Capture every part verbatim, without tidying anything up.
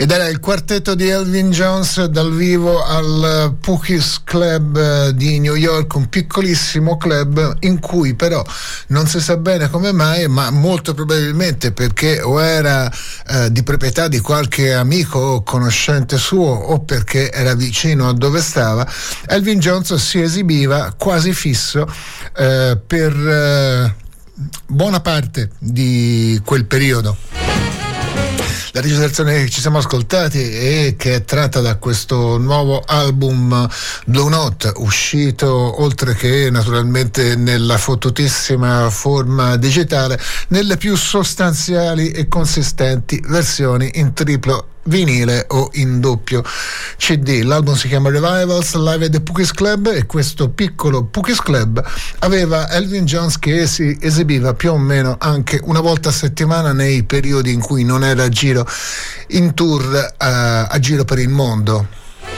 Ed era il quartetto di Elvin Jones dal vivo al Pookies Club di New York, un piccolissimo club in cui però non si sa bene come mai, ma molto probabilmente perché o era eh, di proprietà di qualche amico o conoscente suo o perché era vicino a dove stava, Elvin Jones si esibiva quasi fisso eh, per eh, buona parte di quel periodo. La registrazione che ci siamo ascoltati e che è tratta da questo nuovo album Blue Note, uscito oltre che naturalmente nella fottutissima forma digitale, nelle più sostanziali e consistenti versioni in triplo vinile o in doppio C D. L'album si chiama Revivals Live at the Pookies Club e questo piccolo Pookies Club aveva Elvin Jones che si esibiva più o meno anche una volta a settimana nei periodi in cui non era a giro in tour uh, a giro per il mondo.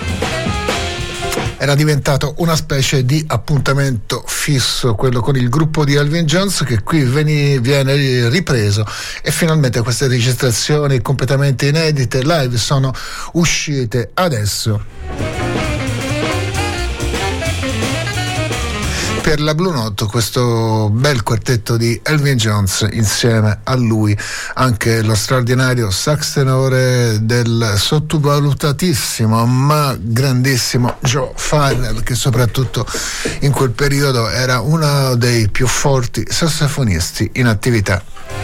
Era diventato una specie di appuntamento fisso quello con il gruppo di Elvin Jones, che qui viene, viene ripreso e finalmente queste registrazioni completamente inedite live sono uscite adesso. Per la Blue Note, questo bel quartetto di Elvin Jones, insieme a lui anche lo straordinario sax tenore del sottovalutatissimo ma grandissimo Joe Farrell, che soprattutto in quel periodo era uno dei più forti sassofonisti in attività.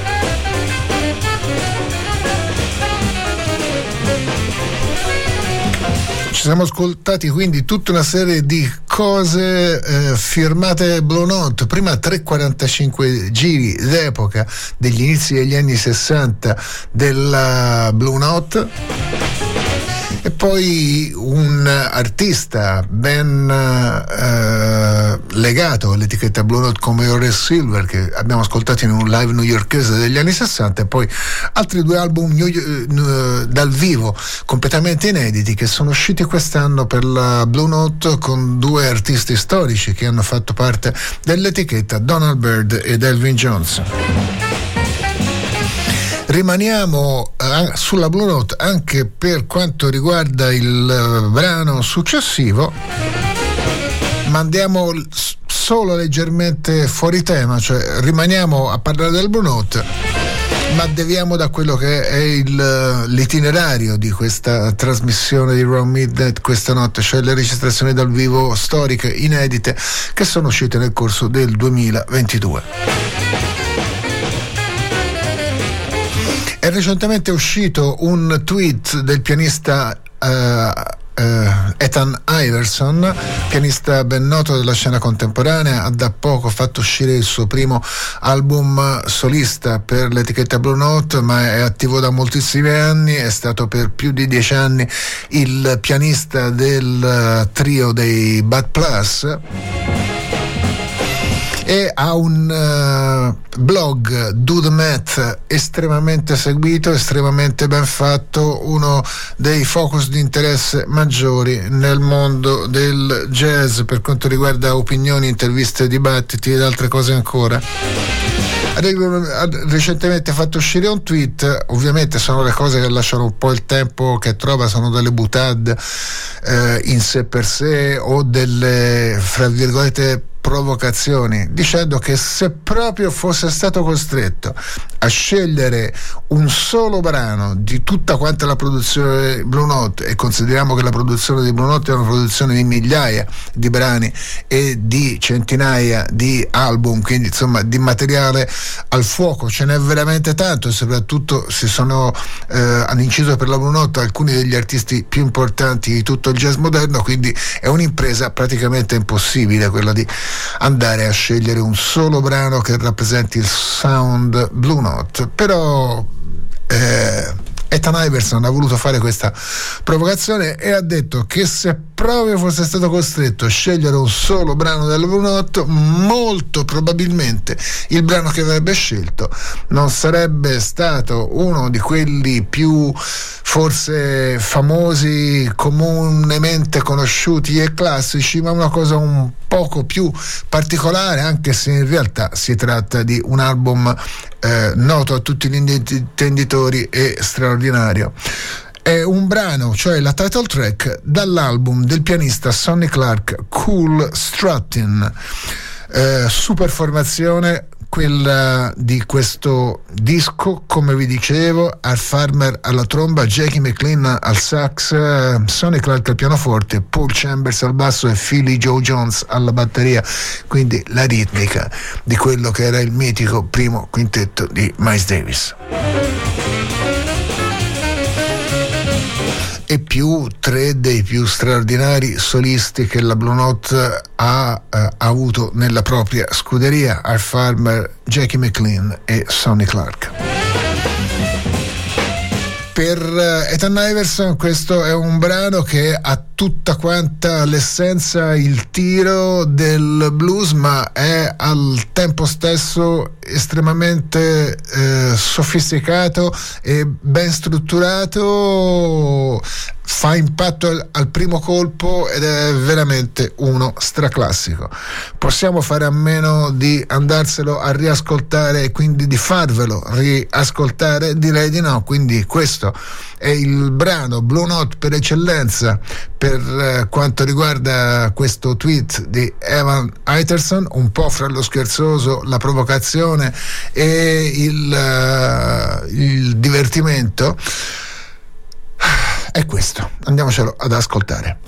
Ci siamo ascoltati quindi tutta una serie di cose eh, firmate Blue Note, prima tre quarantacinque giri d'epoca degli inizi degli anni sessanta della Blue Note, e poi un artista ben eh, legato all'etichetta Blue Note come Horace Silver, che abbiamo ascoltato in un live newyorkese degli anni sessanta, e poi altri due album new, uh, dal vivo completamente inediti che sono usciti quest'anno per la Blue Note con due artisti storici che hanno fatto parte dell'etichetta, Donald Byrd ed Elvin Jones. Rimaniamo eh, sulla Blue Note anche per quanto riguarda il uh, brano successivo, ma andiamo s- solo leggermente fuori tema, cioè rimaniamo a parlare del Blue Note, ma deviamo da quello che è il, l'itinerario di questa trasmissione di Round Midnight questa notte, cioè le registrazioni dal vivo storiche inedite che sono uscite nel corso del duemilaventidue. È recentemente uscito un tweet del pianista uh, uh, Ethan Iverson, pianista ben noto della scena contemporanea. Ha da poco fatto uscire il suo primo album solista per l'etichetta Blue Note, ma è attivo da moltissimi anni, è stato per più di dieci anni il pianista del trio dei Bad Plus e ha un uh, blog, Do the Math, estremamente seguito, estremamente ben fatto, uno dei focus di interesse maggiori nel mondo del jazz per quanto riguarda opinioni, interviste, dibattiti ed altre cose ancora. Ha recentemente fatto uscire un tweet, ovviamente sono le cose che lasciano un po' il tempo che trova, sono delle boutade eh, in sé per sé o delle, fra virgolette, provocazioni, dicendo che se proprio fosse stato costretto a scegliere un solo brano di tutta quanta la produzione Blue Note, e consideriamo che la produzione di Blue Note è una produzione di migliaia di brani e di centinaia di album, quindi insomma di materiale al fuoco ce n'è veramente tanto, e soprattutto si sono eh, hanno inciso per la Blue Note alcuni degli artisti più importanti di tutto il jazz moderno, quindi è un'impresa praticamente impossibile quella di andare a scegliere un solo brano che rappresenti il sound Blue Note. Però eh, Ethan Iverson ha voluto fare questa provocazione e ha detto che se proprio fosse stato costretto a scegliere un solo brano della Blue Note, molto probabilmente il brano che avrebbe scelto non sarebbe stato uno di quelli più forse famosi, comunemente conosciuti e classici, ma una cosa un poco più particolare, anche se in realtà si tratta di un album eh, noto a tutti gli intenditori e straordinario. È un brano, cioè la title track, dall'album del pianista Sonny Clark, Cool Struttin'. Eh, super formazione quella di questo disco, come vi dicevo: Art Farmer alla tromba, Jackie McLean al sax, eh, Sonny Clark al pianoforte, Paul Chambers al basso e Philly Joe Jones alla batteria, quindi la ritmica di quello che era il mitico primo quintetto di Miles Davis. E più tre dei più straordinari solisti che la Blue Note ha, eh, ha avuto nella propria scuderia: Art Farmer, Jackie McLean e Sonny Clark. Per uh, Ethan Iverson questo è un brano che ha tutta quanta l'essenza, il tiro del blues, ma è al tempo stesso estremamente eh, sofisticato e ben strutturato, fa impatto al, al primo colpo ed è veramente uno straclassico. Possiamo fare a meno di andarselo a riascoltare e quindi di farvelo riascoltare? Direi di no. Quindi questo è il brano Blue Note per eccellenza per eh, quanto riguarda questo tweet di Evan Iterson, un po' fra lo scherzoso, la provocazione e il, uh, il divertimento. È questo, andiamocelo ad ascoltare.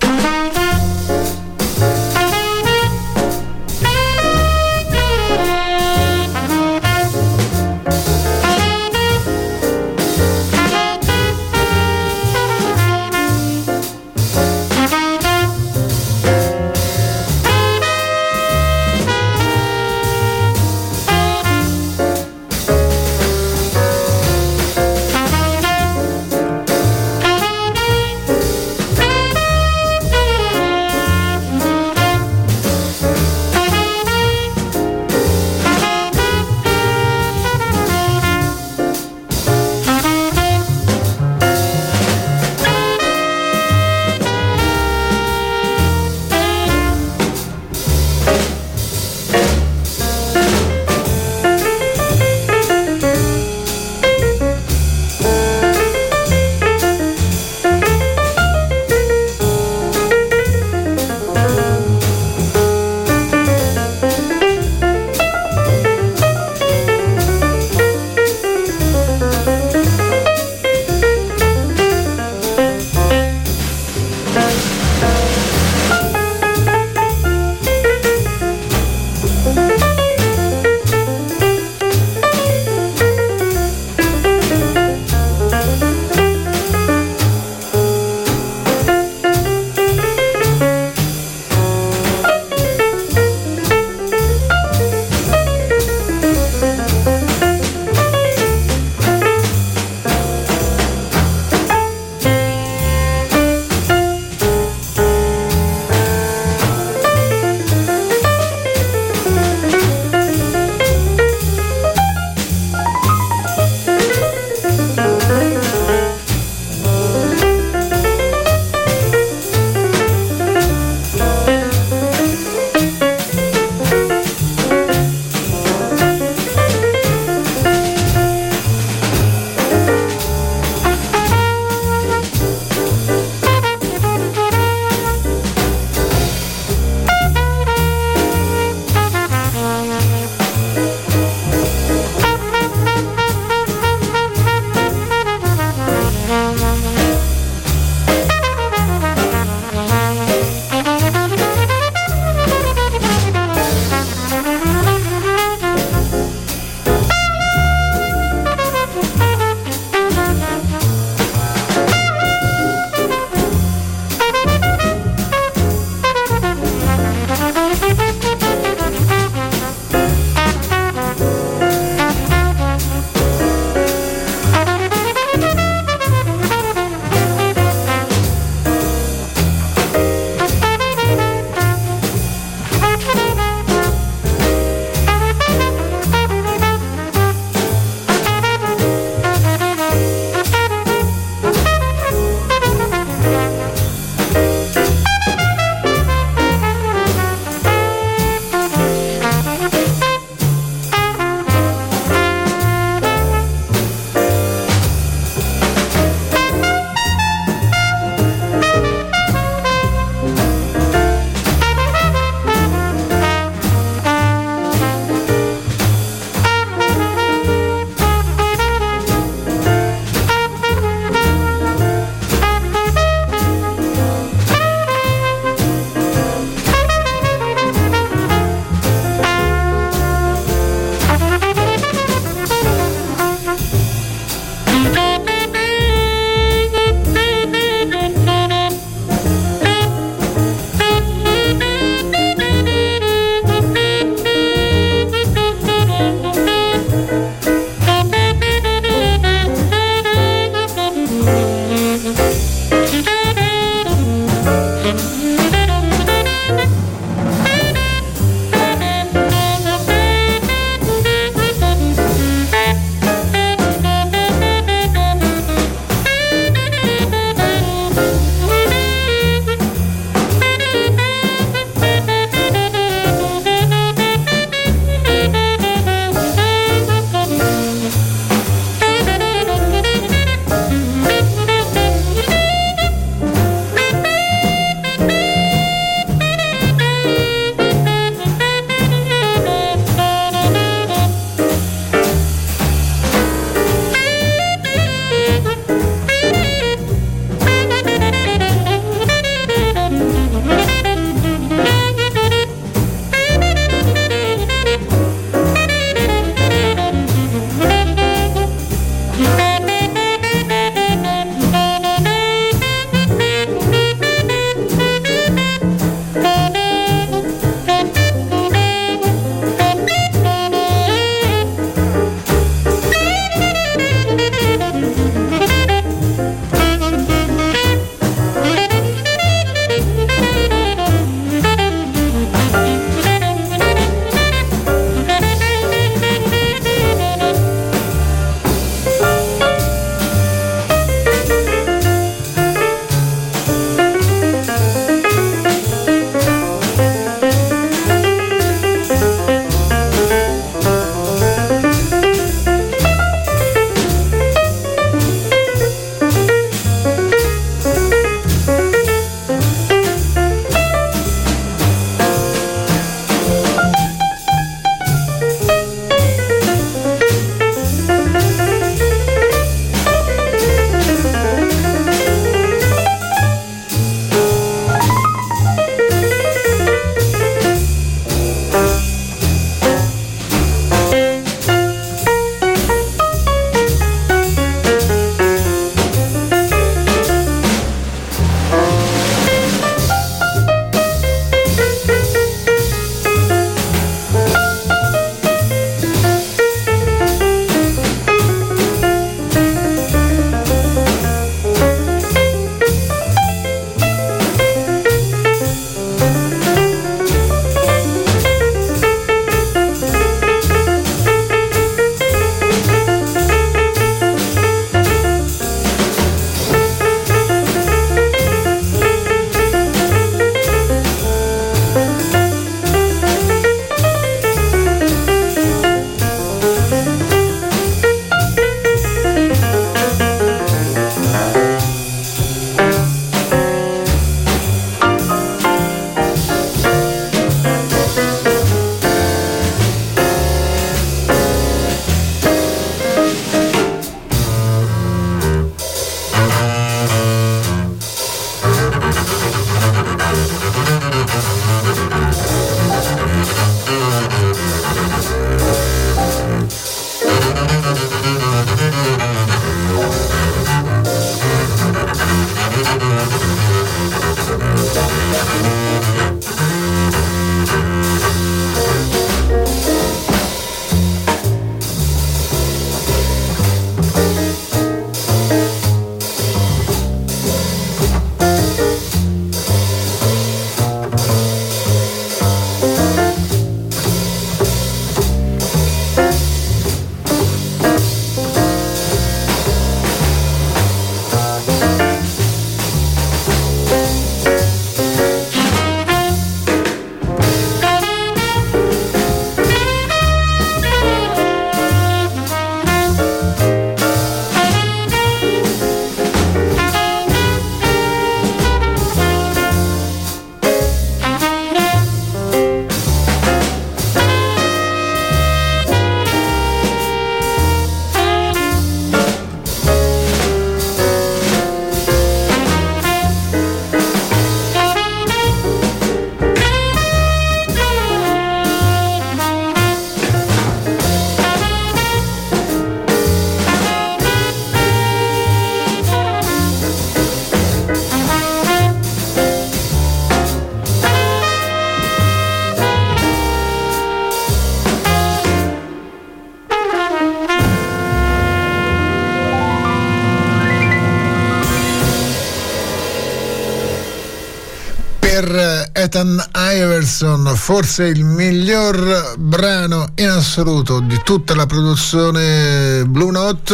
Ethan Iverson, forse il miglior brano in assoluto di tutta la produzione Blue Note,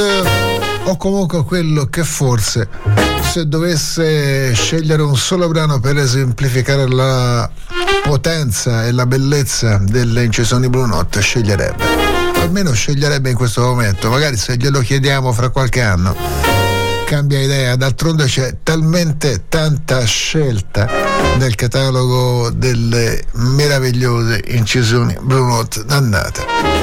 o comunque quello che forse, se dovesse scegliere un solo brano per esemplificare la potenza e la bellezza delle incisioni Blue Note, sceglierebbe, almeno sceglierebbe in questo momento. Magari se glielo chiediamo fra qualche anno cambia idea, d'altronde c'è talmente tanta scelta nel catalogo delle meravigliose incisioni Blue Note dannate,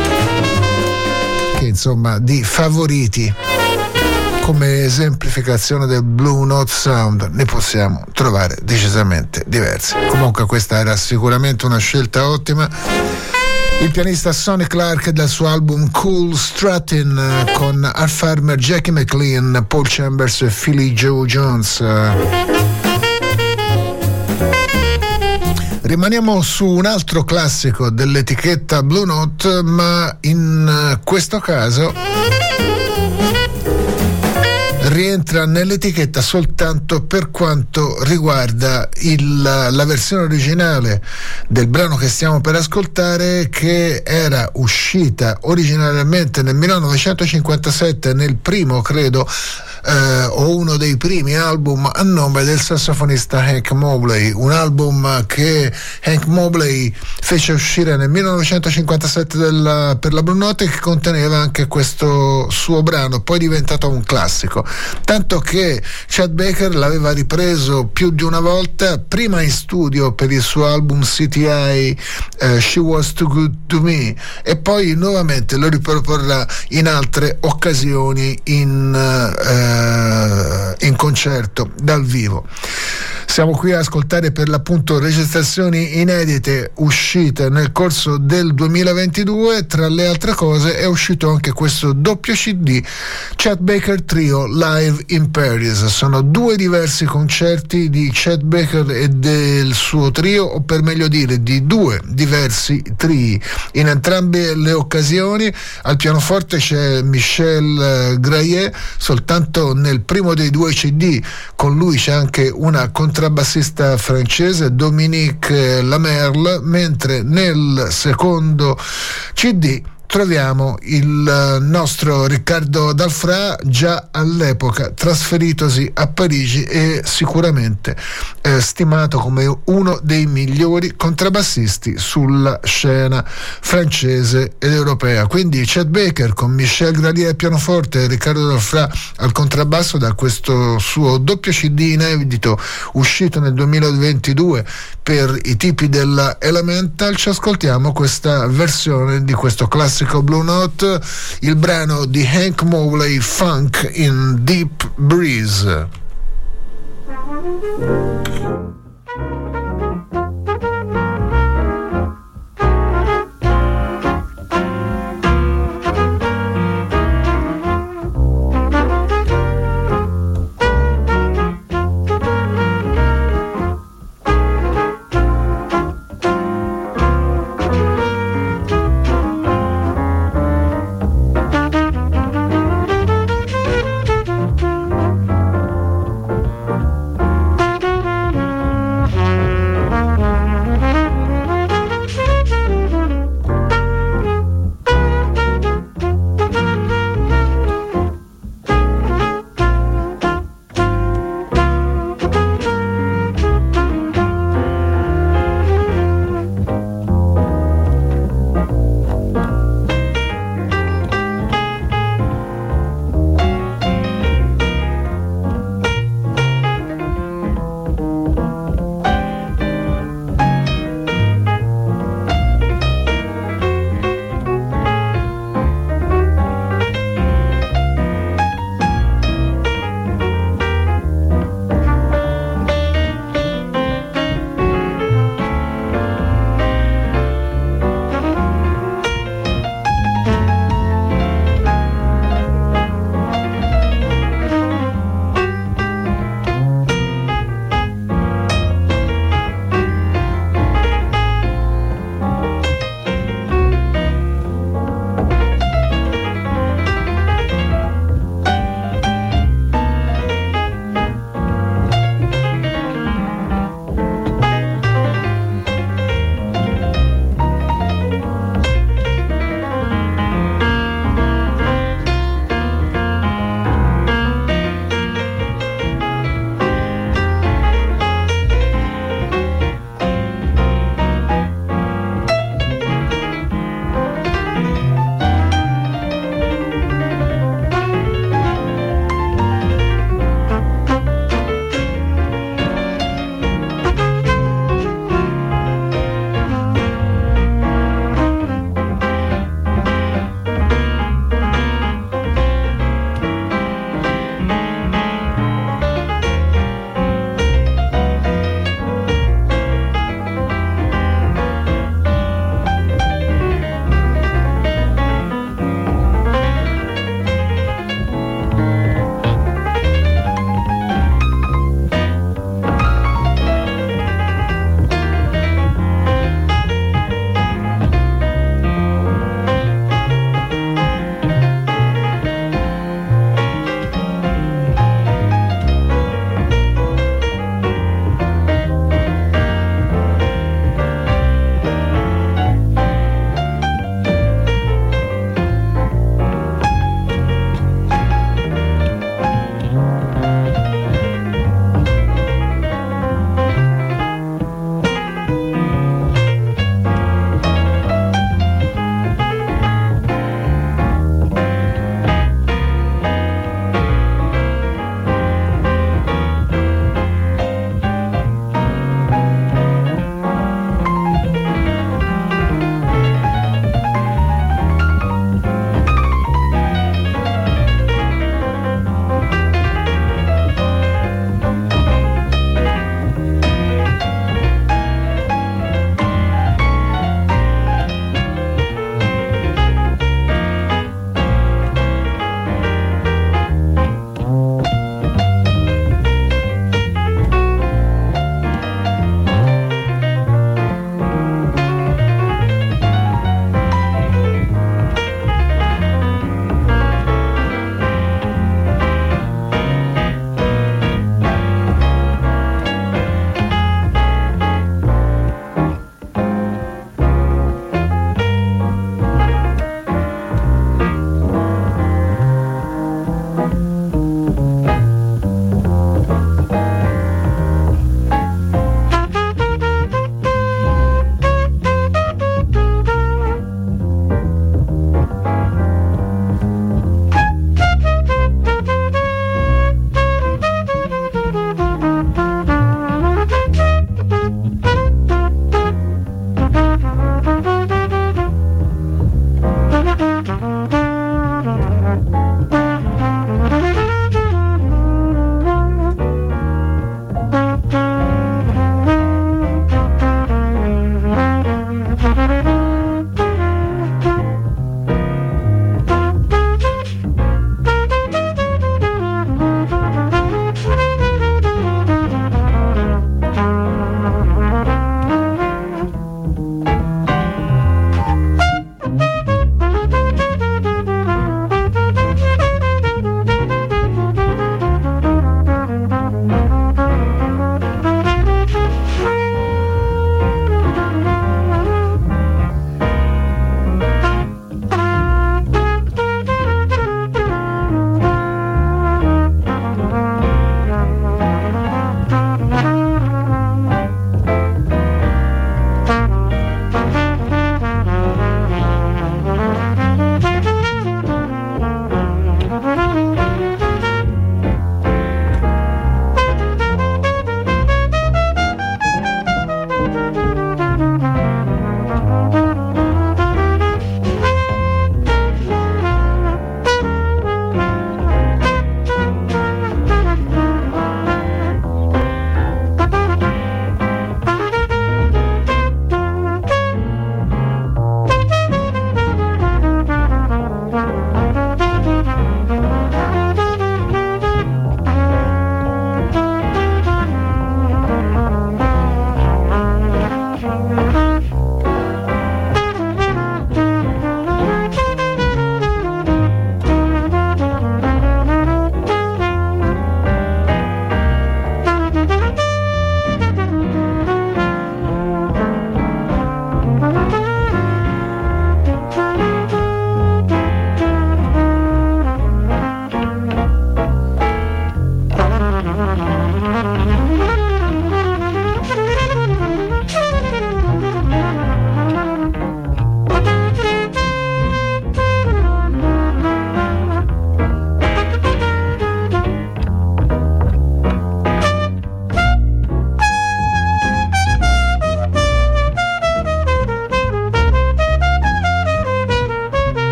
che insomma di favoriti come esemplificazione del Blue Note Sound ne possiamo trovare decisamente diversi. Comunque questa era sicuramente una scelta ottima. Il pianista Sonny Clark dal suo album Cool Struttin' con Art Farmer, Jackie McLean, Paul Chambers e Philly Joe Jones. Rimaniamo su un altro classico dell'etichetta Blue Note, ma in questo caso rientra nell'etichetta soltanto per quanto riguarda il, la versione originale del brano che stiamo per ascoltare, che era uscita originariamente nel millenovecentocinquantasette nel primo, credo, eh, o uno dei primi album a nome del sassofonista Hank Mobley, un album che Hank Mobley fece uscire nel millenovecentocinquantasette della, per la Blue Note, che conteneva anche questo suo brano, poi diventato un classico, tanto che Chet Baker l'aveva ripreso più di una volta, prima in studio per il suo album C T I, eh, She Was Too Good to Me, e poi nuovamente lo riproporrà in altre occasioni in, eh, in concerto dal vivo. Siamo qui a ascoltare per l'appunto registrazioni inedite uscite nel corso del duemilaventidue. Tra le altre cose è uscito anche questo doppio C D, Chet Baker Trio Live in Paris. Sono due diversi concerti di Chet Baker e del suo trio, o per meglio dire di due diversi trii. In entrambe le occasioni al pianoforte c'è Michel Graillet, soltanto nel primo dei due C D con lui c'è anche una contrabbassista francese, Dominique Lamerle, mentre nel secondo C D troviamo il nostro Riccardo Dalfra, già all'epoca trasferitosi a Parigi e sicuramente eh, stimato come uno dei migliori contrabbassisti sulla scena francese ed europea. Quindi Chet Baker con Michel Graillet al pianoforte e Riccardo Dalfra al contrabbasso, da questo suo doppio C D inedito uscito nel duemilaventidue per i tipi della Elemental. Ci ascoltiamo questa versione di questo classico Blue Note, il brano di Hank Mobley, Funk in Deep Breeze.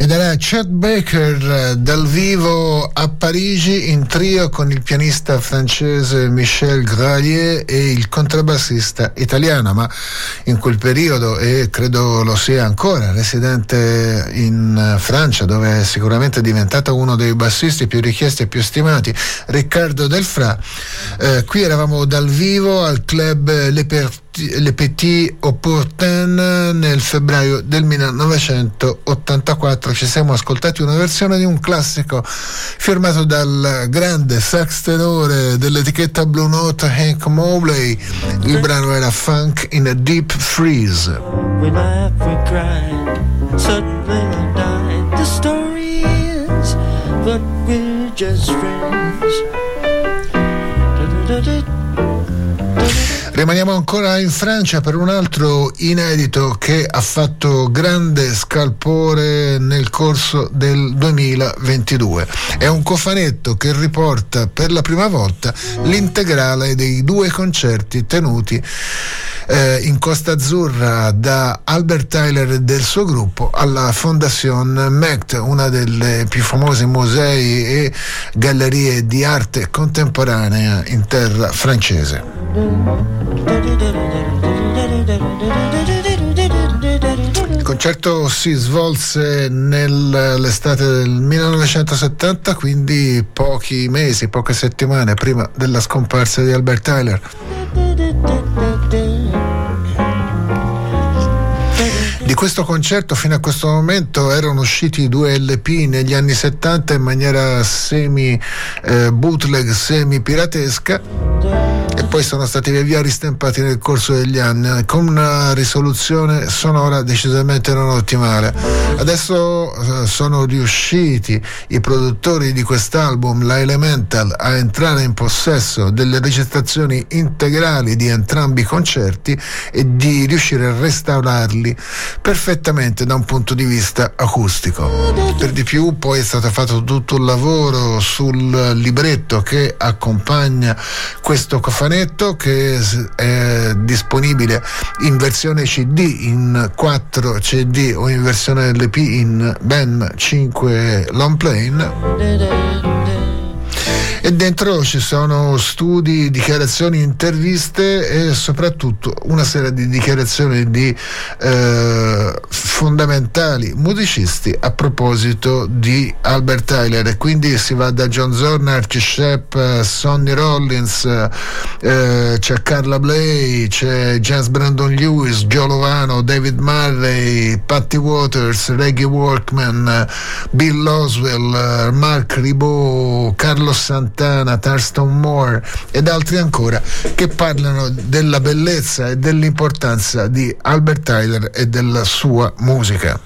Ed era Chet Baker dal vivo a Parigi in trio con il pianista francese Michel Gralier e il contrabbassista italiano, ma in quel periodo, e credo lo sia ancora, residente in Francia, dove è sicuramente diventato uno dei bassisti più richiesti e più stimati, Riccardo Delfrà. Eh, qui eravamo dal vivo al club Le Per- Le Petit Opportun nel febbraio del millenovecentottantaquattro. Ci siamo ascoltati una versione di un classico firmato dal grande sax tenore dell'etichetta Blue Note Hank Mobley. Il brano era Funk in a Deep Freeze. We laugh, we cry, suddenly we die. The story ends, but we're just friends. Rimaniamo ancora in Francia per un altro inedito che ha fatto grande scalpore nel corso del duemilaventidue. È un cofanetto che riporta per la prima volta l'integrale dei due concerti tenuti eh, in Costa Azzurra da Albert Tyler e del suo gruppo alla Fondation Mect, una delle più famose musei e gallerie di arte contemporanea in terra francese. Il concerto si svolse nell'estate del millenovecentosettanta, quindi pochi mesi, poche settimane prima della scomparsa di Albert Tyler. Di questo concerto fino a questo momento erano usciti due L P negli anni settanta in maniera semi eh, bootleg, semi piratesca, e poi sono stati via via ristempati nel corso degli anni con una risoluzione sonora decisamente non ottimale. Adesso eh, sono riusciti i produttori di quest'album, la Elemental, a entrare in possesso delle registrazioni integrali di entrambi i concerti e di riuscire a restaurarli perfettamente da un punto di vista acustico. Per di più poi è stato fatto tutto un lavoro sul libretto che accompagna questo cofanetto, che è disponibile in versione C D, in quattro C D o in versione L P in ben cinque long plane. E dentro ci sono studi, dichiarazioni, interviste e soprattutto una serie di dichiarazioni di eh, fondamentali musicisti a proposito di Albert Tyler. E quindi si va da John Zorn, Archie Shepp, Sonny Rollins, eh, c'è Carla Bley, c'è James Brandon Lewis, Joe Lovano, David Murray, Patty Waters, Reggie Walkman, Bill Oswell, Mark Ribot, Carlos Santana, Thurston Moore ed altri ancora, che parlano della bellezza e dell'importanza di Albert Tyler e della sua musica.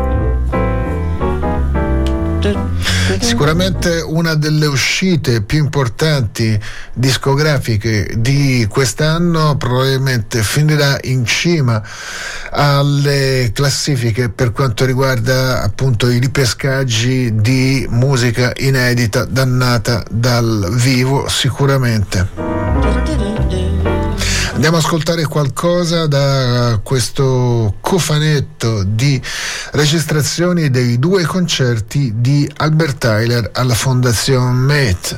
Sicuramente una delle uscite più importanti discografiche di quest'anno, probabilmente finirà in cima alle classifiche per quanto riguarda appunto i ripescaggi di musica inedita dannata dal vivo, sicuramente. Andiamo ad ascoltare qualcosa da questo cofanetto di registrazioni dei due concerti di Albert Tyler alla Fondation Mect.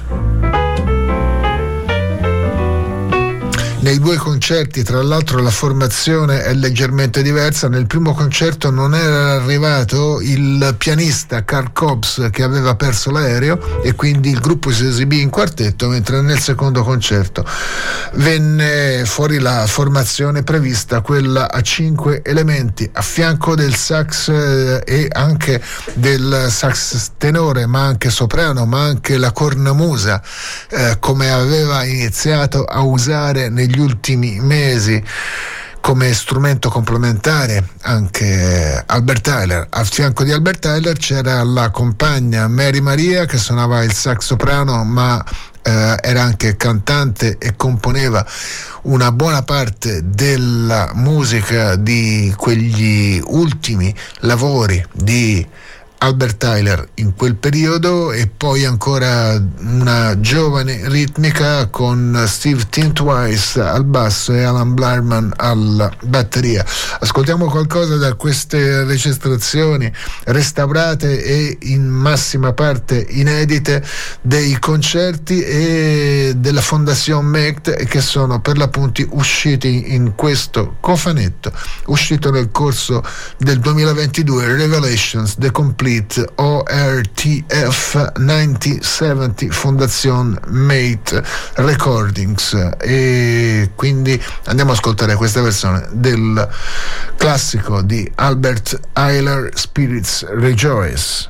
Nei due concerti, tra l'altro, la formazione è leggermente diversa. Nel primo concerto non era arrivato il pianista Carl Cobbs, che aveva perso l'aereo, e quindi il gruppo si esibì in quartetto, mentre nel secondo concerto venne fuori la formazione prevista, quella a cinque elementi, a fianco del sax eh, e anche del sax tenore, ma anche soprano, ma anche la cornamusa, eh, come aveva iniziato a usare negli ultimi mesi come strumento complementare anche Albert Tyler. Al fianco di Albert Tyler c'era la compagna Mary Maria, che suonava il sax soprano, ma eh, era anche cantante e componeva una buona parte della musica di quegli ultimi lavori di Albert Tyler in quel periodo, e poi ancora una giovane ritmica con Steve Tintwise al basso e Alan Blarman alla batteria. Ascoltiamo qualcosa da queste registrazioni restaurate e in massima parte inedite dei concerti e della Fondation Mect, che sono per l'appunto usciti in questo cofanetto uscito nel corso del duemilaventidue, Revelations, The Complete O R T F novanta Fondation Mate Recordings. E quindi andiamo ad ascoltare questa versione del classico di Albert Ayler, Spirits Rejoice.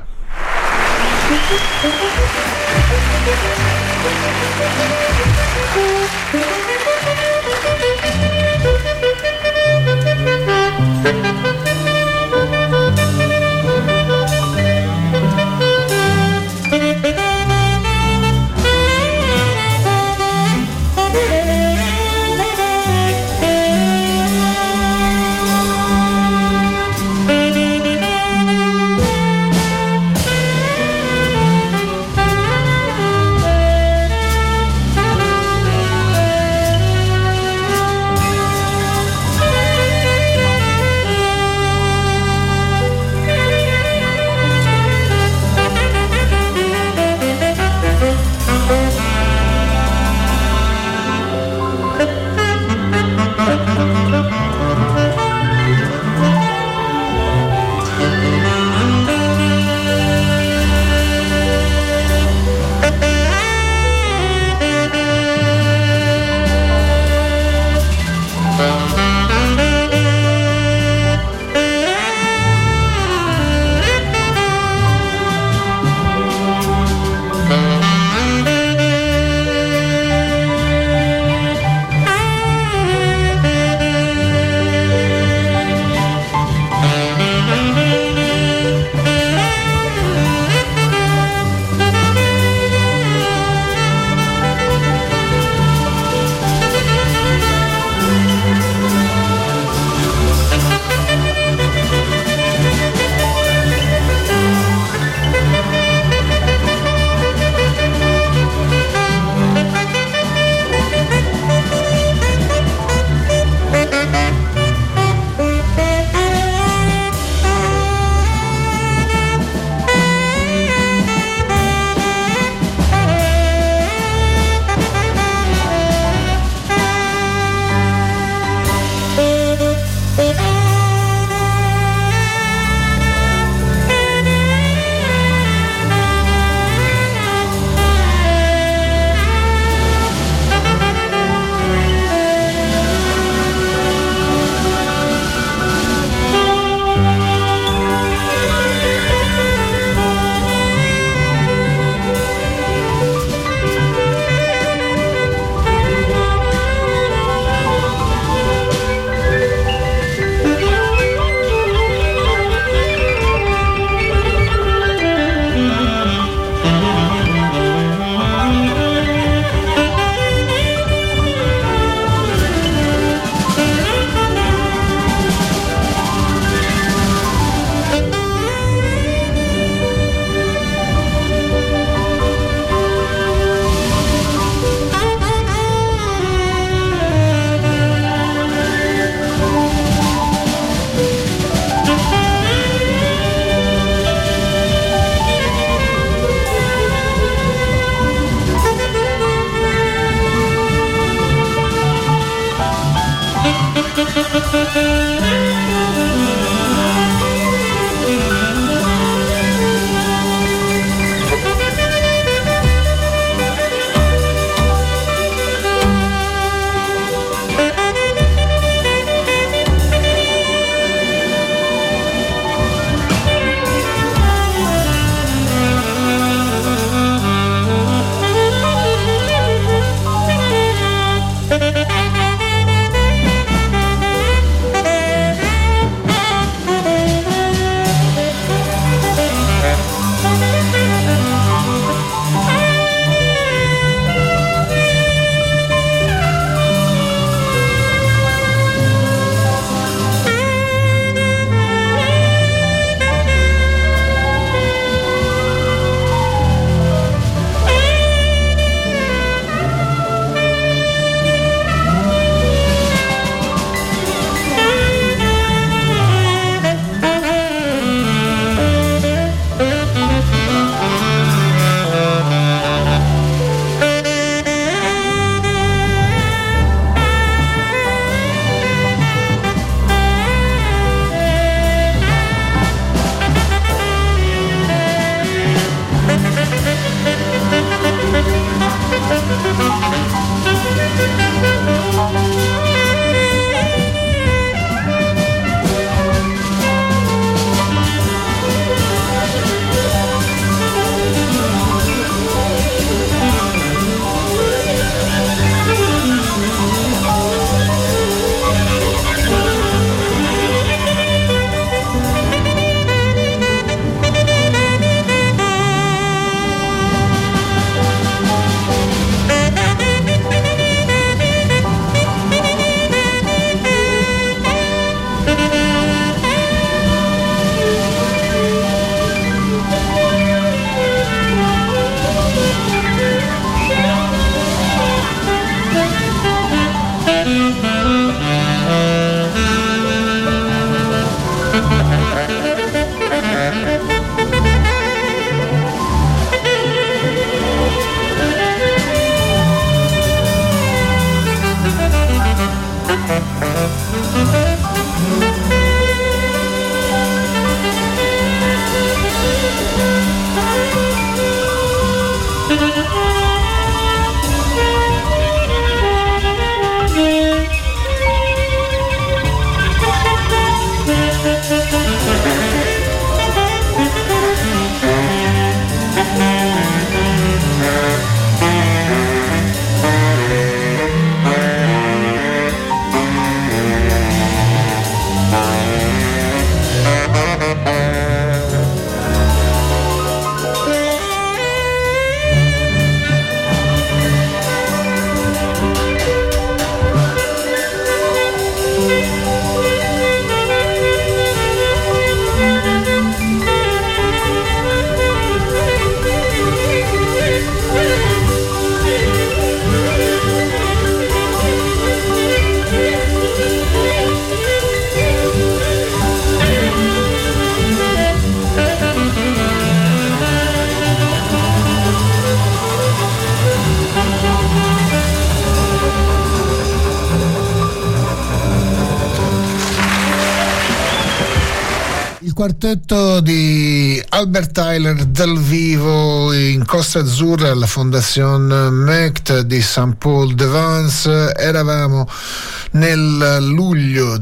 Quartetto di Albert Tyler dal vivo in Costa Azzurra alla Fondation M E C T di Saint Paul de Vence. Eravamo nel luglio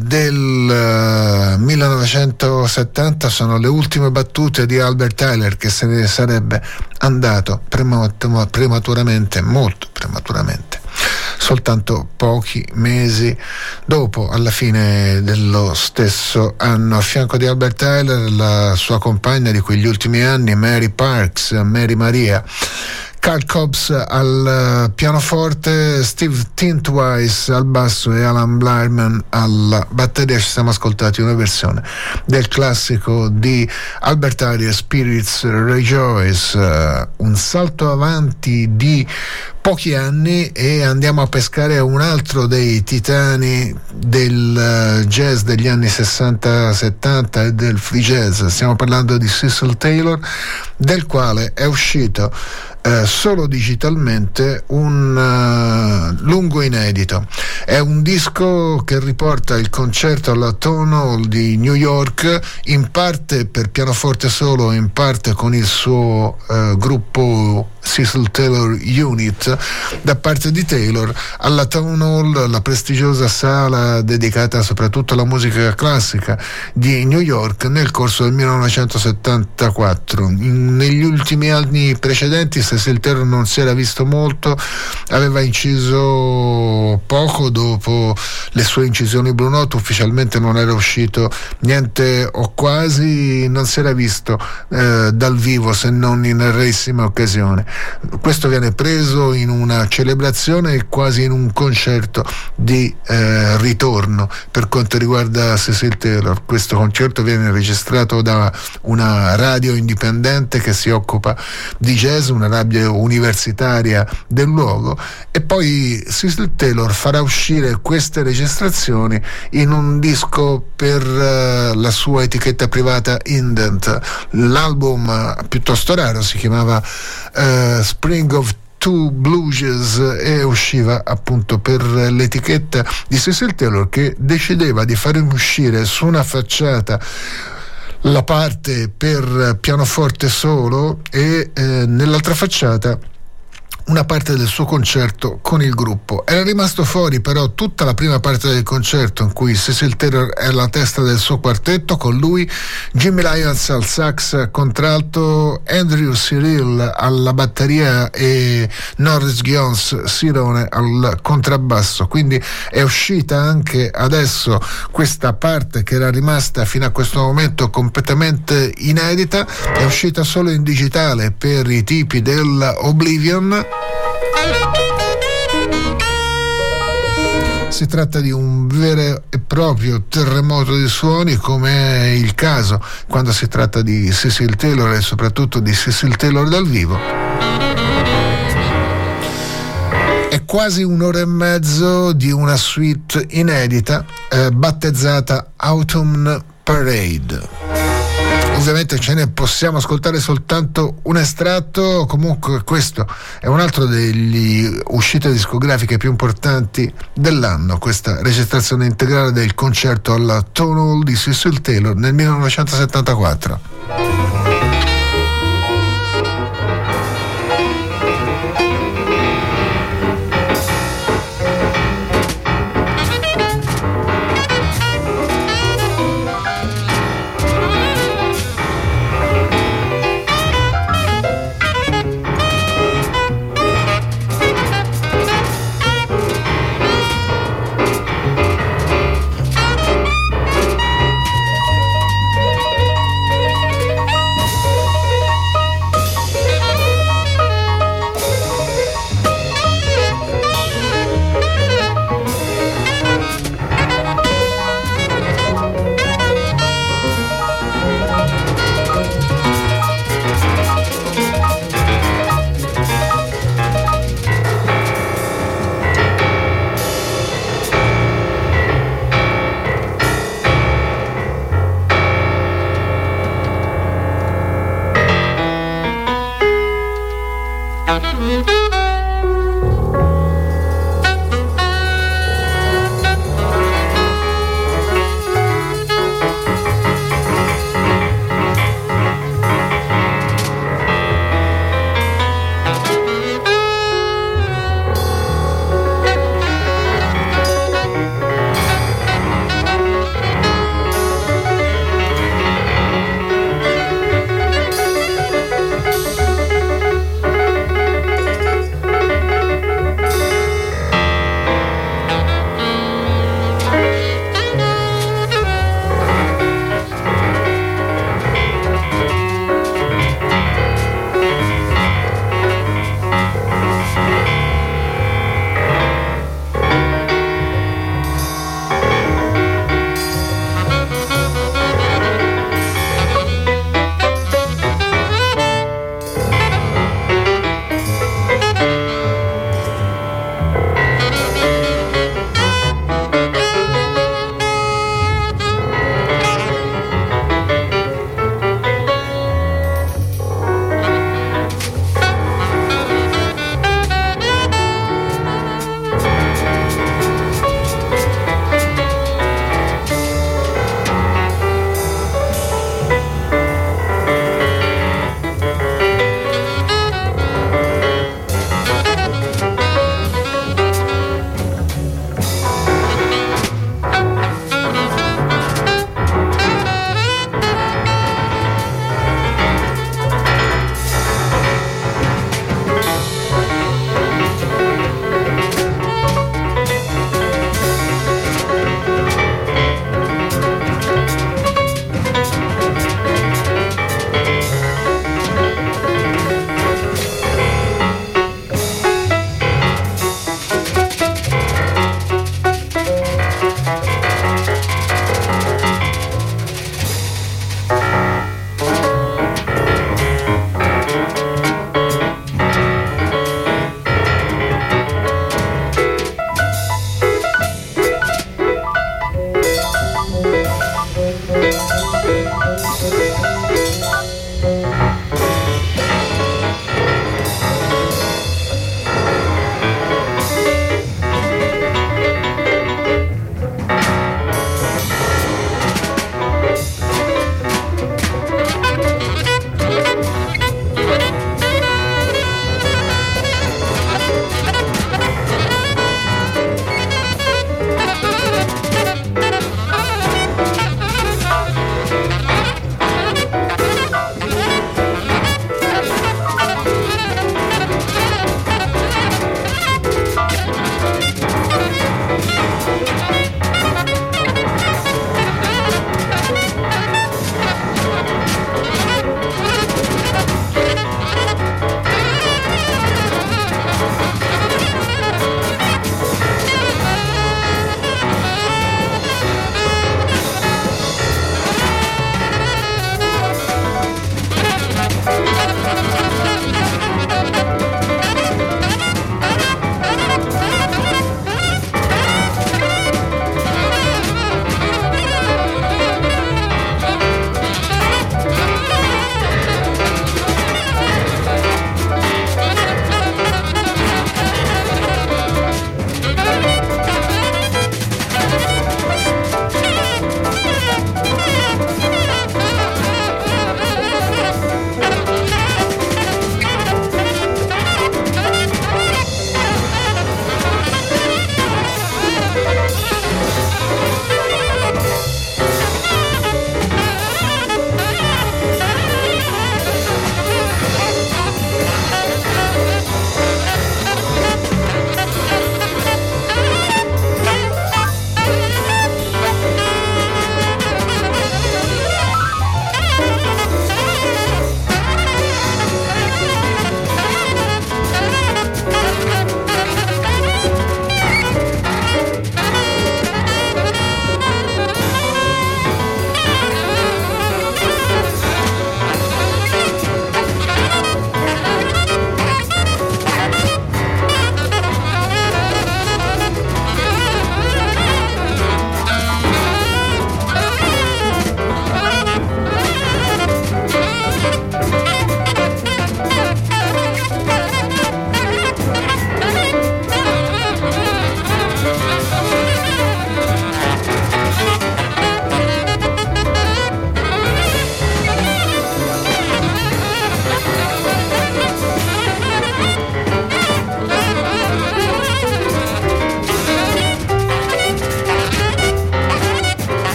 del millenovecentosettanta, sono le ultime battute di Albert Tyler, che se ne sarebbe andato prematuramente, molto prematuramente, soltanto pochi mesi dopo, alla fine dello stesso anno. A fianco di Albert Tyler la sua compagna di quegli ultimi anni, Mary Parks, Mary Maria, Carl Cobbs al pianoforte, Steve Tintwise al basso e Alan Blyman alla batteria. Ci siamo ascoltati una versione del classico di Albert Tyler, Spirits Rejoice. Uh, un salto avanti di pochi anni e andiamo a pescare un altro dei titani del uh, jazz degli anni sessanta settanta e del free jazz. Stiamo parlando di Cecil Taylor, del quale è uscito Uh, solo digitalmente un uh, lungo inedito. È un disco che riporta il concerto alla Town Hall di New York, in parte per pianoforte solo, in parte con il suo uh, gruppo Cecil Taylor Unit, da parte di Taylor alla Town Hall, la prestigiosa sala dedicata soprattutto alla musica classica di New York, nel corso del millenovecentosettantaquattro. In, negli ultimi anni precedenti Cecil Taylor non si era visto molto, aveva inciso poco. Dopo le sue incisioni Blue Note ufficialmente non era uscito niente o quasi, non si era visto eh, dal vivo se non in rarissime occasioni. Questo viene preso in una celebrazione e quasi in un concerto di eh, ritorno per quanto riguarda Cecil Taylor. Questo concerto viene registrato da una radio indipendente che si occupa di jazz, una radio universitaria del luogo, e poi Cecil Taylor farà uscire queste registrazioni in un disco per uh, la sua etichetta privata Indent. L'album uh, piuttosto raro si chiamava uh, Spring of Two Blues e usciva appunto per l'etichetta di Cecil Taylor, che decideva di fare uscire su una facciata la parte per pianoforte solo e eh, nell'altra facciata una parte del suo concerto con il gruppo. Era rimasto fuori però tutta la prima parte del concerto, in cui Cecil Taylor è alla testa del suo quartetto, con lui Jimmy Lyons al sax contralto, Andrew Cyril alla batteria e Norris Gions Sirone al contrabbasso. Quindi è uscita anche adesso questa parte che era rimasta fino a questo momento completamente inedita, è uscita solo in digitale per i tipi dell'Oblivion. Si tratta di un vero e proprio terremoto di suoni, come è il caso quando si tratta di Cecil Taylor e soprattutto di Cecil Taylor dal vivo. È quasi un'ora e mezzo di una suite inedita eh, battezzata Autumn Parade. Ovviamente ce ne possiamo ascoltare soltanto un estratto. Comunque questo è un altro degli uscite discografiche più importanti dell'anno, questa registrazione integrale del concerto alla Town Hall di Cecil Taylor nel millenovecentosettantaquattro.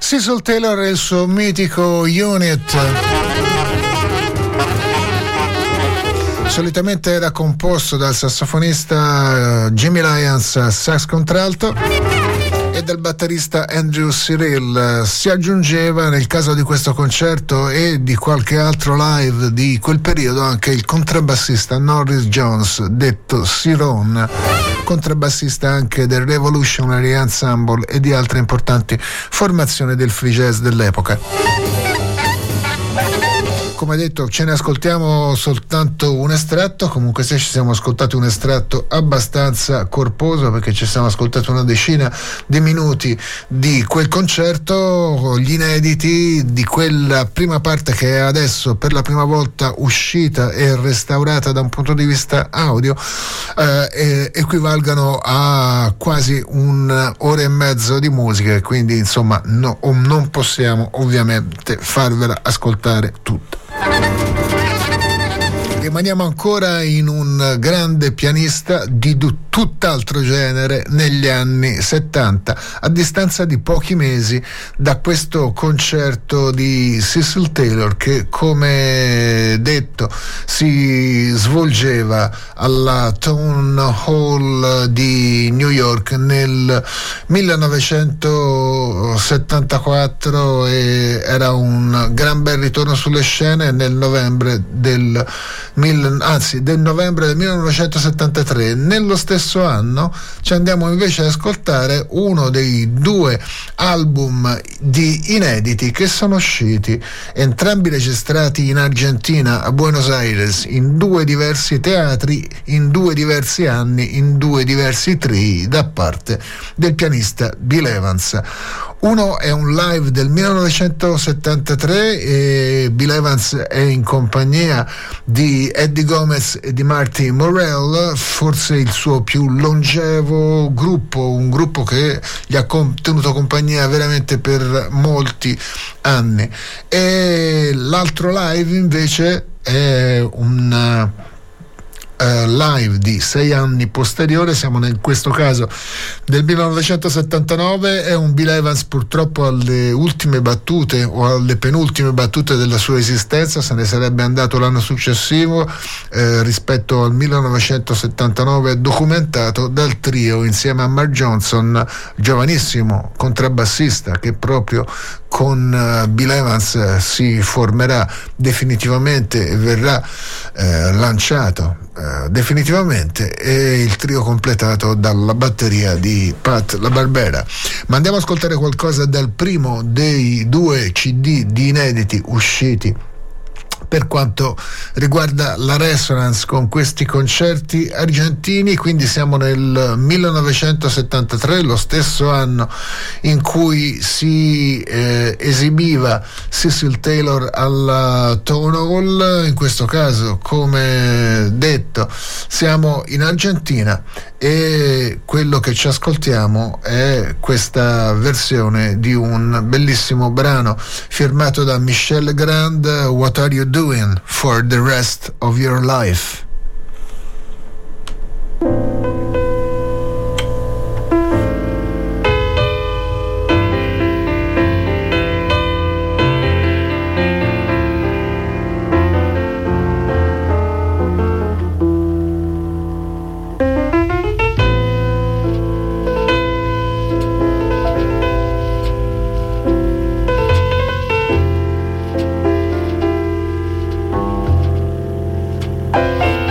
Cecil Taylor e il suo mitico Unit. Solitamente era composto dal sassofonista Jimmy Lyons, sax contralto, e dal batterista Andrew Cyril. Si aggiungeva nel caso di questo concerto e di qualche altro live di quel periodo anche il contrabbassista Norris Jones, detto Ciron, contrabbassista anche del Revolutionary Ensemble e di altre importanti formazioni del free jazz dell'epoca. Come detto, ce ne ascoltiamo soltanto un estratto. Comunque se ci siamo ascoltati un estratto abbastanza corposo, perché ci siamo ascoltati una decina di minuti di quel concerto, gli inediti di quella prima parte che è adesso per la prima volta uscita e restaurata da un punto di vista audio, eh, equivalgano a quasi un'ora e mezzo di musica, e quindi insomma no, non possiamo ovviamente farvela ascoltare tutta. Rimaniamo ancora in un grande pianista di tutt'altro genere negli anni settanta, a distanza di pochi mesi da questo concerto di Cecil Taylor che, come detto, si svolgeva alla Town Hall di New York nel millenovecentosettantaquattro, e era un gran bel ritorno sulle scene nel novembre del anzi del novembre del millenovecentosettantatré. Nello stesso anno ci andiamo invece ad ascoltare uno dei due album di inediti che sono usciti, entrambi registrati in Argentina, a Buenos Aires, in due diversi teatri, in due diversi anni, in due diversi trii, da parte del pianista Bill Evans. Uno è un live del millenovecentosettantatré e Bill Evans è in compagnia di Eddie Gomez e di Marty Morell, forse il suo più longevo gruppo, un gruppo che gli ha tenuto compagnia veramente per molti anni. E l'altro live invece è un Uh, live di sei anni posteriore, siamo in questo caso del millenovecentosettantanove. È un Bill Evans purtroppo alle ultime battute o alle penultime battute della sua esistenza, se ne sarebbe andato l'anno successivo, eh, rispetto al millenovecentosettantanove documentato dal trio insieme a Mark Johnson, giovanissimo contrabbassista che proprio con uh, Bill Evans uh, si formerà definitivamente e verrà uh, lanciato uh, definitivamente, e il trio completato dalla batteria di Pat LaBarbera. Ma andiamo ad ascoltare qualcosa dal primo dei due C D di inediti usciti per quanto riguarda la Resonance con questi concerti argentini. Quindi siamo nel millenovecentosettantatré, lo stesso anno in cui si eh, esibiva Cecil Taylor alla Town Hall. In questo caso, come detto, siamo in Argentina e quello che ci ascoltiamo è questa versione di un bellissimo brano firmato da Michel Legrand, What Are You Doing for the Rest of Your Life? Bye.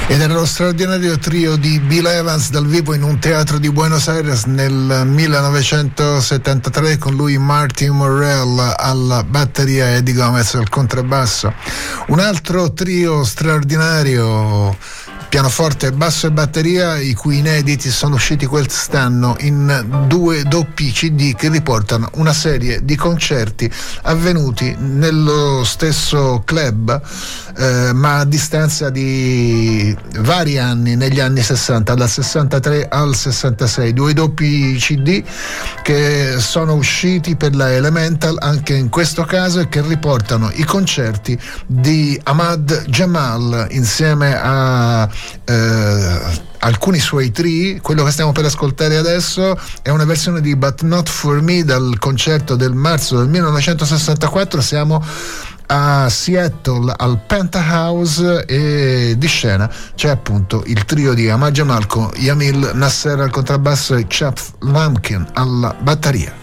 Ed era lo straordinario trio di Bill Evans dal vivo in un teatro di Buenos Aires nel millenovecentosettantatré, con lui Martin Morell alla batteria e Eddie Gomez al contrabbasso. Un altro trio straordinario, pianoforte, basso e batteria, i cui inediti sono usciti quest'anno in due doppi C D che riportano una serie di concerti avvenuti nello stesso club, eh, ma a distanza di vari anni, negli anni sessanta, dal sessantatré al sessantasei. Due doppi C D che sono usciti per la Elemental anche in questo caso e che riportano i concerti di Ahmad Jamal insieme a eh, alcuni suoi tri. Quello che stiamo per ascoltare adesso è una versione di But Not For Me dal concerto del marzo del millenovecentosessantaquattro. Siamo a Seattle al Penthouse e di scena c'è appunto il trio di Ahmad Jamal con Yamil Nasser al contrabbasso e Chaff Lumpkin alla batteria.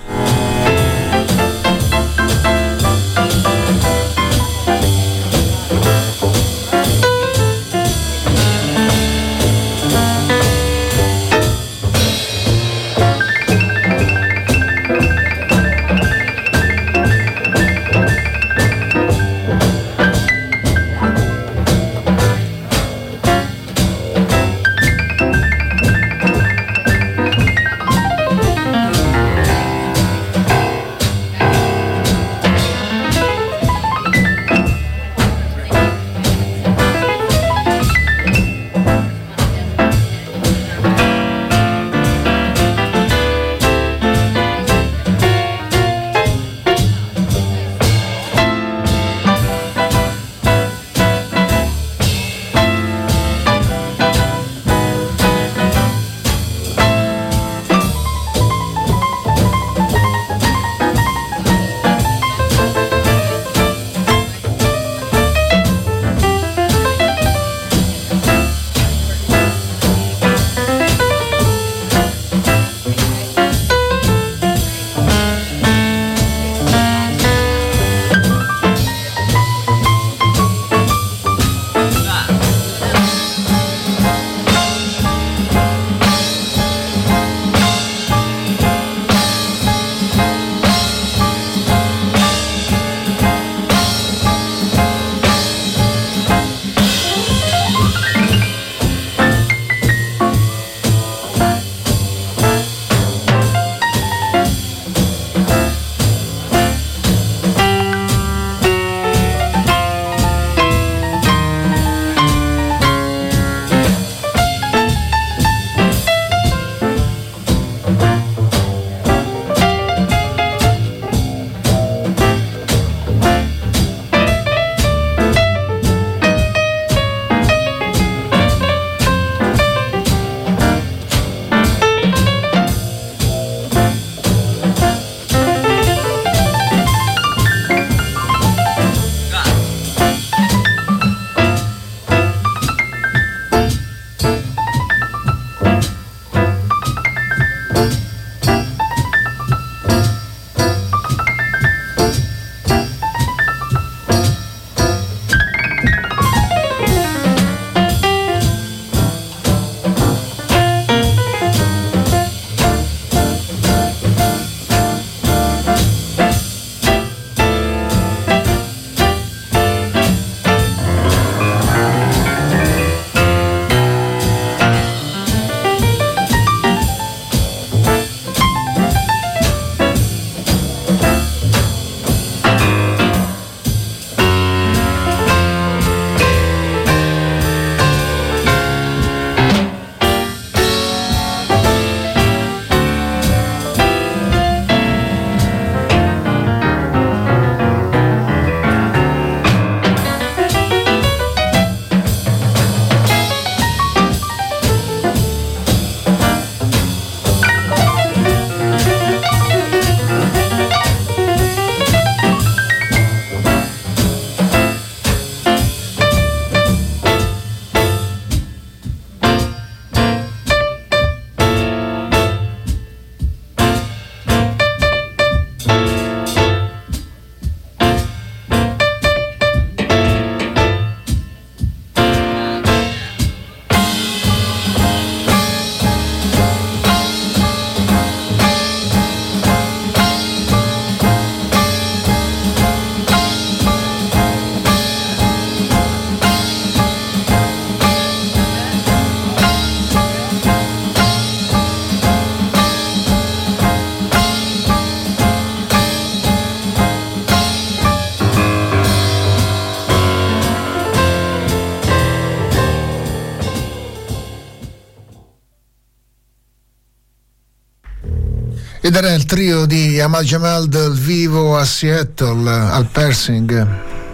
Ed era il trio di Ahmad Jamal dal vivo a Seattle, al Pershing.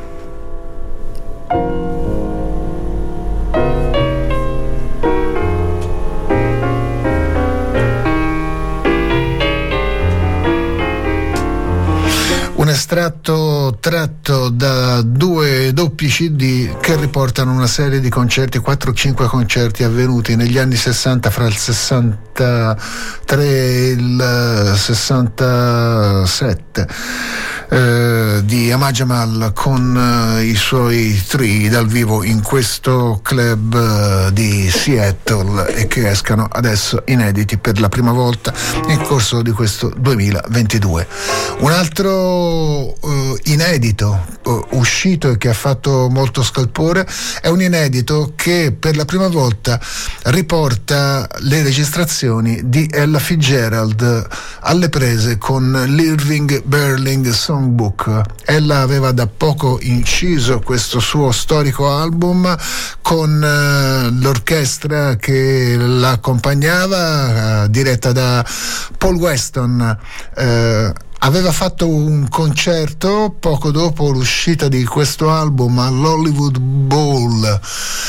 Un estratto tratto da due doppi C D che riportano una serie di concerti, quattro o cinque concerti avvenuti negli anni sessanta, fra il sessantatré e il sessantasette, eh, di Ahmad Jamal con eh, i suoi trii dal vivo in questo club eh, di Seattle, e che escano adesso inediti per la prima volta nel corso di questo duemilaventidue. Un altro Uh, inedito uh, uscito e che ha fatto molto scalpore è un inedito che per la prima volta riporta le registrazioni di Ella Fitzgerald alle prese con l'Irving Berlin Songbook. Ella aveva da poco inciso questo suo storico album con uh, l'orchestra che l'accompagnava, uh, diretta da Paul Weston. Uh, Aveva fatto un concerto poco dopo l'uscita di questo album all'Hollywood Bowl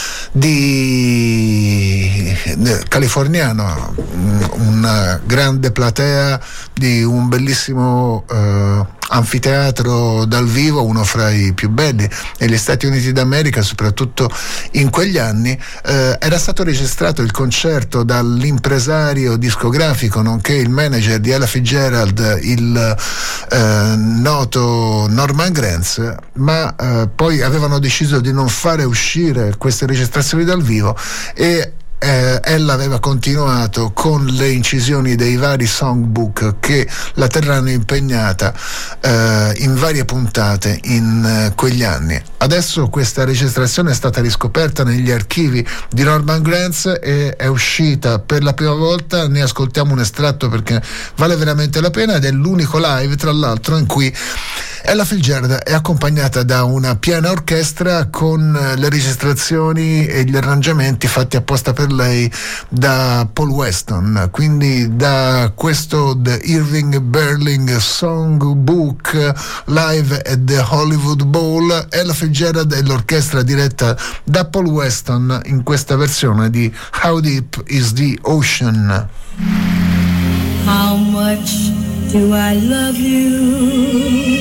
di californiano, una grande platea di un bellissimo eh, anfiteatro dal vivo, uno fra i più belli negli Stati Uniti d'America, soprattutto in quegli anni. Eh, era stato registrato il concerto dall'impresario discografico nonché il manager di Ella Fitzgerald, il eh, noto Norman Granz, ma eh, poi avevano deciso di non fare uscire queste registrazioni dal vivo e Eh, ella aveva continuato con le incisioni dei vari songbook che la terranno impegnata eh, in varie puntate in eh, quegli anni. Adesso questa registrazione è stata riscoperta negli archivi di Norman Granz e è uscita per la prima volta. Ne ascoltiamo un estratto perché vale veramente la pena, ed è l'unico live tra l'altro in cui Ella Fitzgerald è accompagnata da una piena orchestra con le registrazioni e gli arrangiamenti fatti apposta per lei da Paul Weston. Quindi da questo The Irving Berlin Songbook live at the Hollywood Bowl, Ella Fitzgerald e l'orchestra diretta da Paul Weston in questa versione di How Deep is the Ocean. How much do I love you?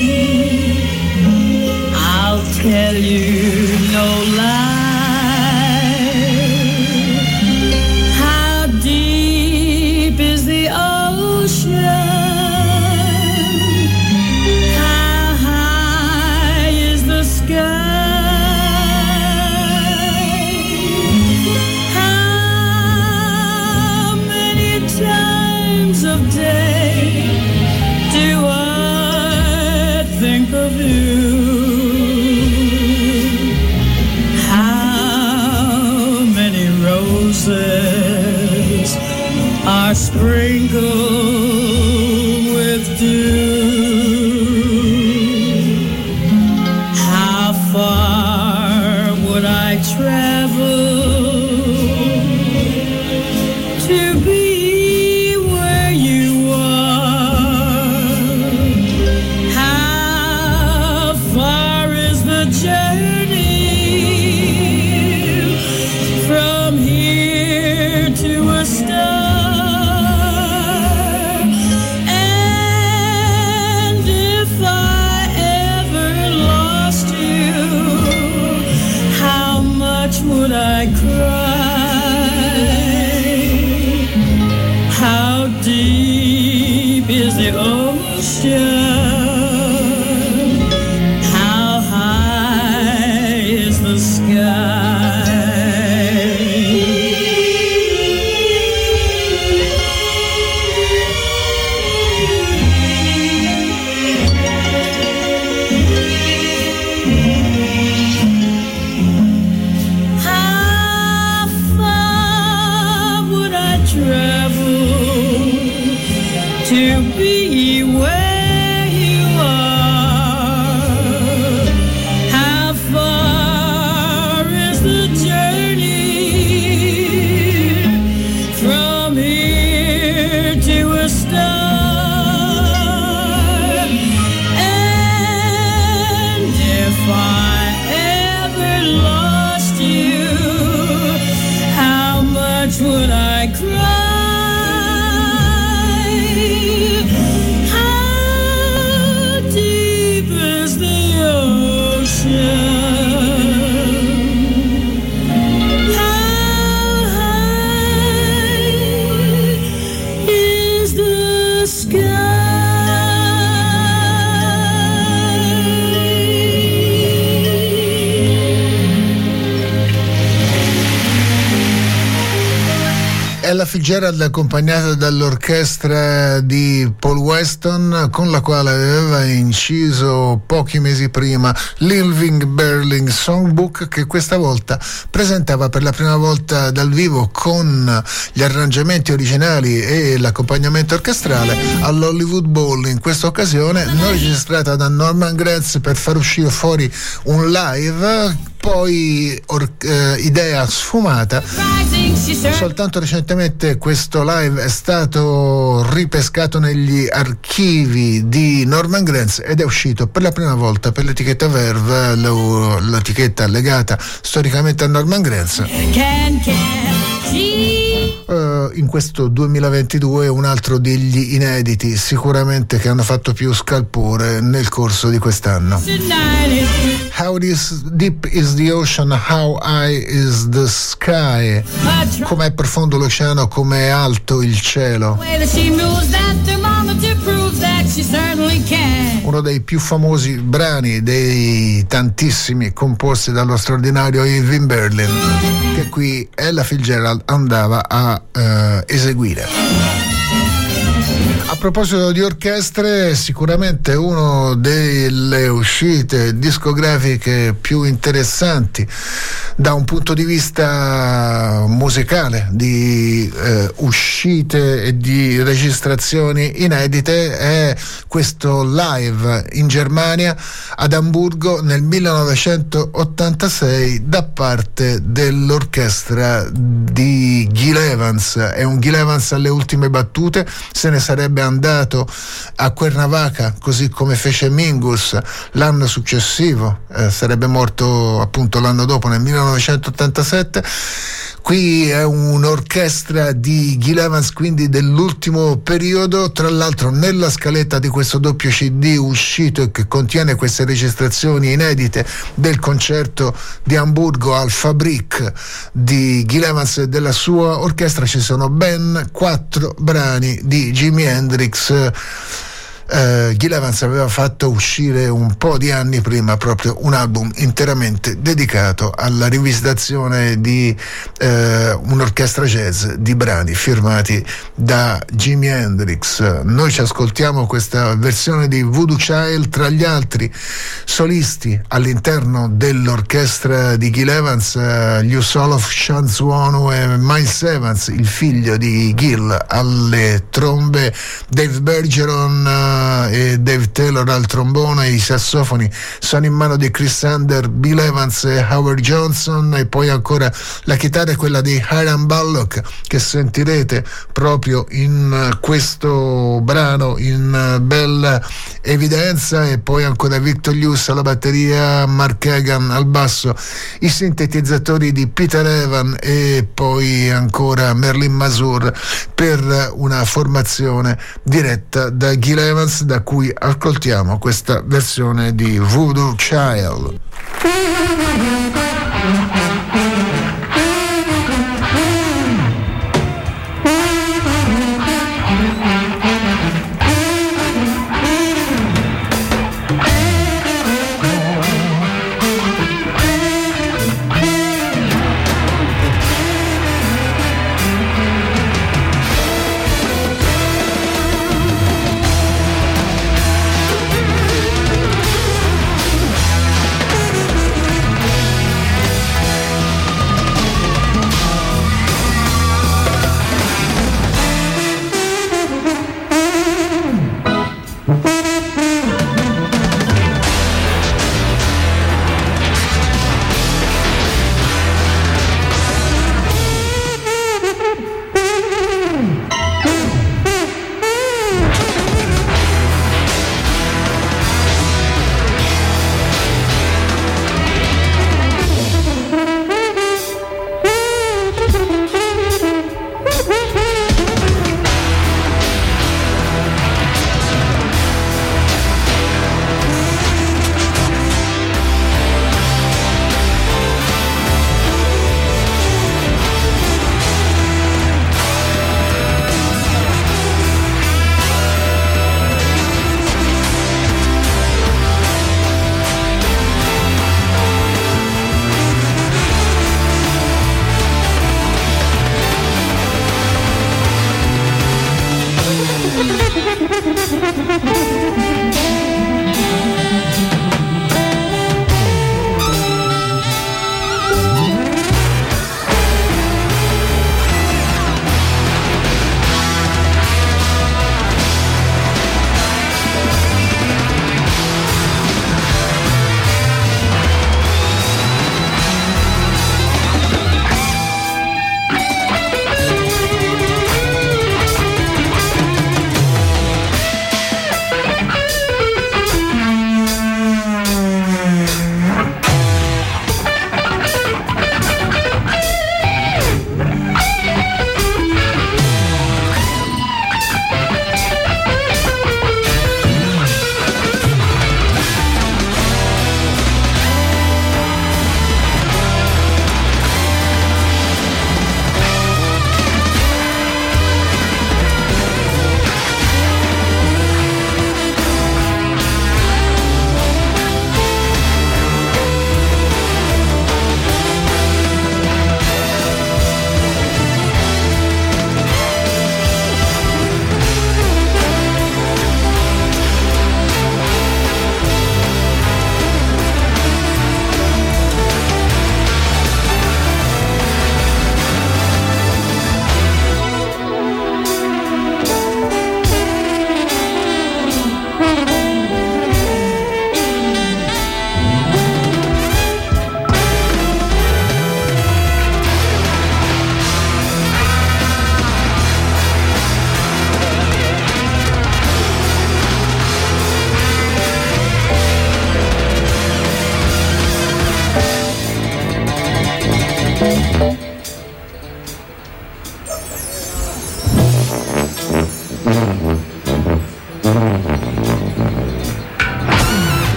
I'll tell you no lie. How deep is the ocean? How high is the sky? How many times of day do I think of you? How many roses are sprinkled with dew? How far would I travel to be where you are? How far is the journey from here to a star? And if I ever lost you, how much would I cry? How deep is the ocean? How high is the sky? How far would I travel to be where you are? How far is the journey from here to a star? I cry. How deep is the ocean? Ella Fitzgerald, accompagnata dall'orchestra di Paul Weston, con la quale aveva inciso pochi mesi prima l'Irving Berlin Songbook, che questa volta presentava per la prima volta dal vivo con gli arrangiamenti originali e l'accompagnamento orchestrale all'Hollywood Bowl, in questa occasione non registrata da Norman Granz per far uscire fuori un live, poi or- eh, idea sfumata. Soltanto recentemente questo live è stato ripescato negli archivi di Norman Granz ed è uscito per la prima volta per l'etichetta Verve, lo, l'etichetta legata storicamente a Norman Granz. Uh, in questo duemilaventidue un altro degli inediti sicuramente che hanno fatto più scalpore nel corso di quest'anno. How is deep is the ocean, how high is the sky. Com'è profondo l'oceano, com'è alto il cielo. Uno dei più famosi brani dei tantissimi composti dallo straordinario Irving Berlin, che qui Ella Fitzgerald andava a uh, eseguire. A proposito di orchestre, sicuramente una delle uscite discografiche più interessanti da un punto di vista musicale, di eh, uscite e di registrazioni inedite, è questo live in Germania, ad Amburgo, nel millenovecentottantasei, da parte dell'orchestra di Gil Evans. È un Gil Evans alle ultime battute, se ne sarebbe andato a Cuernavaca, così come fece Mingus l'anno successivo, eh, sarebbe morto appunto l'anno dopo, nel millenovecentottantasette. Qui è un'orchestra di Gil Evans, quindi dell'ultimo periodo. Tra l'altro nella scaletta di questo doppio C D uscito e che contiene queste registrazioni inedite del concerto di Amburgo al Fabrik di Gil Evans e della sua orchestra, ci sono ben quattro brani di Jimi Hendrix. Uh, Gil Evans aveva fatto uscire un po' di anni prima proprio un album interamente dedicato alla rivisitazione di uh, un'orchestra jazz di brani firmati da Jimi Hendrix. Noi ci ascoltiamo questa versione di Voodoo Child. Tra gli altri solisti all'interno dell'orchestra di Gil Evans, uh, Yusolof Shanzwonu e Miles Evans, il figlio di Gil, alle trombe, Dave Bergeron uh, e Dave Taylor al trombone. I sassofoni sono in mano di Chris Sander, Bill Evans e Howard Johnson, e poi ancora la chitarra è quella di Hiram Bullock, che sentirete proprio in questo brano in bella evidenza, e poi ancora Victor Lewis alla batteria, Mark Hagan al basso, i sintetizzatori di Peter Evan e poi ancora Merlin Mazur per una formazione diretta da Gil Evans, da cui ascoltiamo questa versione di Voodoo Child. Thank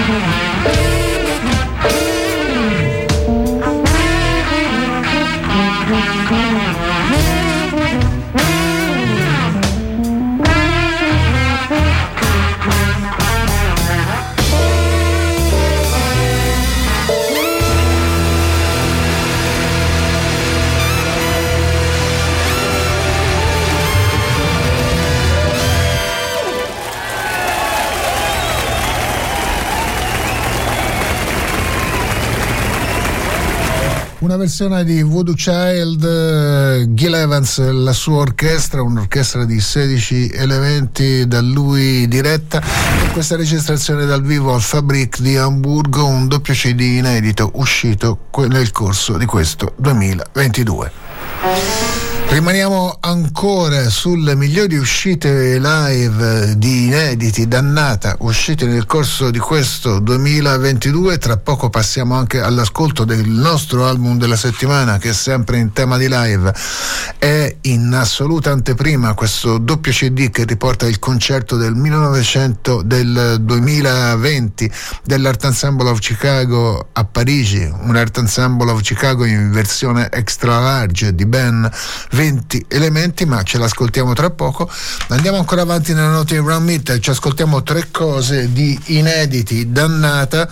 Una versione di Voodoo Child, Gil Evans, la sua orchestra, un'orchestra di sedici elementi da lui diretta. Questa registrazione dal vivo al Fabrik di Amburgo, un doppio C D inedito uscito nel corso di questo duemilaventidue. Rimaniamo ancora sulle migliori uscite live di inediti Dannata uscite nel corso di questo duemilaventidue. Tra poco passiamo anche all'ascolto del nostro album della settimana, che è sempre in tema di live. È in assoluta anteprima questo doppio C D che riporta il concerto del millenovecento del duemilaventi dell'Art Ensemble of Chicago a Parigi, un Art Ensemble of Chicago in versione extra large di ben venti elementi, ma ce l'ascoltiamo tra poco. Andiamo ancora avanti nella nota di Ron Mitchell, ci ascoltiamo tre cose di inediti Dannata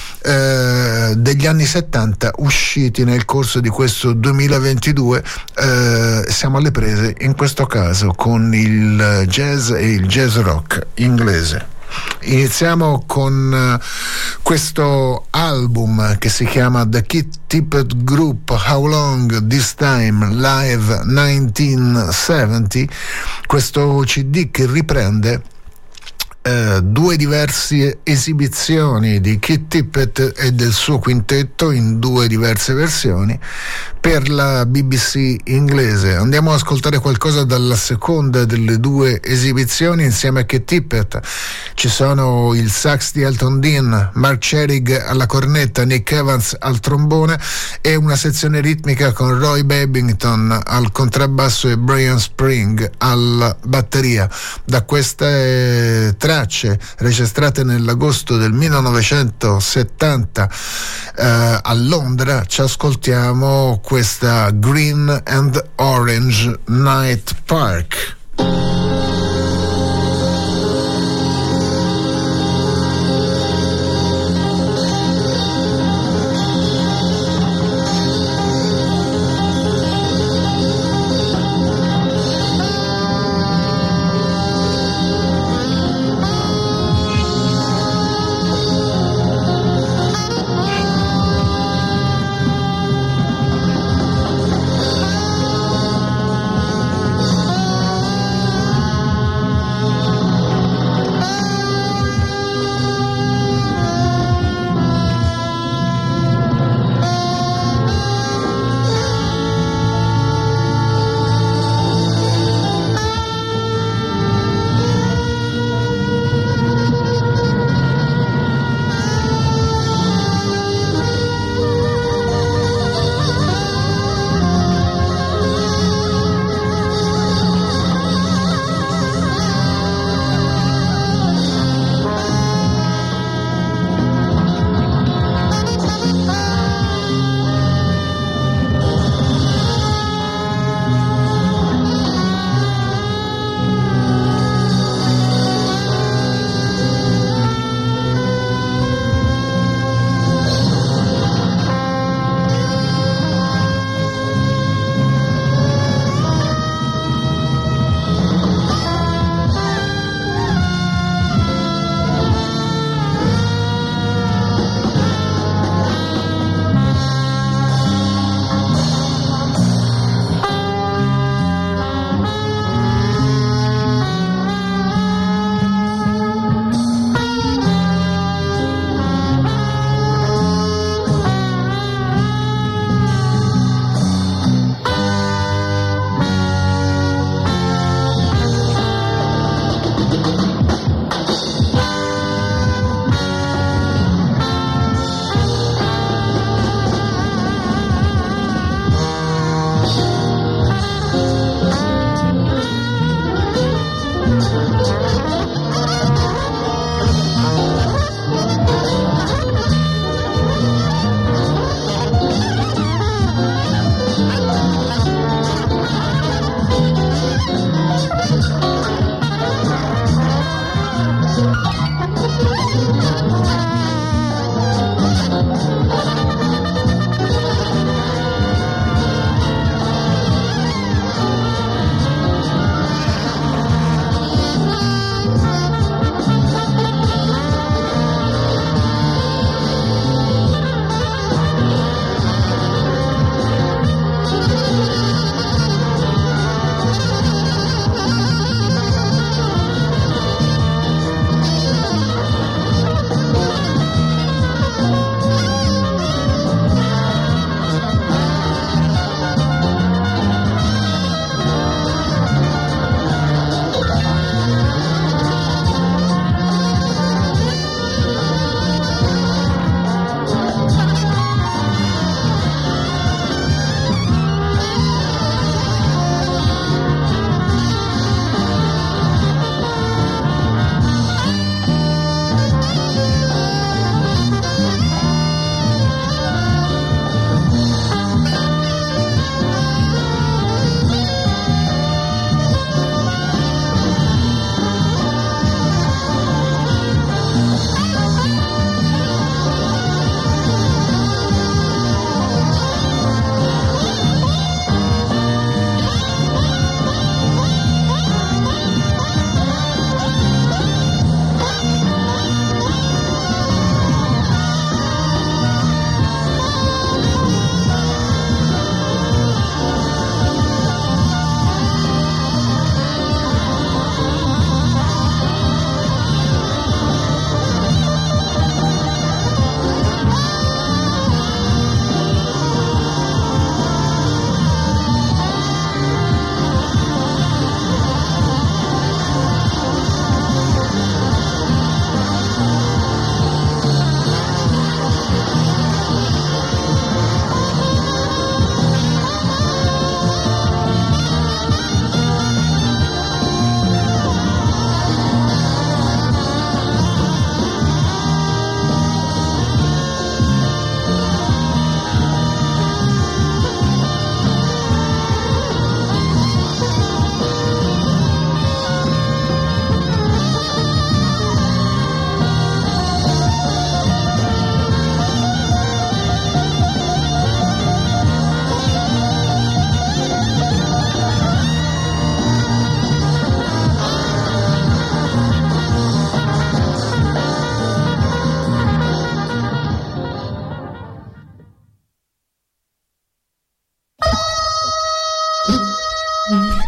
eh, degli anni settanta usciti nel corso di questo duemilaventidue. Eh, siamo alle prese in questo caso con il jazz e il jazz rock inglese. Iniziamo con uh, questo album che si chiama The Keith Tippett Group How Long This Time Live millenovecentosettanta, questo C D che riprende Uh, due diverse esibizioni di Keith Tippett e del suo quintetto in due diverse versioni per la B B C inglese. Andiamo ad ascoltare qualcosa dalla seconda delle due esibizioni. Insieme a Keith Tippett ci sono il sax di Elton Dean, Mark Cherig alla cornetta, Nick Evans al trombone e una sezione ritmica con Roy Babington al contrabbasso e Brian Spring alla batteria. Da queste tre tracce registrate nell'agosto del millenovecentosettanta eh, a Londra ci ascoltiamo questa Green and Orange Night Park.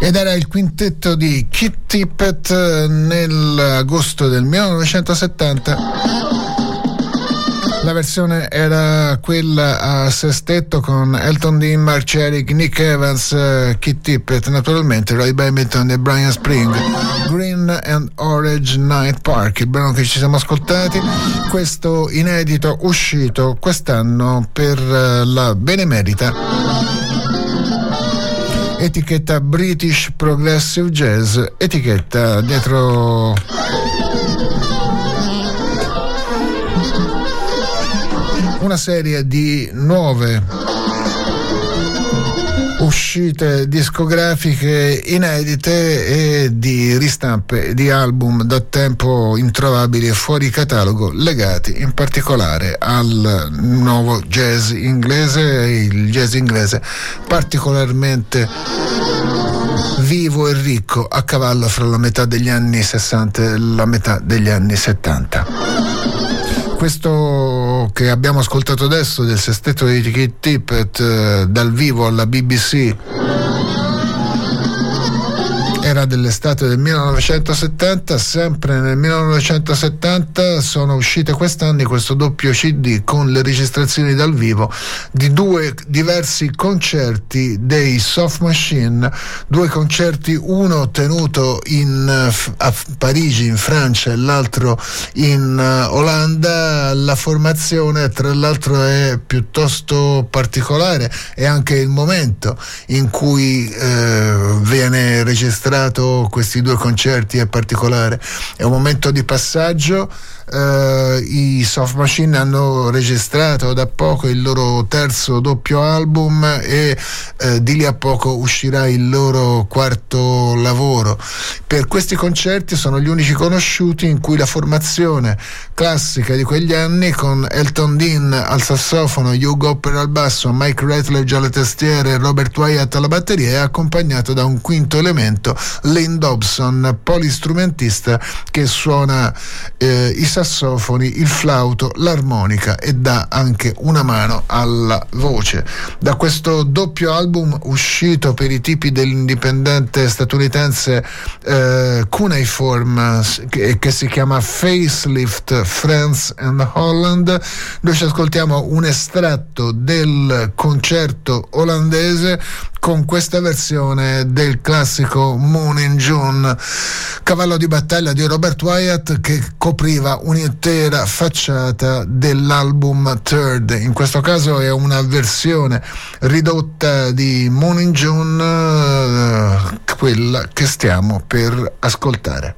ed era il quintetto di Keith Tippett nell'agosto del millenovecentosettanta. La versione era quella a sestetto con Elton Dean, Mark Cherrick, Nick Evans, Keith Tippett, naturalmente Roy Babbington e Brian Spring. Green and Orange Night Park, il brano che ci siamo ascoltati, questo inedito uscito quest'anno per la Benemerita, etichetta British Progressive Jazz, etichetta dietro una serie di nuove uscite discografiche inedite e di ristampe di album da tempo introvabili e fuori catalogo, legati in particolare al nuovo jazz inglese, il jazz inglese particolarmente vivo e ricco a cavallo fra la metà degli anni sessanta e la metà degli anni settanta. Questo che abbiamo ascoltato adesso del sestetto di Keith Tippett eh, dal vivo alla B B C era dell'estate del millenovecentosettanta. Sempre nel millenovecentosettanta sono uscite quest'anno questo doppio C D con le registrazioni dal vivo di due diversi concerti dei Soft Machine, due concerti, uno tenuto in, a Parigi in Francia e l'altro in Olanda. La formazione tra l'altro è piuttosto particolare, è anche il momento in cui eh, viene registrato questi due concerti è particolare, è un momento di passaggio. Uh, i Soft Machine hanno registrato da poco il loro terzo doppio album e uh, di lì a poco uscirà il loro quarto lavoro. Per questi concerti sono gli unici conosciuti in cui la formazione classica di quegli anni, con Elton Dean al sassofono, Hugh Gopper al basso, Mike Ratledge alle tastiere e Robert Wyatt alla batteria, è accompagnato da un quinto elemento, Lynn Dobson, polistrumentista, che suona eh, i sassofoni, il flauto, l'armonica e dà anche una mano alla voce. Da questo doppio album uscito per i tipi dell'indipendente statunitense eh, Cuneiform, che, che si chiama Facelift France and Holland, noi ci ascoltiamo un estratto del concerto olandese con questa versione del classico Moon in June, cavallo di battaglia di Robert Wyatt, che copriva un'intera facciata dell'album Third. In questo caso è una versione ridotta di Moon in June, eh, quella che stiamo per ascoltare.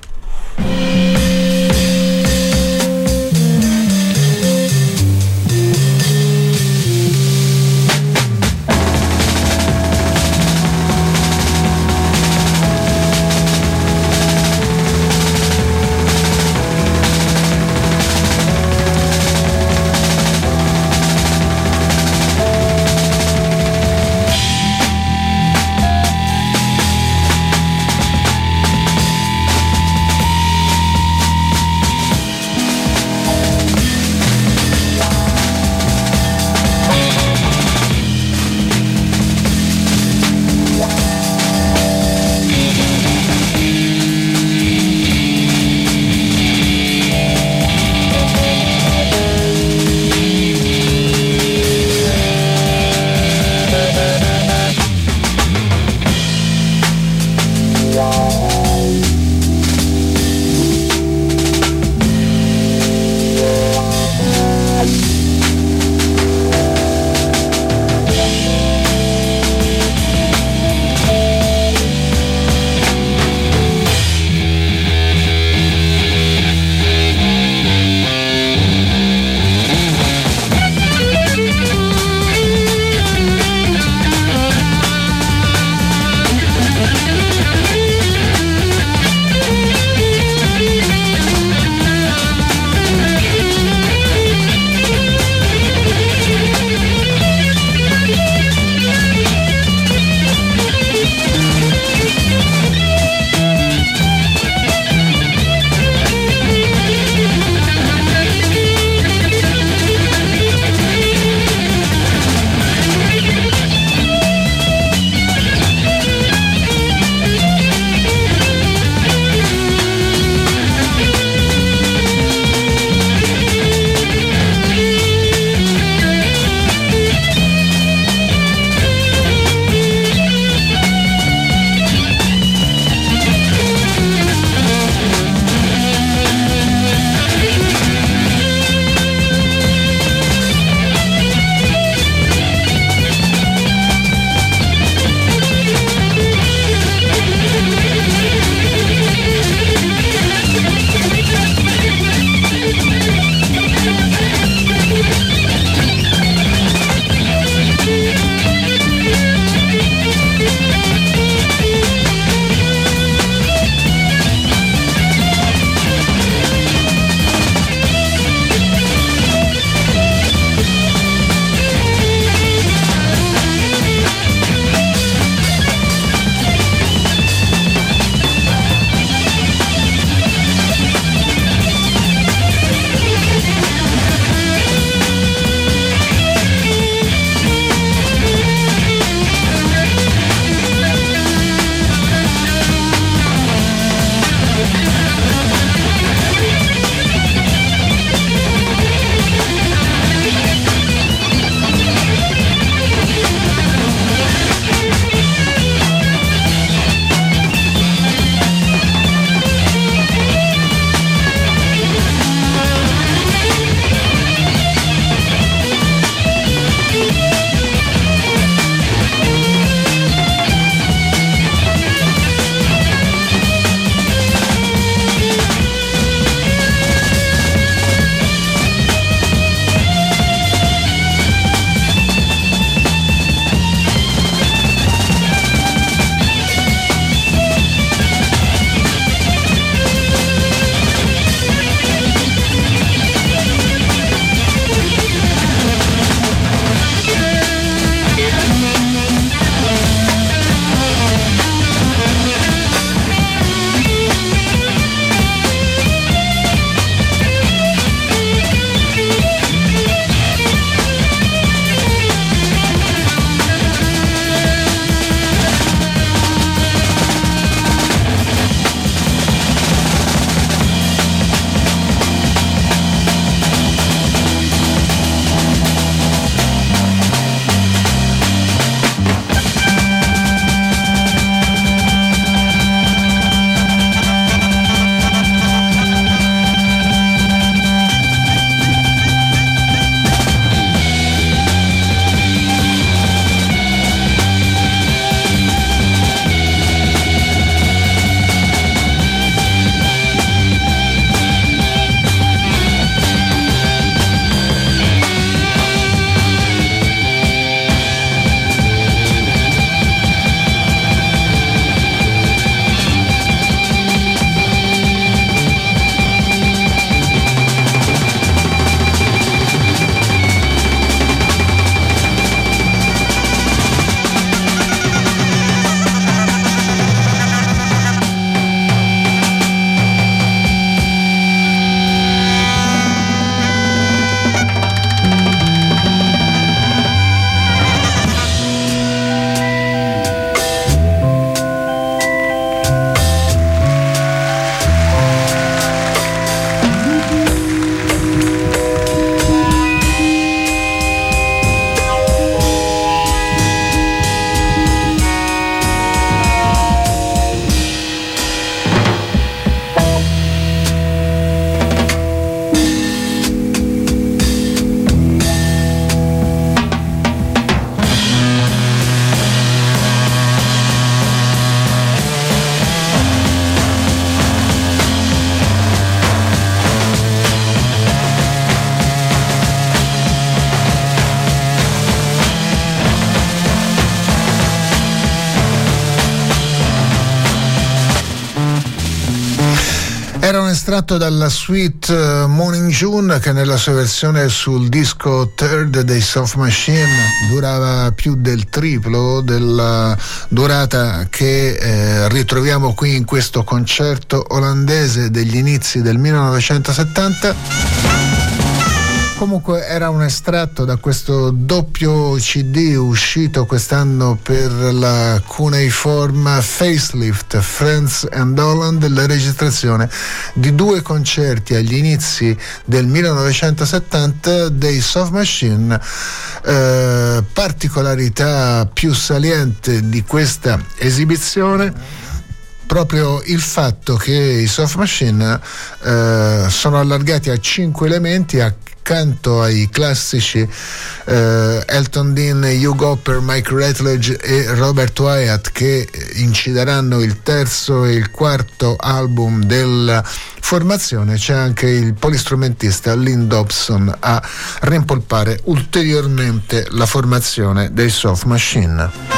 estratto dalla suite Morning June, che nella sua versione sul disco Third dei Soft Machine durava più del triplo della durata che eh, ritroviamo qui in questo concerto olandese degli inizi del millenovecentosettanta. Comunque era un estratto da questo doppio C D uscito quest'anno per la cuneiform Facelift Friends and Holland, la registrazione di due concerti agli inizi del millenovecentosettanta dei Soft Machine. Eh, particolarità più saliente di questa esibizione proprio il fatto che i Soft Machine eh, sono allargati a cinque elementi accanto ai classici eh, Elton Dean, Hugh Hopper, Mike Rutledge e Robert Wyatt, che incideranno il terzo e il quarto album della formazione. C'è anche il polistrumentista Lynn Dobson a rimpolpare ulteriormente la formazione dei Soft Machine.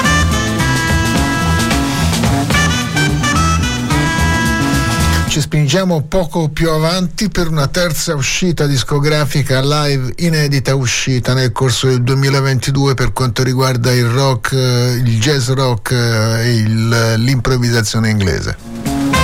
Ci spingiamo poco più avanti per una terza uscita discografica live inedita uscita nel corso del duemilaventidue per quanto riguarda il rock, il jazz rock e il, l'improvvisazione inglese.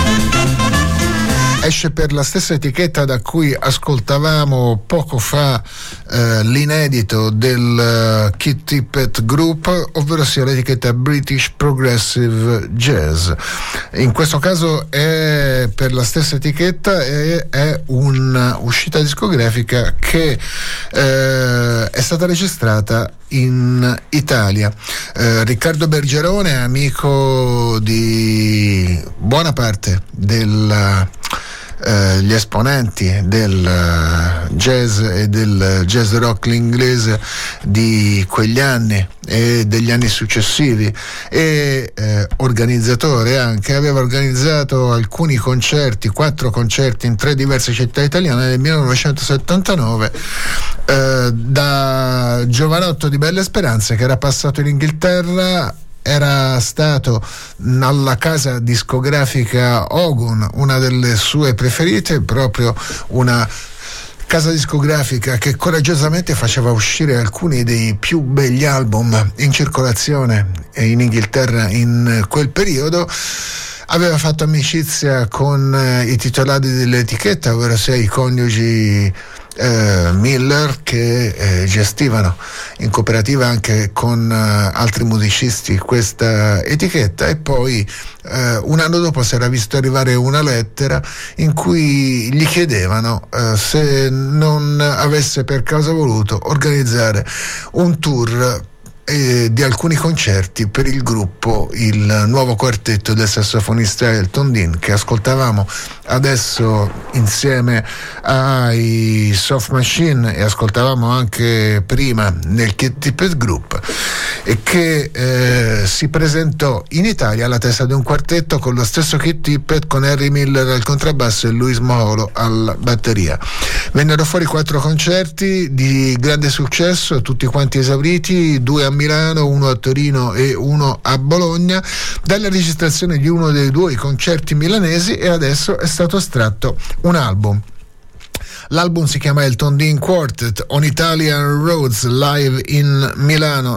Esce per la stessa etichetta da cui ascoltavamo poco fa eh, l'inedito del uh, Keith Tippett Group, ovvero sia l'etichetta British Progressive Jazz. In questo caso è per la stessa etichetta e è un'uscita discografica che eh, è stata registrata in Italia. Eh, Riccardo Bergerone, amico di buona parte del Uh, gli esponenti del uh, jazz e del jazz rock inglese di quegli anni e degli anni successivi e uh, organizzatore anche, aveva organizzato alcuni concerti, quattro concerti in tre diverse città italiane nel millenovecentosettantanove uh, da giovanotto di belle speranze che era passato in Inghilterra. Era stato alla casa discografica Ogun, una delle sue preferite, proprio una casa discografica che coraggiosamente faceva uscire alcuni dei più begli album in circolazione in Inghilterra in quel periodo. Aveva fatto amicizia con eh, i titolari dell'etichetta, ovvero sia i coniugi eh, Miller, che eh, gestivano in cooperativa anche con eh, altri musicisti questa etichetta, e poi eh, un anno dopo si era visto arrivare una lettera in cui gli chiedevano eh, se non avesse per caso voluto organizzare un tour E di alcuni concerti per il gruppo, il nuovo quartetto del sassofonista Elton Dean, che ascoltavamo adesso insieme ai Soft Machine e ascoltavamo anche prima nel Keith Tippett Group, e che eh, si presentò in Italia alla testa di un quartetto con lo stesso Keith Tippett, con Harry Miller al contrabbasso e Luis Moholo alla batteria. Vennero fuori quattro concerti di grande successo, tutti quanti esauriti, due a Milano, uno a Torino e uno a Bologna, dalla registrazione di uno dei due concerti milanesi, e adesso è stato estratto un album. L'album si chiama Elton Dean Quartet on Italian Roads Live in Milano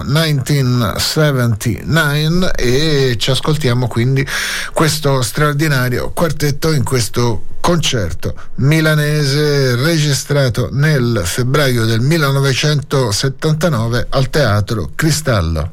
millenovecentosettantanove, e ci ascoltiamo quindi questo straordinario quartetto in questo concerto milanese registrato nel febbraio del millenovecentosettantanove al Teatro Cristallo.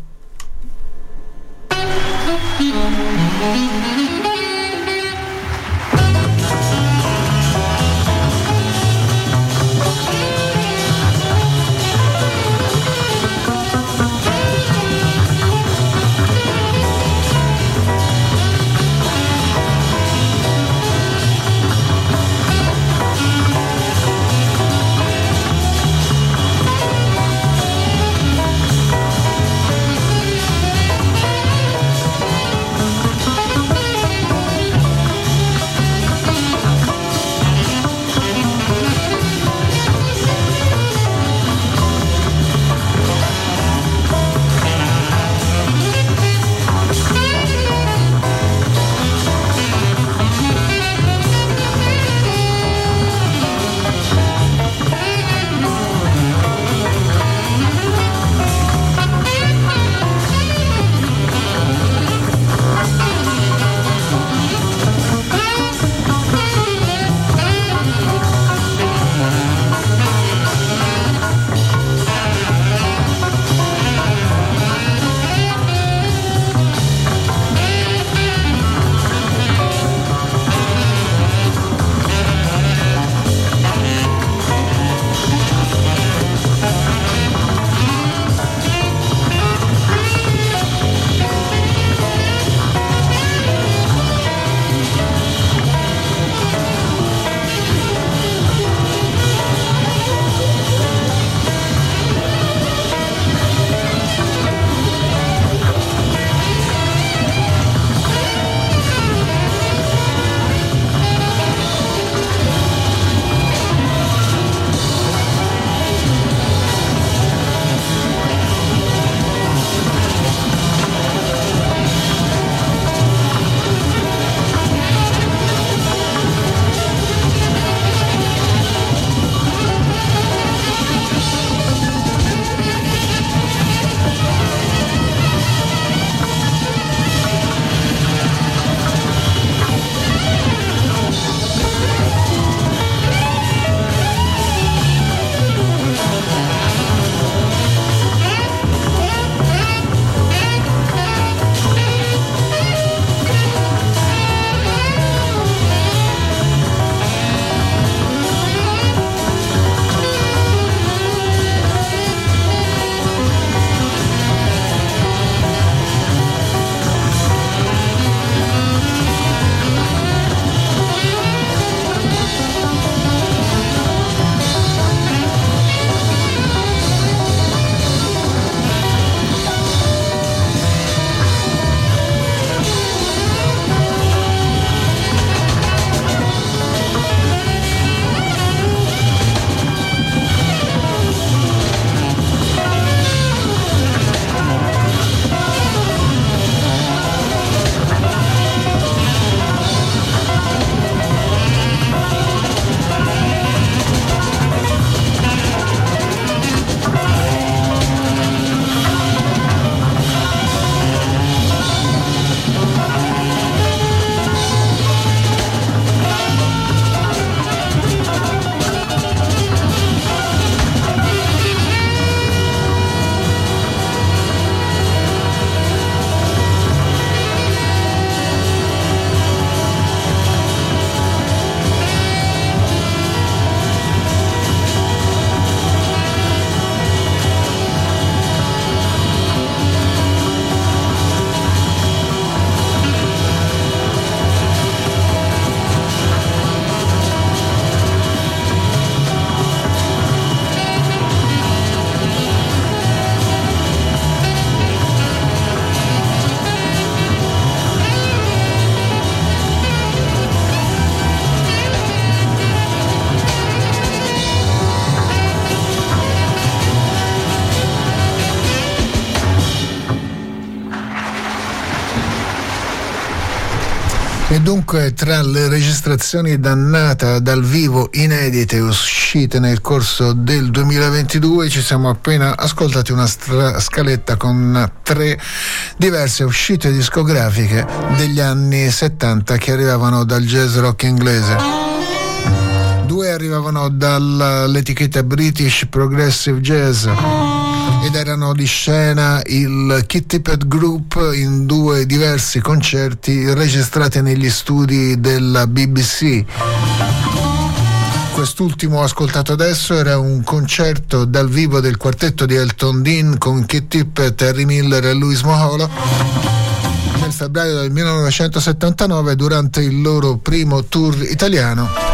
E dunque tra le registrazioni dannata dal vivo inedite uscite nel corso del duemilaventidue ci siamo appena ascoltati una stra- scaletta con tre diverse uscite discografiche degli anni settanta che arrivavano dal jazz rock inglese. Due arrivavano dall'etichetta British Progressive Jazz ed erano di scena il Keith Tippett Group in due diversi concerti registrati negli studi della B B C. Quest'ultimo ascoltato adesso era un concerto dal vivo del quartetto di Elton Dean con Keith Tippett, Harry Miller e Louis Moholo nel febbraio del millenovecentosettantanove durante il loro primo tour italiano,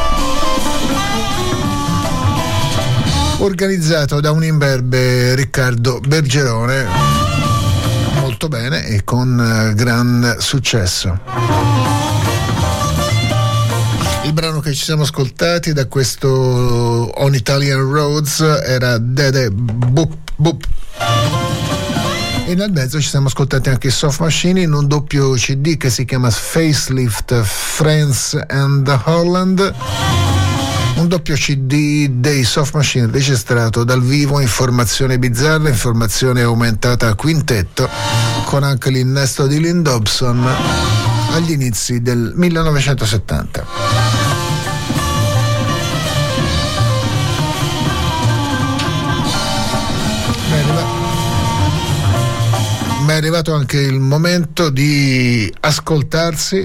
organizzato da un imberbe Riccardo Bergerone, molto bene e con gran successo. Il brano che ci siamo ascoltati da questo On Italian Roads era Dede Boop Boop. E nel mezzo ci siamo ascoltati anche i Soft Machine in un doppio C D che si chiama Facelift France and Holland. Un doppio C D dei Soft Machine registrato dal vivo in formazione bizzarra, in formazione aumentata a quintetto, con anche l'innesto di Lynn Dobson agli inizi del millenovecentosettanta. Ma è arrivato anche il momento di ascoltarsi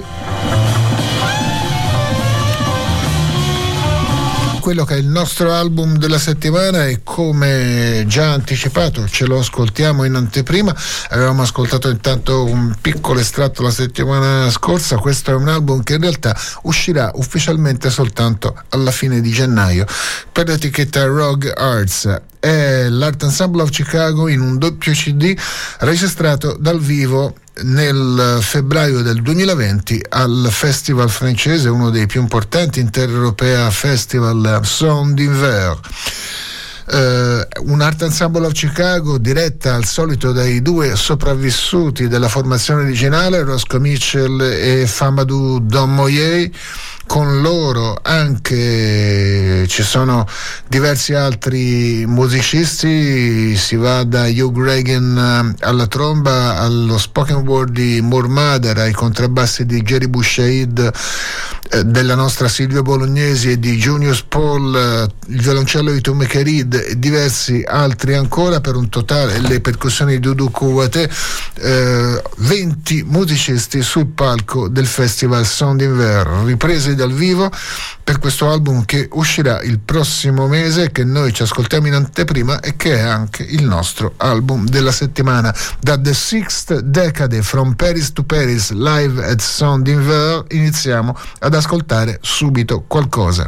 quello che è il nostro album della settimana e, come già anticipato, ce lo ascoltiamo in anteprima. Avevamo ascoltato intanto un piccolo estratto la settimana scorsa. Questo è un album che in realtà uscirà ufficialmente soltanto alla fine di gennaio per l'etichetta Rogue Arts. È l'Art Ensemble of Chicago in un doppio C D registrato dal vivo nel febbraio del duemilaventi al festival francese, uno dei più importanti intereuropea festival, Son d'Hiver. Uh, un Art Ensemble of Chicago diretta al solito dai due sopravvissuti della formazione originale, Roscoe Mitchell e Famadou Don Moyer. Con loro anche ci sono diversi altri musicisti, si va da Hugh Reagan alla tromba, allo spoken word di Moore Mather, ai contrabbassi di Jerry Bushaid, eh, della nostra Silvio Bolognesi e di Junius Paul, eh, il violoncello di Tom Kerid e diversi altri ancora, per un totale, le percussioni di Doudou Kouate, eh, venti musicisti sul palco del festival Son d'Hiver, riprese dal vivo per questo album che uscirà il prossimo mese, che noi ci ascoltiamo in anteprima e che è anche il nostro album della settimana. Da The Sixth Decade, From Paris to Paris, live at Son d'Hiver, iniziamo ad ascoltare subito qualcosa.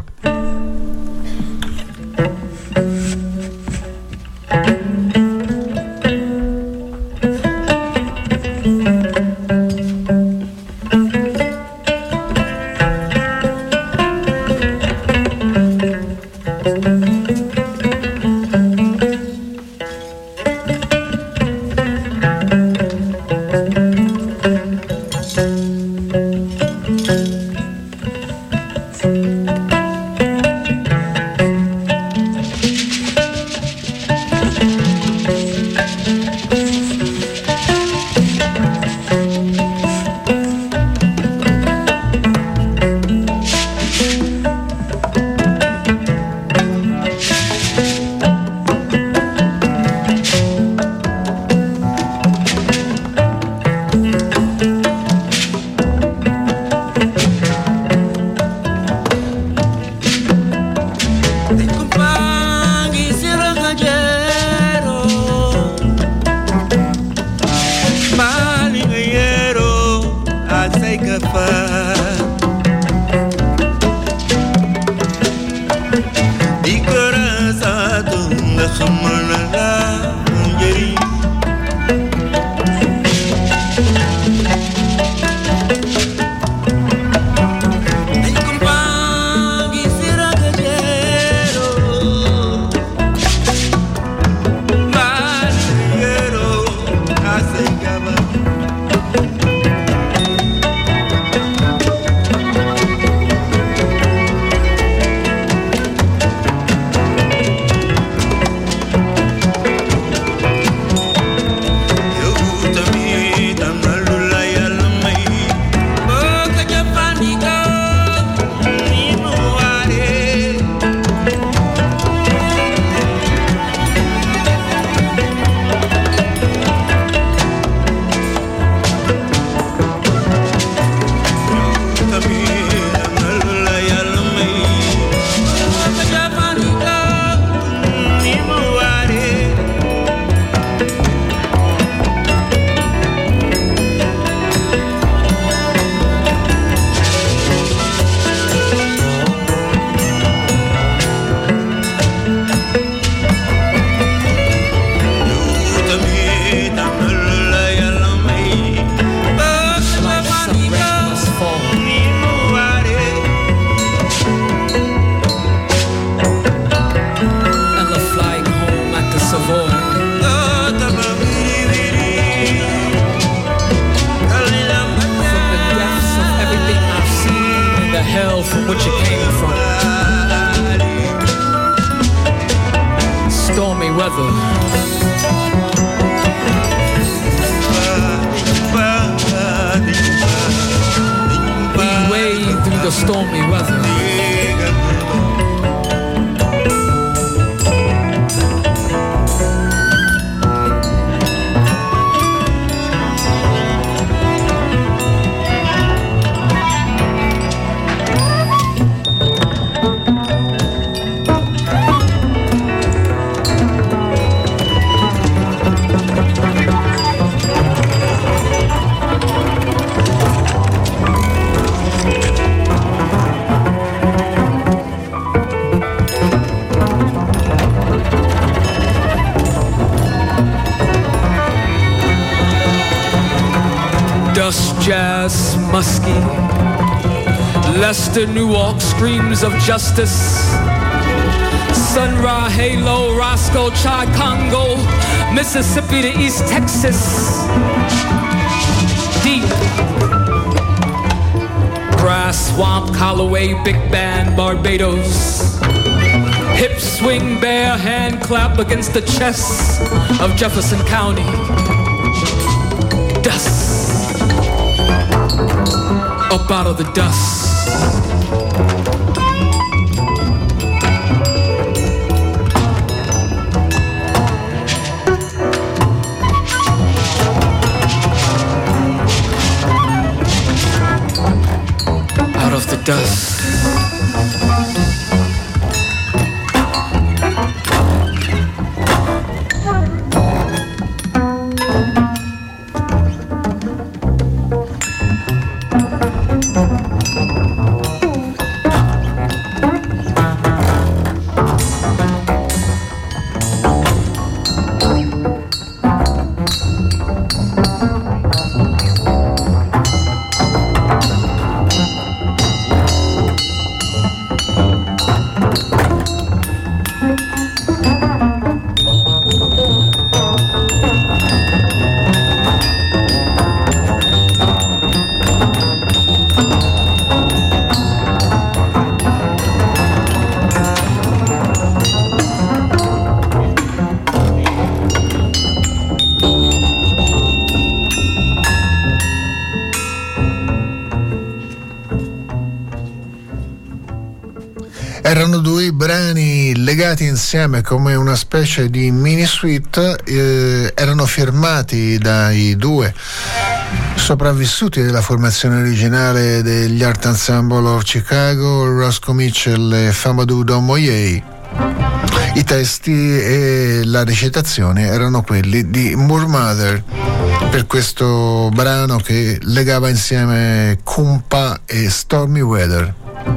hell from which it came from. Stormy weather. We wade through the stormy weather. Jazz, Muskie, Leicester, Newark, screams of justice. Sun Ra, Halo, Roscoe, Chai, Congo, Mississippi to East Texas. Deep grass, swamp, Callaway, Big Band, Barbados. Hip swing, bare hand clap against the chest of Jefferson County. Dust. Up out of the dust. Out of the dust. Erano due brani legati insieme come una specie di mini suite, eh, erano firmati dai due sopravvissuti della formazione originale degli Art Ensemble of Chicago, Roscoe Mitchell e Famoudou Don Moyet. I testi e la recitazione erano quelli di Moor Mother per questo brano che legava insieme Kumpa e Stormy Weather.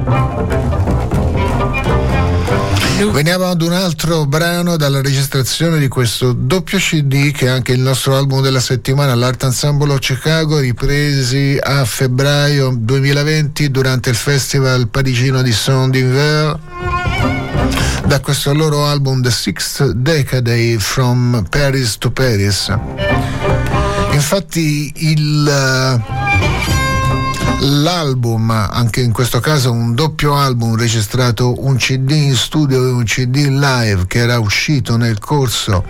Veniamo ad un altro brano dalla registrazione di questo doppio C D che è anche il nostro album della settimana, l'Art Ensemble of Chicago, ripresi a febbraio duemilaventi durante il festival parigino di Son d'Hiver, da questo loro album The Sixth Decade From Paris to Paris. Infatti il l'album, anche in questo caso un doppio album registrato, un C D in studio e un C D live, che era uscito nel corso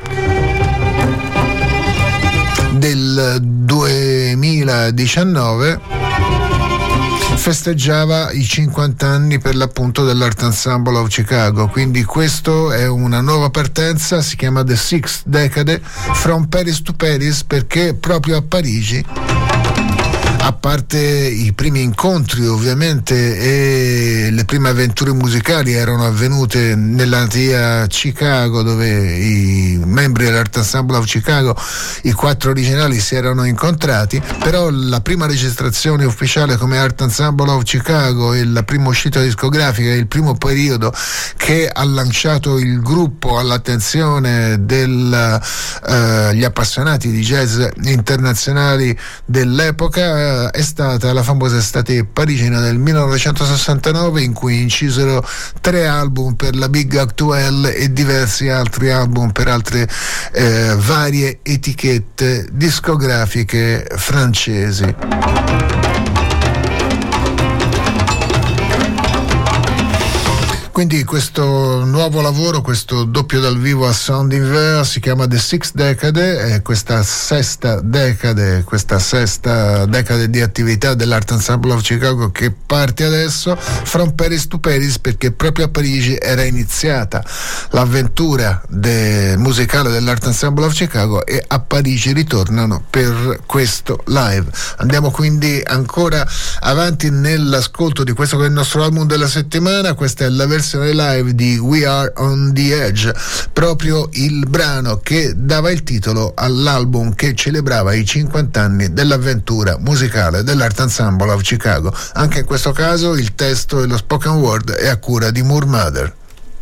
del duemiladiciannove, festeggiava i cinquanta anni per l'appunto dell'Art Ensemble of Chicago. Quindi questo è una nuova partenza, si chiama The Sixth Decade From Paris to Paris, perché proprio a Parigi, a parte i primi incontri ovviamente e le prime avventure musicali erano avvenute nell'antica Chicago, dove i membri dell'Art Ensemble of Chicago, i quattro originali, si erano incontrati, però la prima registrazione ufficiale come Art Ensemble of Chicago e la prima uscita discografica, il primo periodo che ha lanciato il gruppo all'attenzione degli eh, appassionati di jazz internazionali dell'epoca, è stata la famosa estate parigina del millenovecentosessantanove, in cui incisero tre album per la Big Actuelle e diversi altri album per altre eh, varie etichette discografiche francesi. Quindi questo nuovo lavoro, questo doppio dal vivo a Sound in Ver si chiama The Sixth Decade, e questa sesta decade, questa sesta decade di attività dell'Art Ensemble of Chicago che parte adesso, from Paris to Paris, perché proprio a Parigi era iniziata l'avventura de- musicale dell'Art Ensemble of Chicago, e a Parigi ritornano per questo live. Andiamo quindi ancora avanti nell'ascolto di questo che è il nostro album della settimana. Questa è la versione live di We Are on the Edge, proprio il brano che dava il titolo all'album che celebrava i cinquanta anni dell'avventura musicale dell'Art Ensemble of Chicago. Anche in questo caso il testo e lo spoken word è a cura di Moore Mother.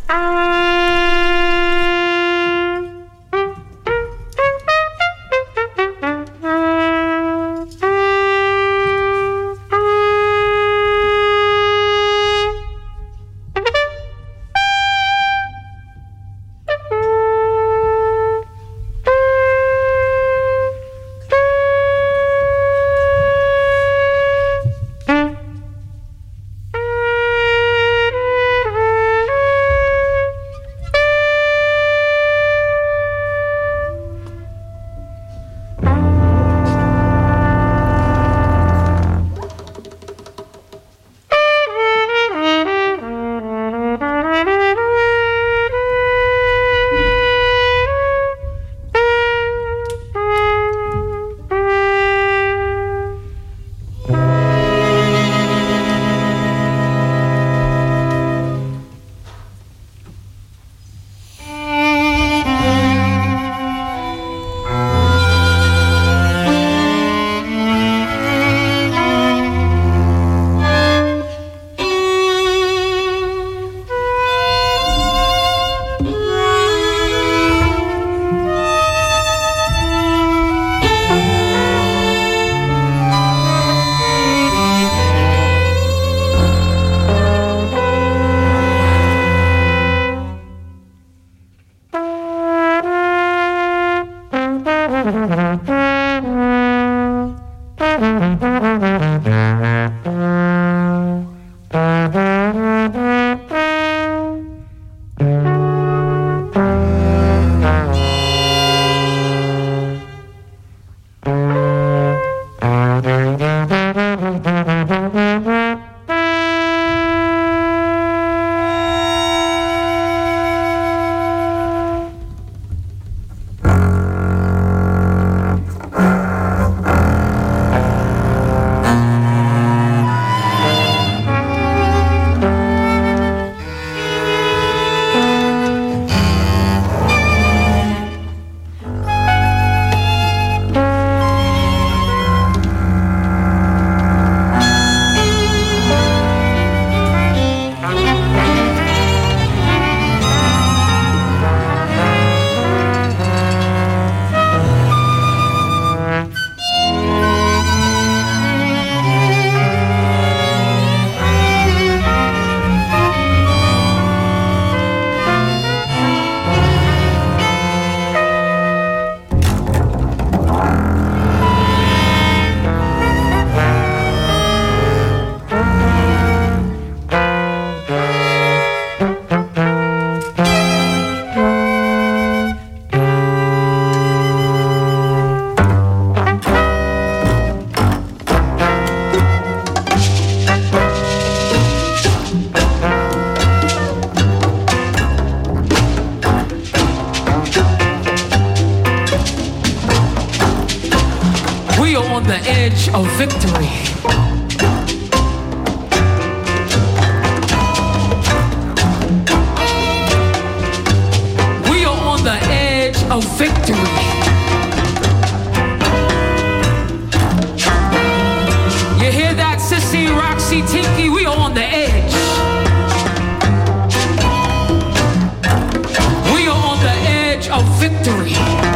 Of victory. We are on the edge of victory. You hear that, Sissy, Roxy, Tiki? We are on the edge. We are on the edge of victory.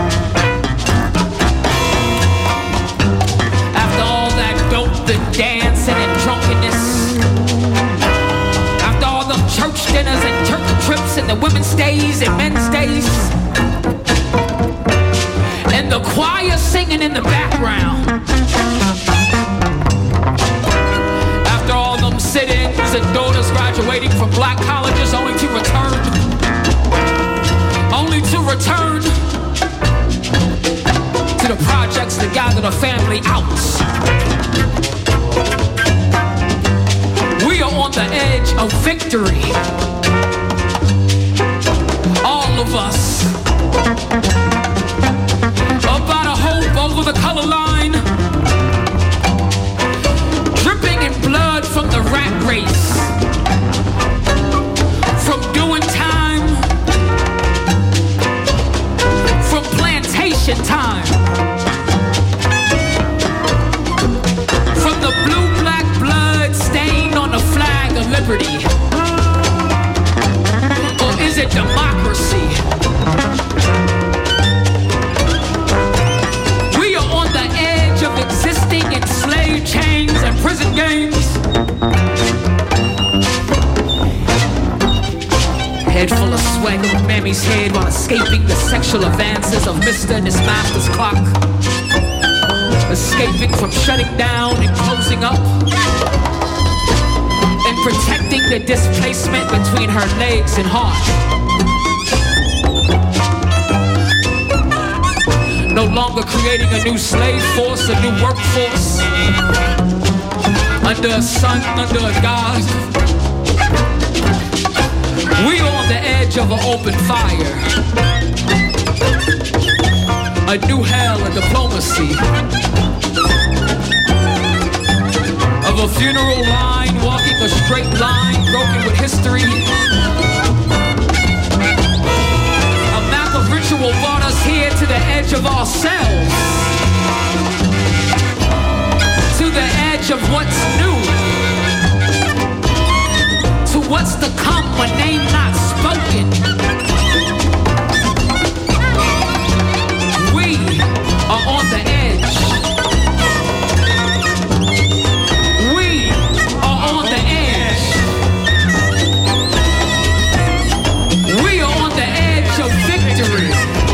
The dancing and drunkenness, after all them church dinners and church trips and the women's stays and men's days, and the choir singing in the background, after all them sit-ins and daughters graduating from black colleges owing to to the projects to gather the family out. We are on the edge of victory. All of us. About a hope over the color line. Dripping in blood from the rat race. From doing time. From plantation time. From the blue-black blood stained on the flag of liberty. Or is it democracy? We are on the edge of existing in slave chains and prison games. Head full of sweat on Mammy's head while escaping the sexual advances of Mister and his master's clock. Escaping from shutting down and closing up. And protecting the displacement between her legs and heart. No longer creating a new slave force, a new workforce. Under a sun, under a God. We are on the edge of an open fire. A new hell of diplomacy. Of a funeral line, walking a straight line, broken with history. A map of ritual brought us here to the edge of ourselves. To the edge of what's new. To what's to come, a name not spoken. We are on the edge. We are on the edge. We are on the edge of victory.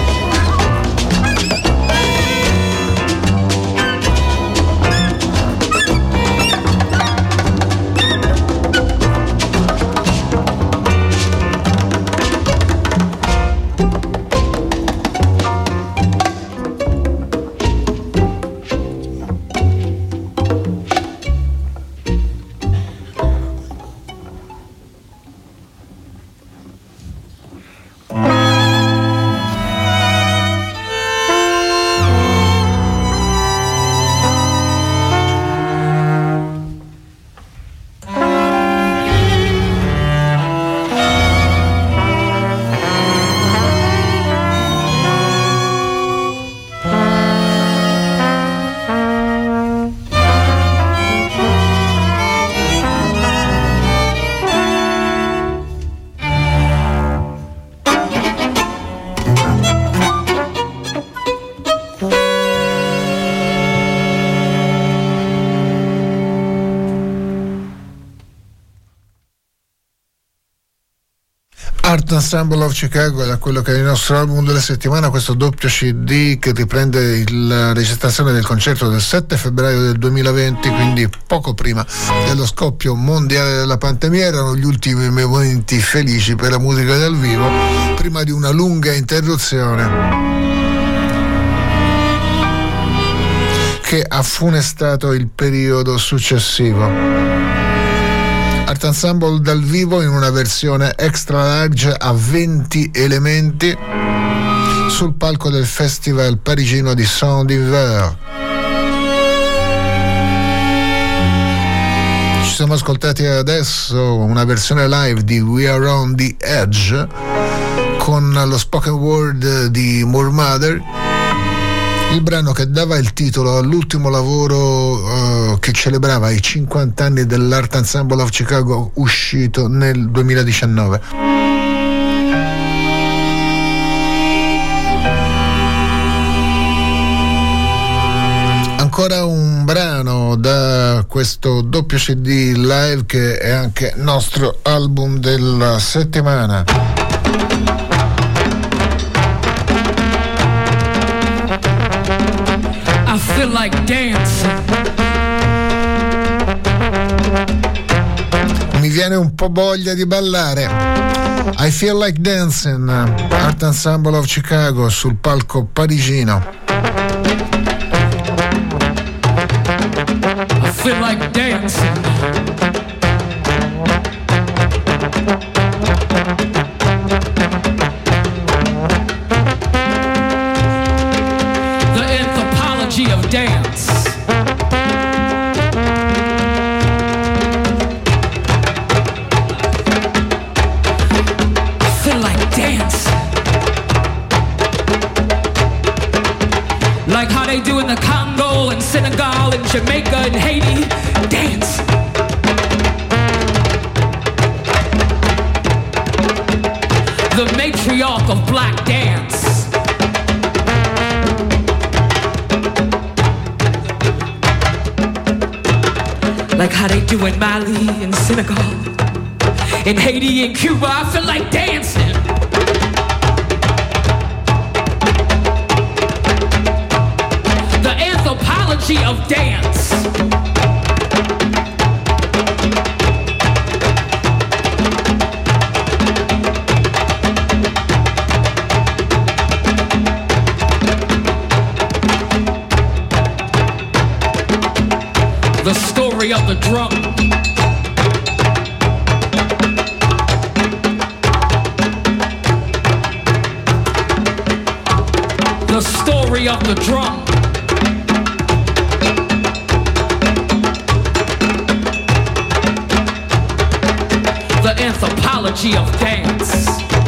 Art Ensemble of Chicago, da quello che è il nostro album della settimana, questo doppio C D che riprende la registrazione del concerto del sette febbraio del duemilaventi, quindi poco prima dello scoppio mondiale della pandemia. Erano gli ultimi momenti felici per la musica dal vivo, prima di una lunga interruzione che ha funestato il periodo successivo. Art Ensemble dal vivo in una versione extra large a venti elementi sul palco del festival parigino di Saint-Diver. Ci siamo ascoltati adesso una versione live di We Are On The Edge con lo spoken word di Moor Mother, il brano che dava il titolo all'ultimo lavoro uh, che celebrava i cinquanta anni dell'Art Ensemble of Chicago, uscito nel duemiladiciannove. Ancora un brano da questo doppio C D live che è anche nostro album della settimana. Feel like dancing. Mi viene un po' voglia di ballare. I Feel Like Dancing, Art Ensemble of Chicago sul palco parigino. I feel like dancing. The anthropology of dance. I feel like dancing. Like how they do in the Congo and Senegal and Jamaica and Haiti. Dance. The matriarch of black dance. Like how they do in Mali and Senegal, in Haiti and Cuba. I feel like dancing. The anthropology of dance. The story of the drum. The story of the drum. The anthropology of dance.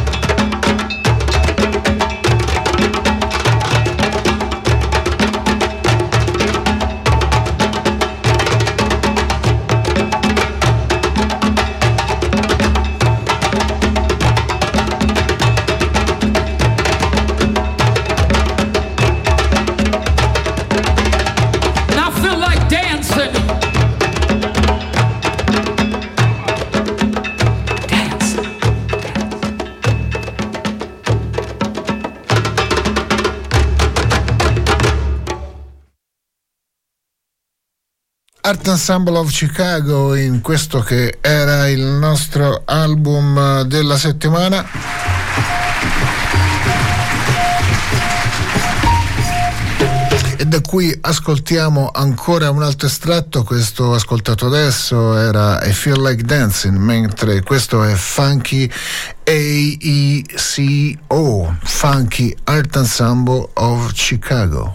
Art Ensemble of Chicago, in questo che era il nostro album della settimana. E da cui ascoltiamo ancora un altro estratto. Questo ascoltato adesso era I Feel Like Dancing, mentre questo è Funky A E C O, Funky Art Ensemble of Chicago.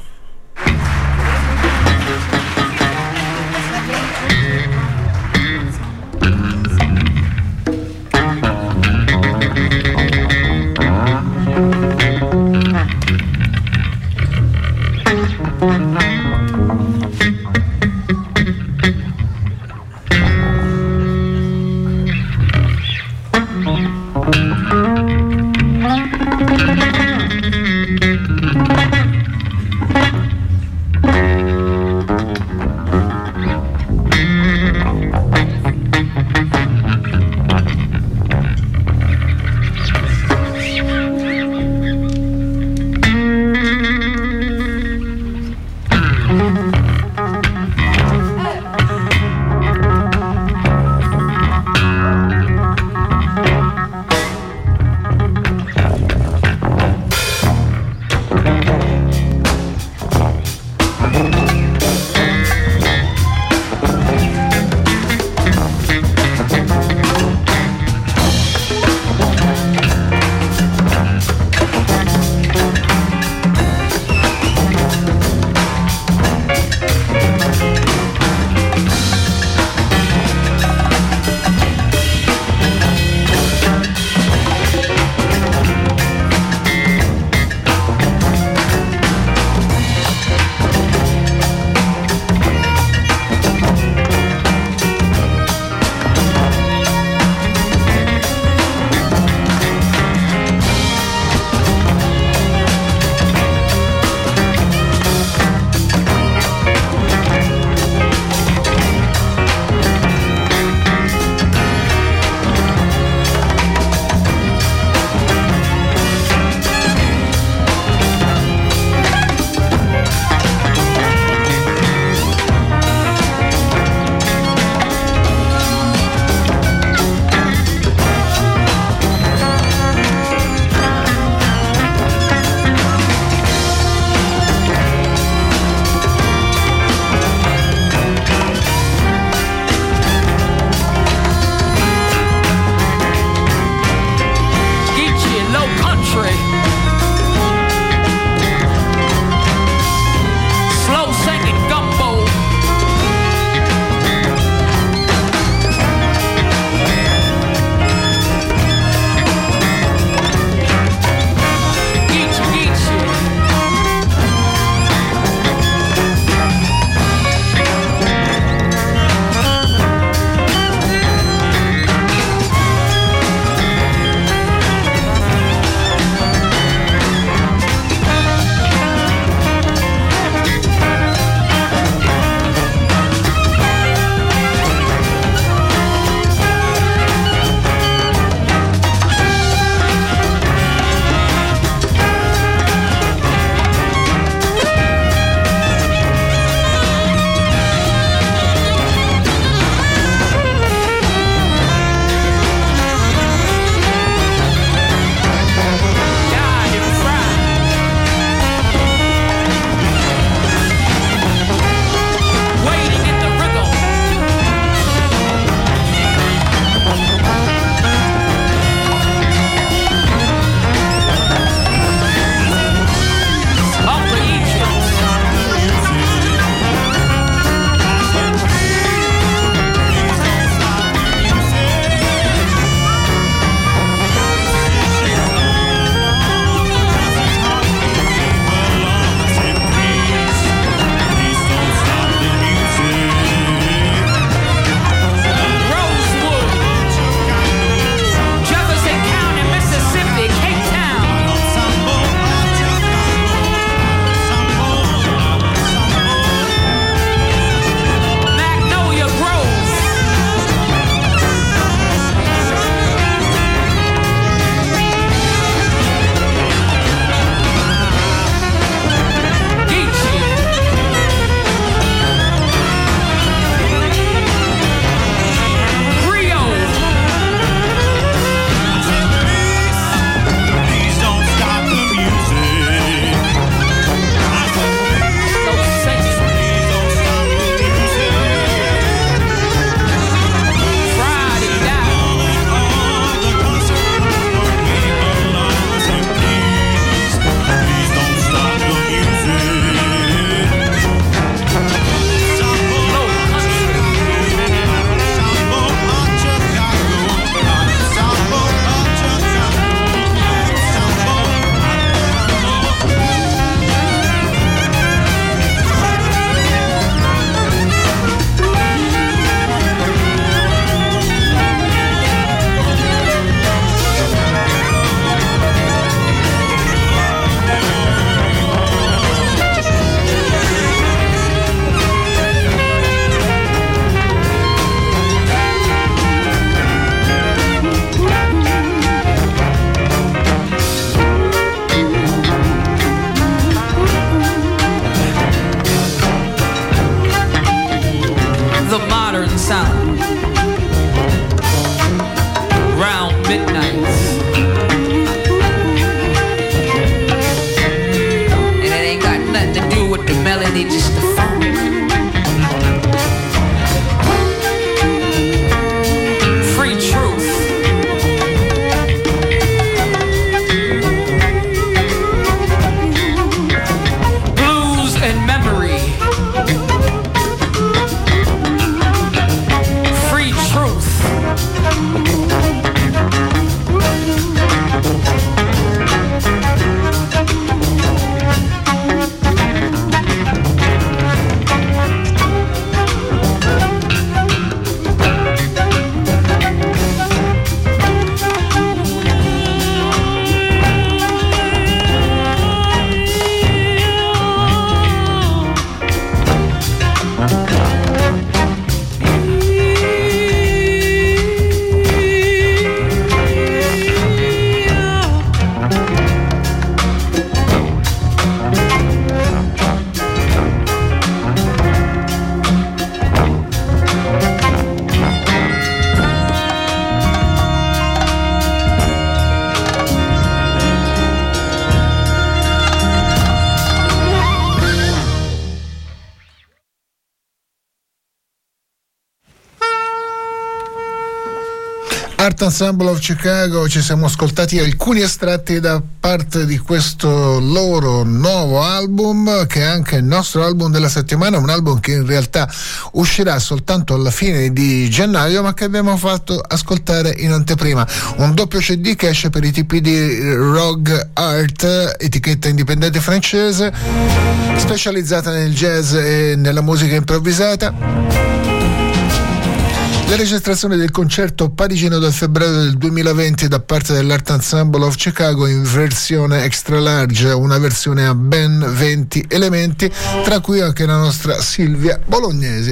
Art Ensemble of Chicago. Ci siamo ascoltati alcuni estratti da parte di questo loro nuovo album, che è anche il nostro album della settimana, un album che in realtà uscirà soltanto alla fine di gennaio, ma che abbiamo fatto ascoltare in anteprima. Un doppio C D che esce per i tipi di Rogue Art, etichetta indipendente francese specializzata nel jazz e nella musica improvvisata. La registrazione del concerto parigino del febbraio del duemilaventi da parte dell'Art Ensemble of Chicago in versione extra large, una versione a ben venti elementi, tra cui anche la nostra Silvia Bolognesi.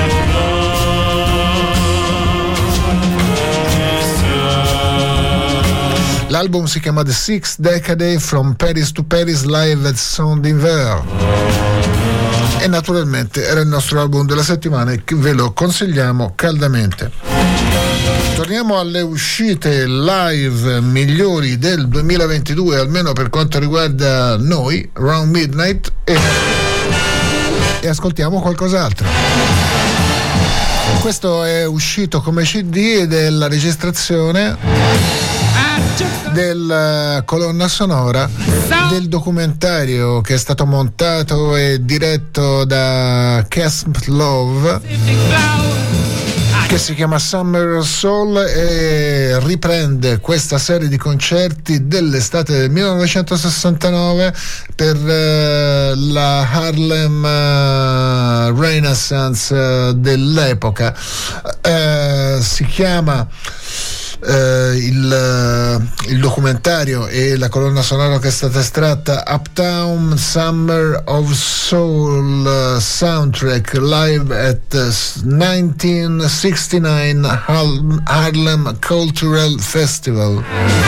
L'album si chiama The Sixth Decade From Paris to Paris Live at Saint d'Hiver. E naturalmente era il nostro album della settimana e che ve lo consigliamo caldamente. Torniamo alle uscite live migliori del duemilaventidue, almeno per quanto riguarda noi, Round Midnight, e, e ascoltiamo qualcos'altro. Questo è uscito come C D ed è la registrazione della colonna sonora del documentario che è stato montato e diretto da Camp Love, che si chiama Summer of Soul e riprende questa serie di concerti dell'estate del millenovecentosessantanove per uh, la Harlem uh, Renaissance uh, dell'epoca. Uh, si chiama Uh, il, uh, il documentario e la colonna sonora che è stata estratta Uptown Summer of Soul uh, Soundtrack Live at uh, nineteen sixty-nine Har- Harlem Cultural Festival.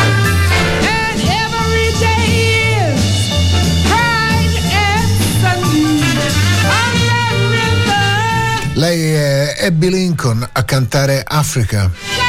Lei è Abby Lincoln a cantare Africa.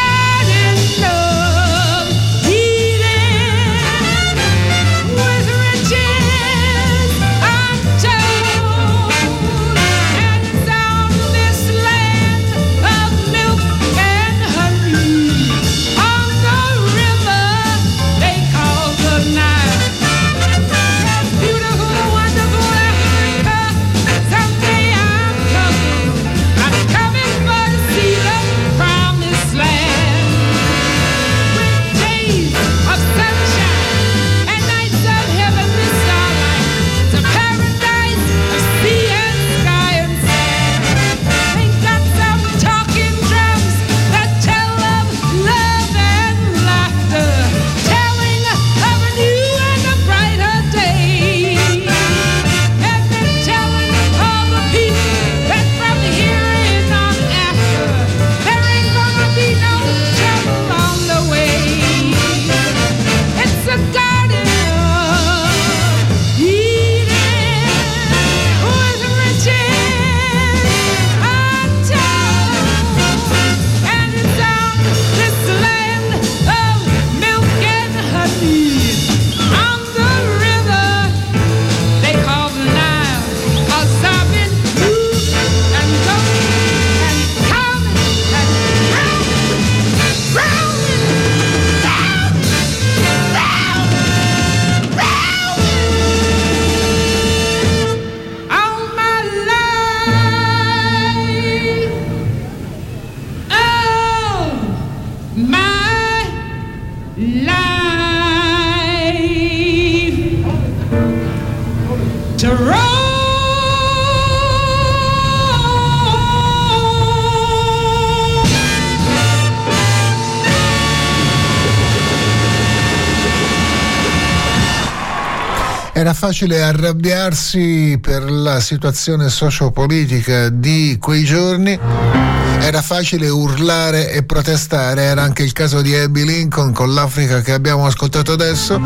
Era facile arrabbiarsi per la situazione sociopolitica di quei giorni, era facile urlare e protestare, era anche il caso di Abby Lincoln con l'Africa che abbiamo ascoltato adesso,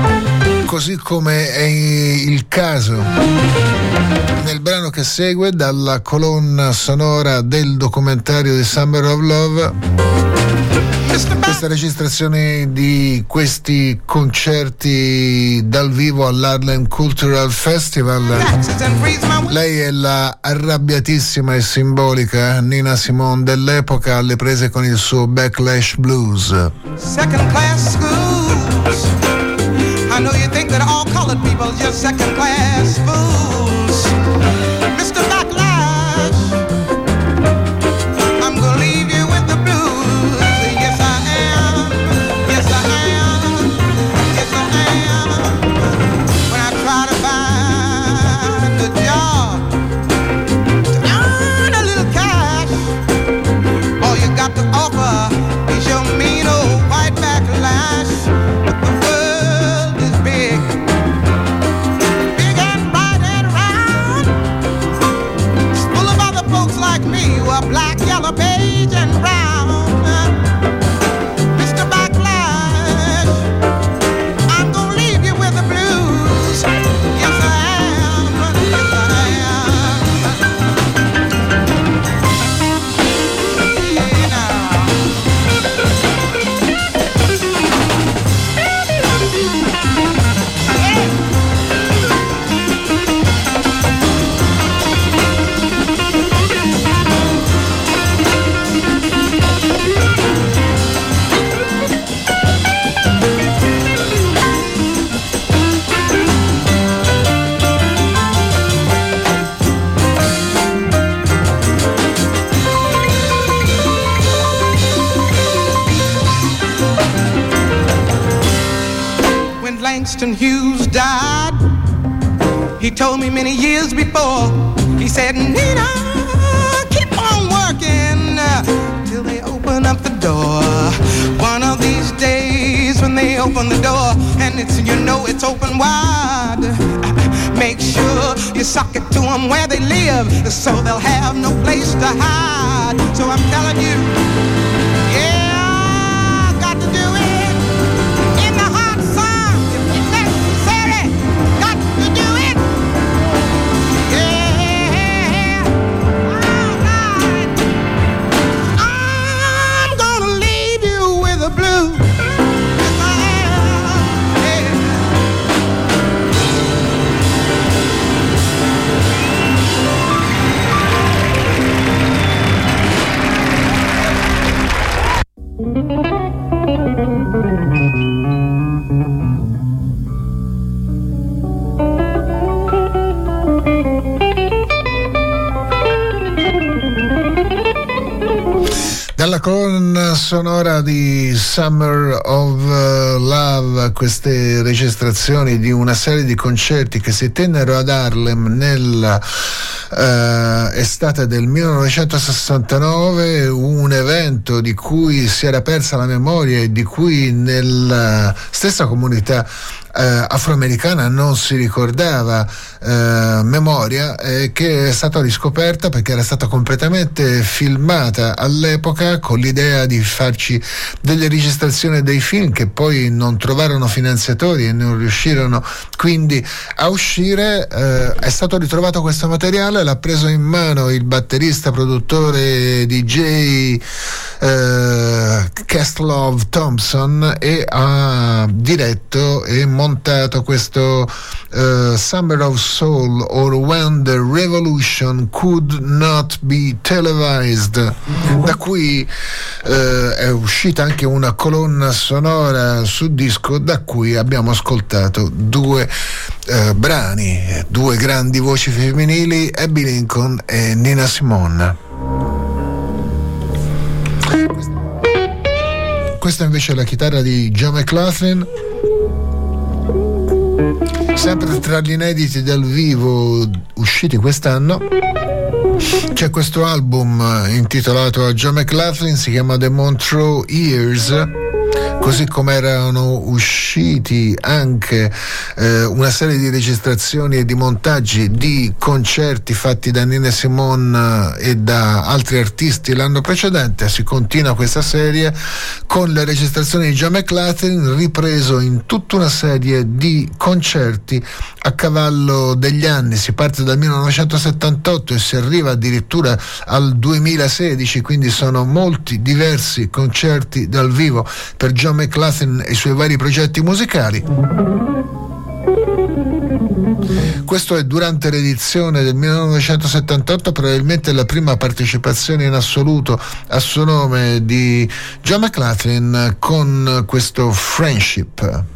così come è il caso nel brano che segue dalla colonna sonora del documentario di Summer of Love, Queste registrazioni di questi concerti dal vivo all'Harlem Cultural Festival. Lei è la arrabbiatissima e simbolica Nina Simone dell'epoca, alle prese con il suo Backlash Blues. Second class schools. I know you think that all colored people are just second class fools. Mister Backlash, I'm gonna leave you with the blues. Yes I am, yes I am, yes I am. When I try to find a job to earn a little cash, all you got to offer is your mean old white backlash. But the world is big, big and bright and round. It's full of other folks like me who are black, yellow, beige and brown. Mister Backlash, I'm gonna leave you with the blues. Yes I am, yes I am. Yeah, now. When Langston Hughes died, he told me many years before, he said, Nina, keep on working uh, till they open up the door. One of these days when they open the door and it's, you know it's open wide, make sure you sock it to them where they live so they'll have no place to hide. So I'm telling you, yeah, got to do it in the hot sun if it's necessary. Got to do it. Yeah. All right. I'm gonna leave you with a blue. Yes, I am. Yeah. Dalla colonna sonora di Summer of Love, queste registrazioni di una serie di concerti che si tennero ad Harlem nella Uh, estate del millenovecentosessantanove, un evento di cui si era persa la memoria e di cui nella stessa comunità Uh, afroamericana non si ricordava uh, memoria, eh, che è stata riscoperta perché era stata completamente filmata all'epoca con l'idea di farci delle registrazioni dei film che poi non trovarono finanziatori e non riuscirono quindi a uscire. Uh, è stato ritrovato questo materiale, l'ha preso in mano il batterista produttore D J uh, Questlove Thompson e ha diretto e montato questo uh, Summer of Soul, or When the Revolution Could Not Be Televised, da cui uh, è uscita anche una colonna sonora su disco, da cui abbiamo ascoltato due uh, brani, due grandi voci femminili, Abby Lincoln e Nina Simone. Questa invece è la chitarra di John McLaughlin. Sempre tra gli inediti dal vivo usciti quest'anno c'è questo album intitolato a John McLaughlin, si chiama The Montreux Years. così come erano usciti anche eh, una serie di registrazioni e di montaggi di concerti fatti da Nina Simone e da altri artisti l'anno precedente. Si continua questa serie con le registrazioni di John McLaughlin, ripreso in tutta una serie di concerti a cavallo degli anni. Si parte dal millenovecentosettantotto e si arriva addirittura al duemilasedici, quindi sono molti diversi concerti dal vivo per John McLaughlin e i suoi vari progetti musicali. Questo è durante l'edizione del millenovecentosettantotto, probabilmente la prima partecipazione in assoluto a suo nome di John McLaughlin con questo Friendship.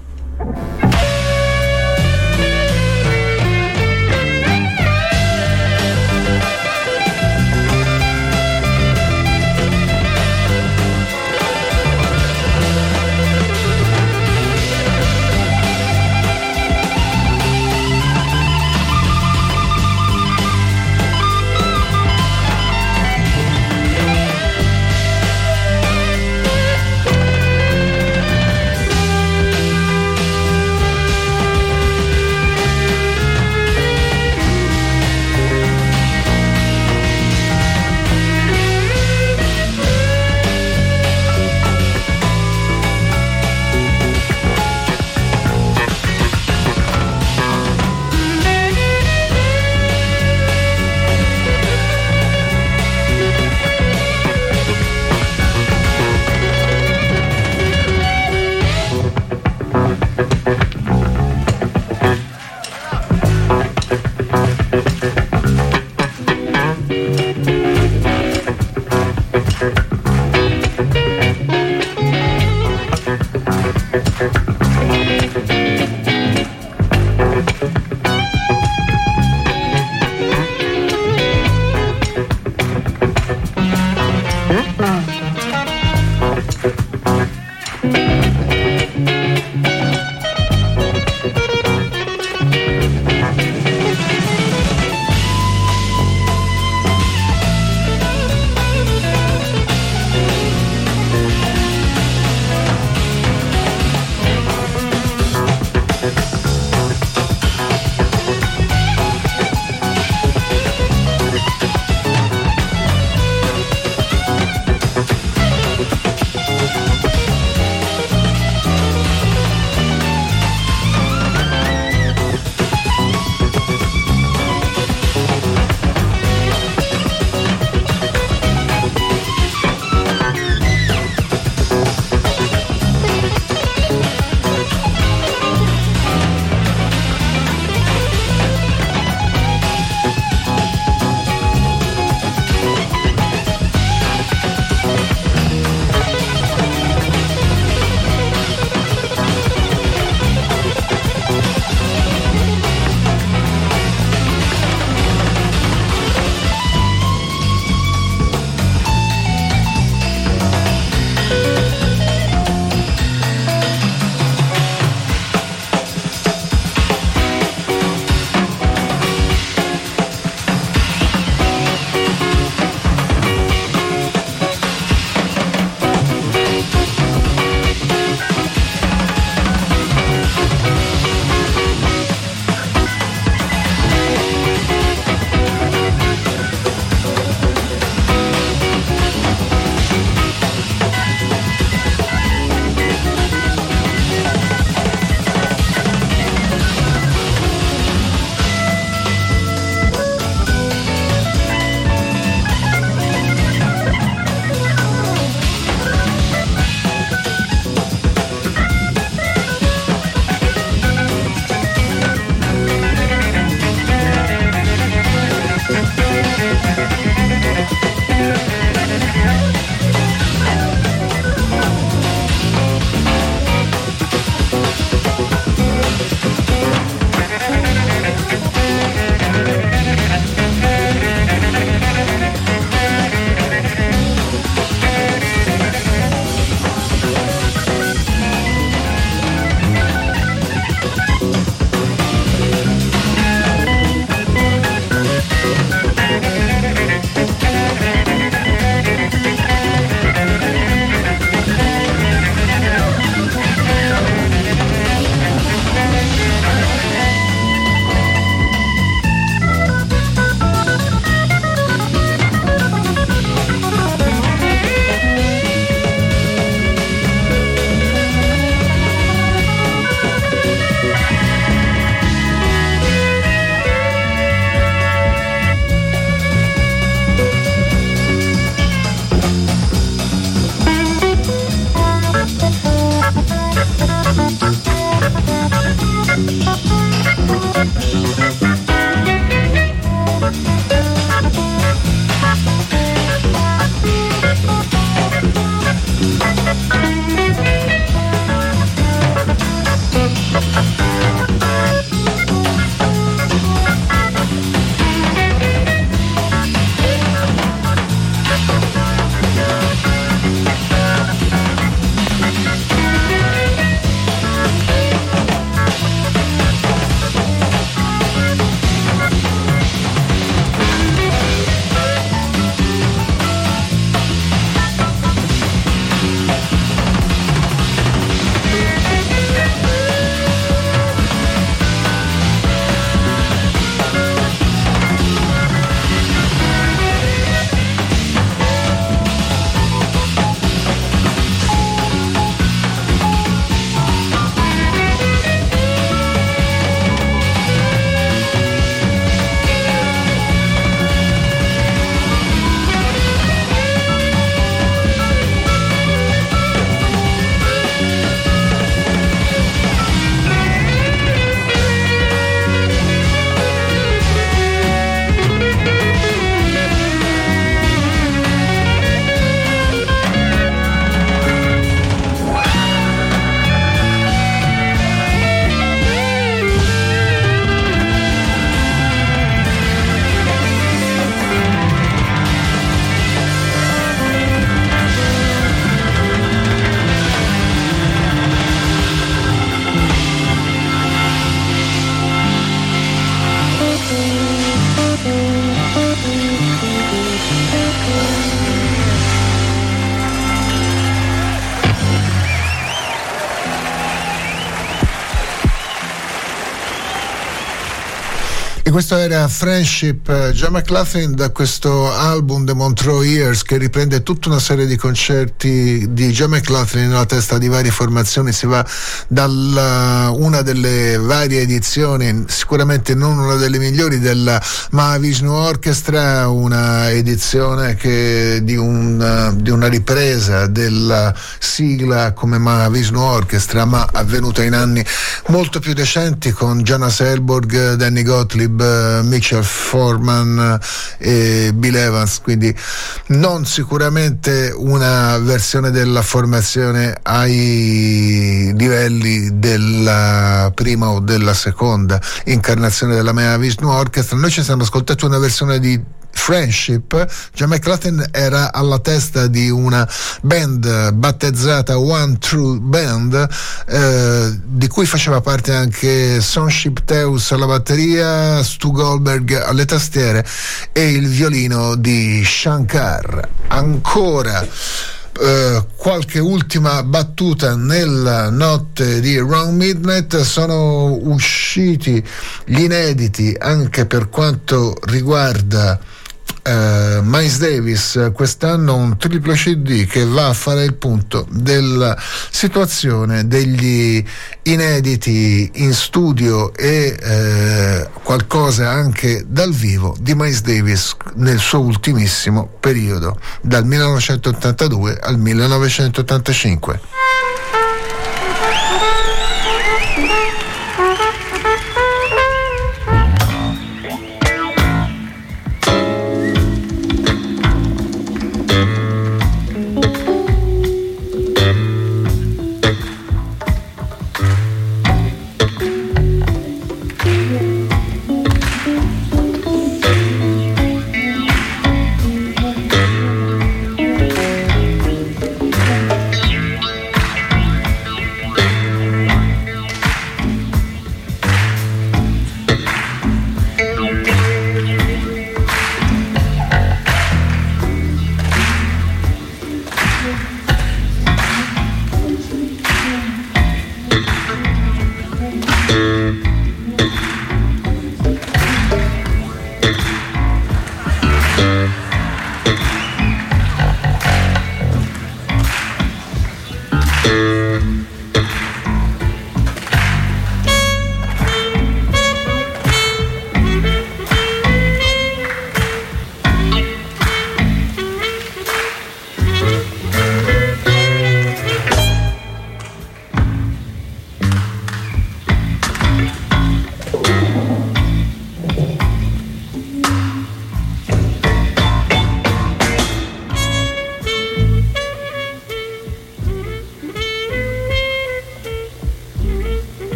E questo era Friendship, John McLaughlin, da questo album The Montreux Years, che riprende tutta una serie di concerti di John McLaughlin nella testa di varie formazioni. Si va da una delle varie edizioni, sicuramente non una delle migliori, della Mahavishnu Orchestra, una edizione che di, un, di una ripresa della sigla come Mahavishnu Orchestra, ma avvenuta in anni molto più recenti, con Jonas Elborg, Danny Gottlieb, Mitchell Foreman e Bill Evans, quindi non sicuramente una versione della formazione ai livelli della prima o della seconda incarnazione della Mahavishnu Orchestra. Noi ci siamo ascoltati una versione di Friendship. John McLaughlin era alla testa di una band battezzata One True Band, eh, di cui faceva parte anche Sonship Teus alla batteria, Stu Goldberg alle tastiere e il violino di Shankar. Ancora Uh, qualche ultima battuta nella notte di Round Midnight. Sono usciti gli inediti anche per quanto riguarda Uh, Miles Davis quest'anno, un triplo C D che va a fare il punto della situazione degli inediti in studio e uh, qualcosa anche dal vivo di Miles Davis nel suo ultimissimo periodo, dal millenovecentottantadue al millenovecentottantacinque.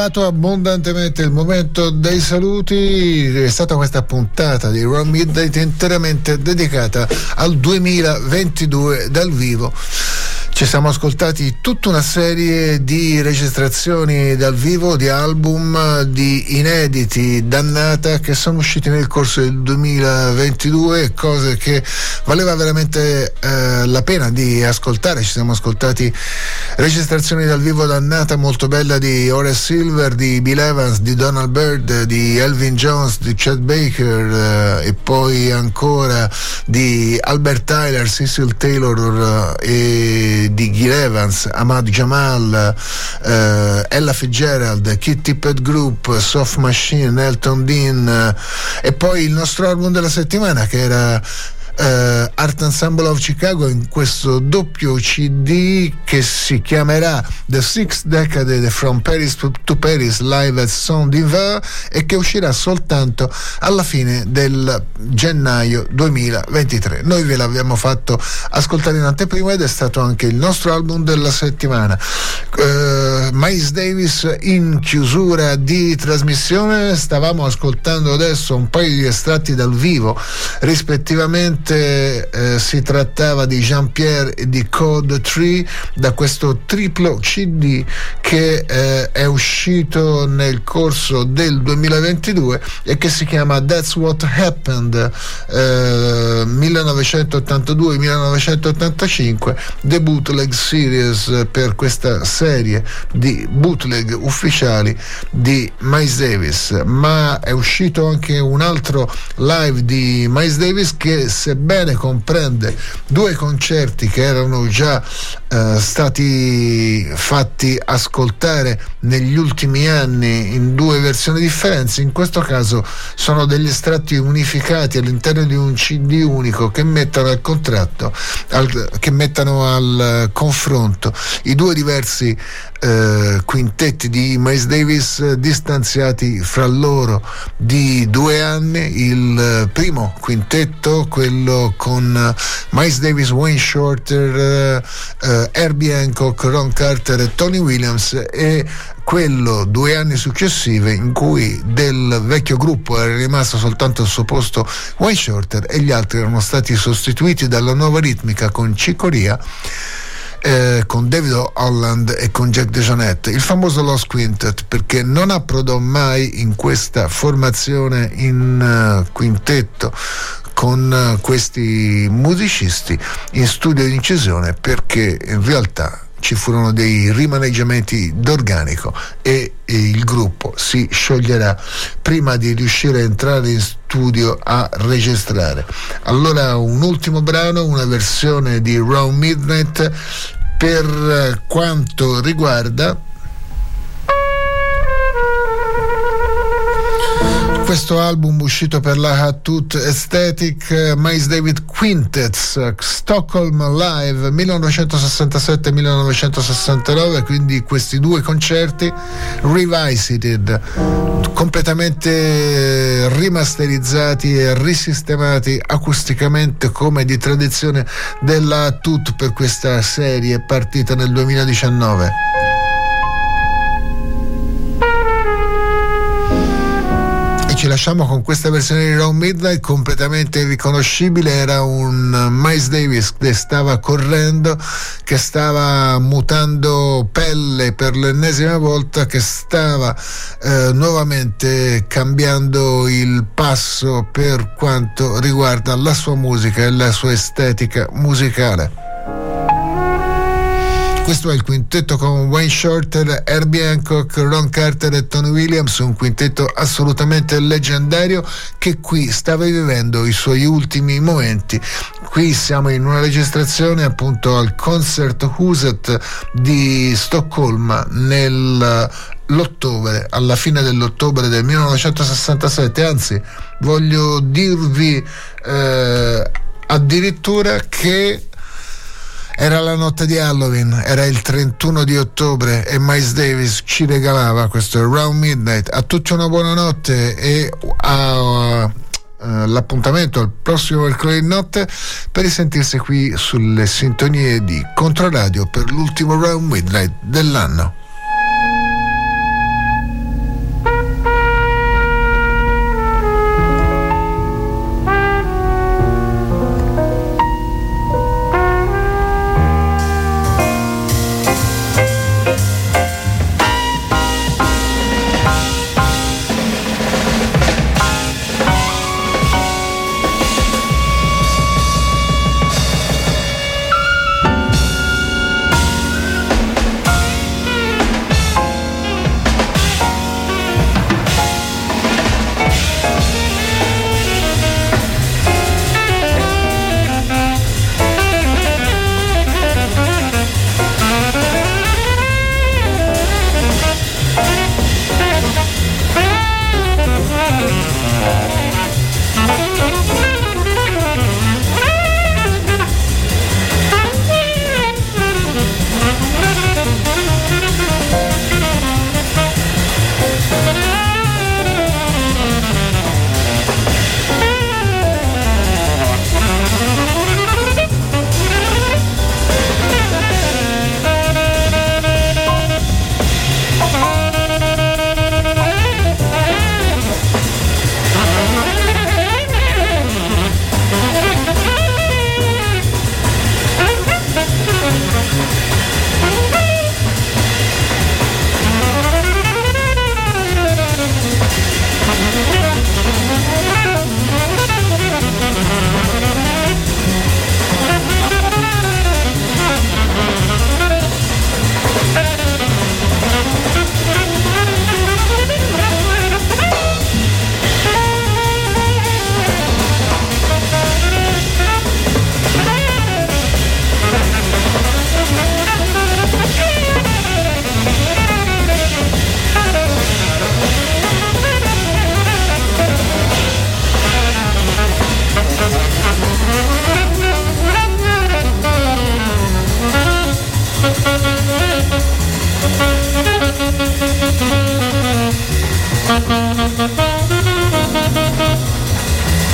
arrivato abbondantemente il momento dei saluti. È stata questa puntata di Round Midnight interamente dedicata al duemilaventidue dal vivo. Ci siamo ascoltati tutta una serie di registrazioni dal vivo, di album, di inediti Dannata che sono usciti nel corso del duemilaventidue, cose che valeva veramente eh, la pena di ascoltare. Ci siamo ascoltati registrazioni dal vivo Dannata molto bella di Horace Silver, di Bill Evans, di Donald Byrd, di Elvin Jones, di Chet Baker eh, e poi ancora di Albert Tyler, Cecil Taylor eh, e di Gil Evans, Ahmad Jamal, eh, Ella Fitzgerald, Keith Tippett Group, Soft Machine, Elton Dean eh, e poi il nostro album della settimana che era Uh, Art Ensemble of Chicago in questo doppio C D che si chiamerà The Sixth Decade From Paris to Paris Live at Saint d'Hiver e che uscirà soltanto alla fine del gennaio duemilaventitré. Noi ve l'abbiamo fatto ascoltare in anteprima ed è stato anche il nostro album della settimana. uh, Miles Davis in chiusura di trasmissione. Stavamo ascoltando adesso un paio di estratti dal vivo, rispettivamente Eh, si trattava di Jean-Pierre e di Code tre da questo triplo C D che eh, è uscito nel corso del duemilaventidue e che si chiama That's What Happened eh, millenovecentottantadue millenovecentottantacinque, The Bootleg Series, per questa serie di bootleg ufficiali di Miles Davis. Ma è uscito anche un altro live di Miles Davis che, sebbene comprende due concerti che erano già eh, stati fatti ascoltare negli ultimi anni in due versioni differenti, in questo caso sono degli estratti unificati all'interno di un C D unico che mettano al contratto al, che mettano al confronto i due diversi eh, quintetti di Miles Davis distanziati fra loro di due anni. Il primo quintetto, quello con Miles Davis, Wayne Shorter, uh, uh, Herbie Hancock, Ron Carter e Tony Williams, e quello due anni successivi in cui del vecchio gruppo era rimasto soltanto al suo posto Wayne Shorter e gli altri erano stati sostituiti dalla nuova ritmica con Chick Corea, Eh, con David Holland e con Jack DeJohnette, il famoso Lost Quintet, perché non approdò mai in questa formazione in uh, quintetto con uh, questi musicisti in studio di incisione, perché in realtà ci furono dei rimaneggiamenti d'organico e, e il gruppo si scioglierà prima di riuscire a entrare in studio a registrare. Allora un ultimo brano, una versione di Round Midnight per quanto riguarda questo album uscito per la Hatut Aesthetic, Miles Davis Quintets, Stockholm Live millenovecentosessantasette millenovecentosessantanove, quindi questi due concerti revisited, completamente rimasterizzati e risistemati acusticamente come di tradizione della Hatut per questa serie partita nel duemiladiciannove. Ci lasciamo con questa versione di Round Midnight completamente riconoscibile. Era un Miles Davis che stava correndo, che stava mutando pelle per l'ennesima volta, che stava eh, nuovamente cambiando il passo per quanto riguarda la sua musica e la sua estetica musicale. Questo è il quintetto con Wayne Shorter, Herbie Hancock, Ron Carter e Tony Williams, un quintetto assolutamente leggendario che qui stava vivendo i suoi ultimi momenti. Qui siamo in una registrazione appunto al Concerthuset di Stoccolma nell'ottobre, alla fine dell'ottobre del millenovecentosessantasette, anzi voglio dirvi eh, addirittura che era la notte di Halloween, era il trentuno di ottobre e Miles Davis ci regalava questo Round Midnight. A tutti una buona notte e a uh, l'appuntamento al prossimo mercoledì notte per risentirsi qui sulle sintonie di Controradio per l'ultimo Round Midnight dell'anno.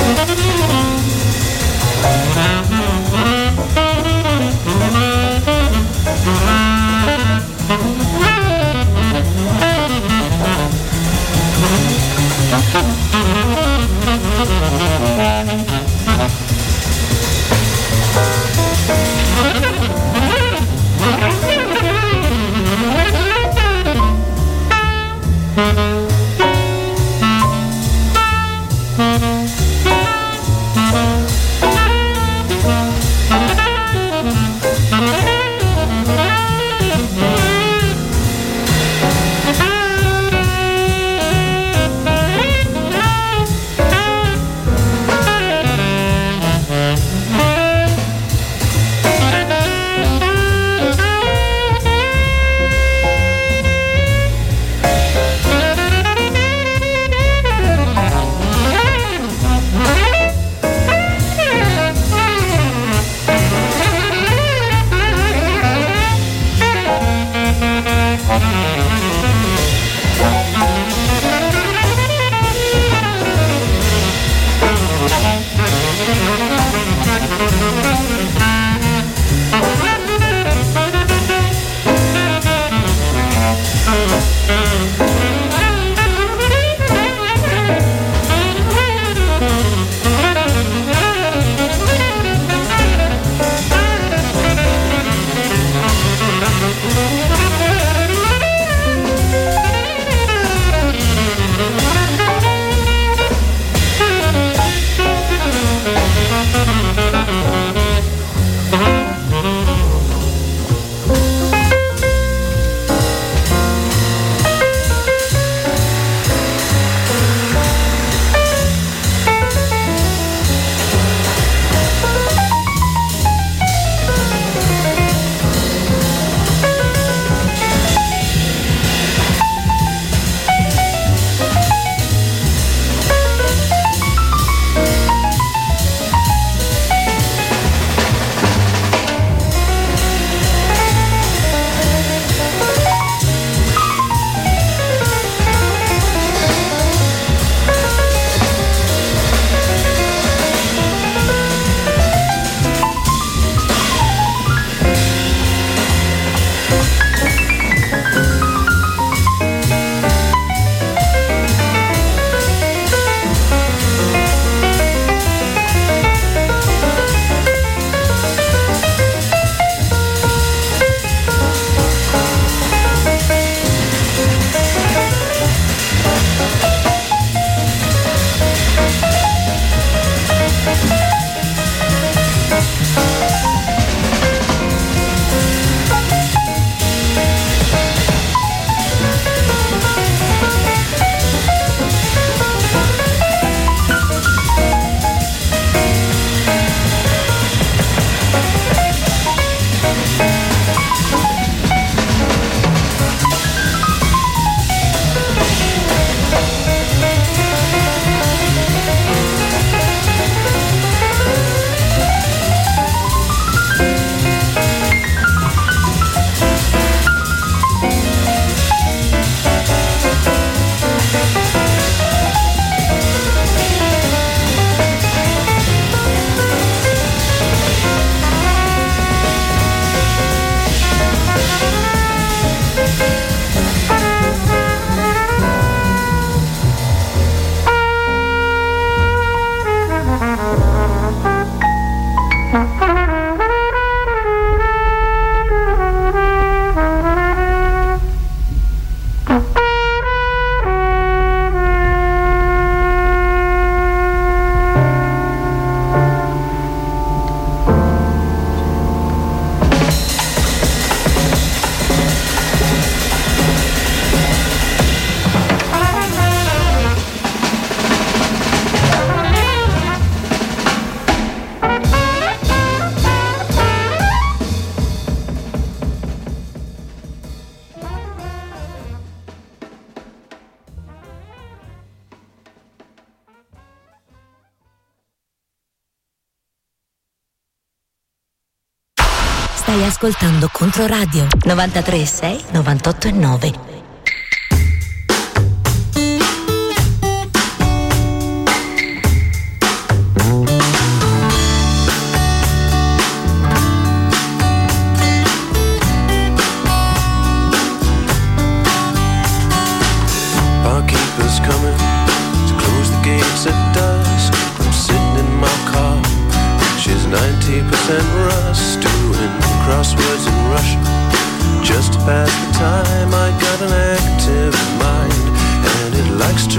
Stai ascoltando Controradio novantatré sei novantotto e nove.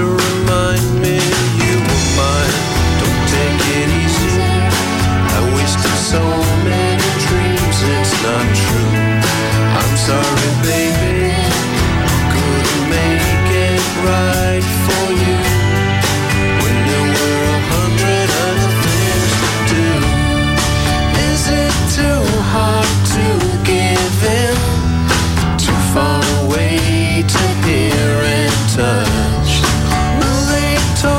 remind me you were mine. Don't take it easy. I wasted so many dreams, it's not true. I'm sorry, baby, couldn't make it right for you when there were a hundred other things to do. Is it too hard to give in? Too far away to hear and touch? Will they talk?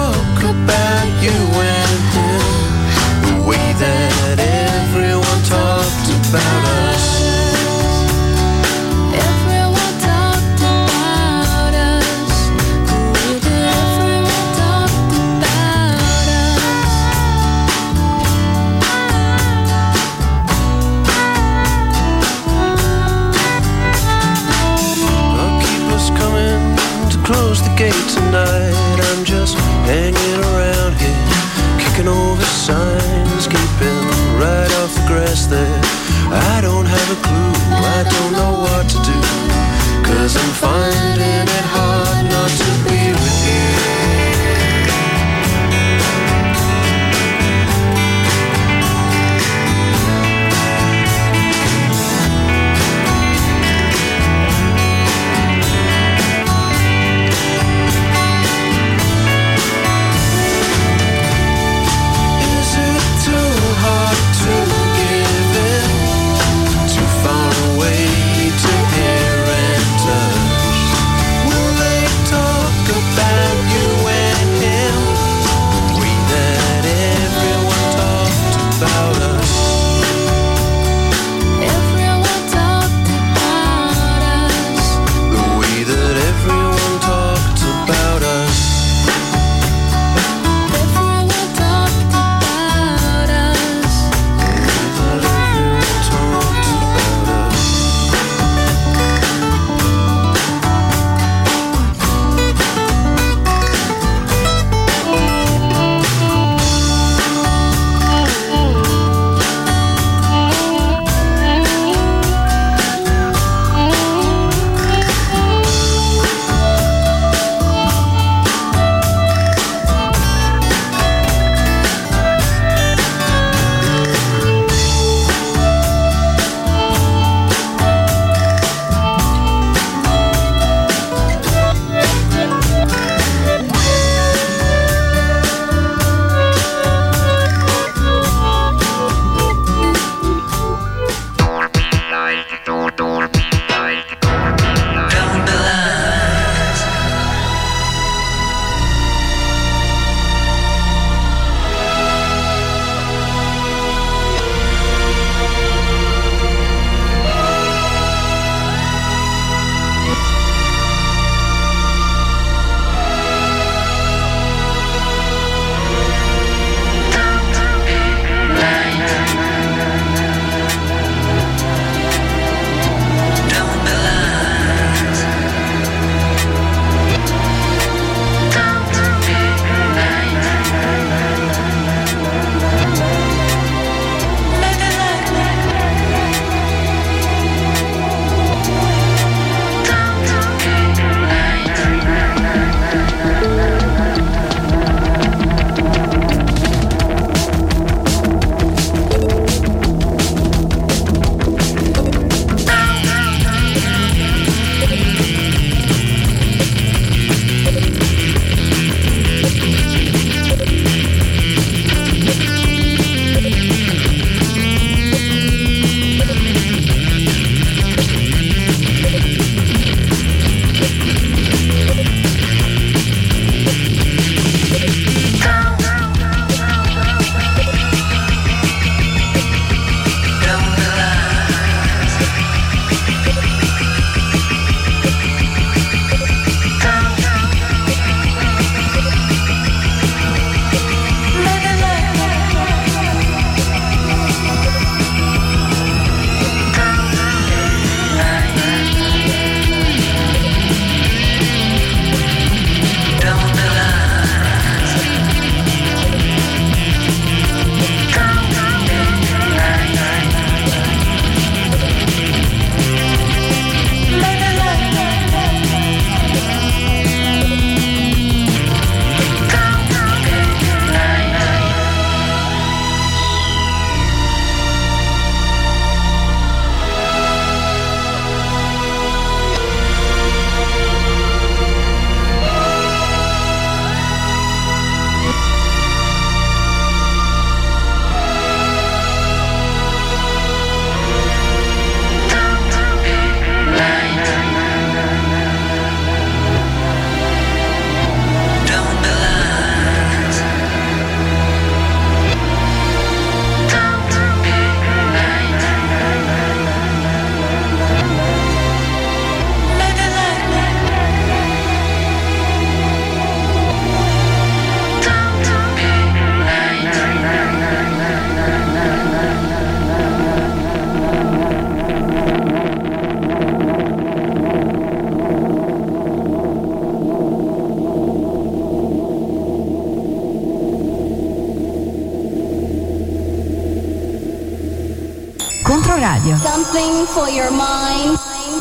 Controradio. Something for your mind.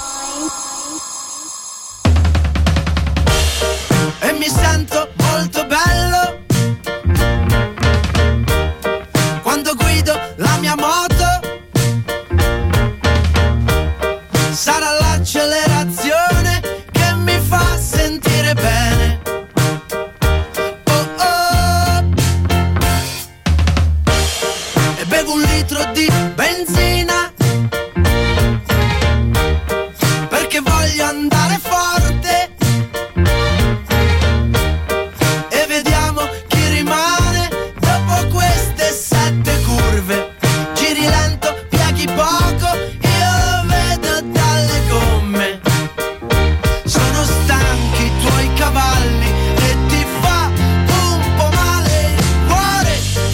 E mi sento molto bello quando guido la mia moto. Sarà l'accelerazione che mi fa sentire bene. Oh oh. E bevo un litro di benzina perché voglio andare forte. E vediamo chi rimane dopo queste sette curve. Giri lento, pieghi poco, io lo vedo dalle gomme. Sono stanchi i tuoi cavalli e ti fa un po' male il cuore.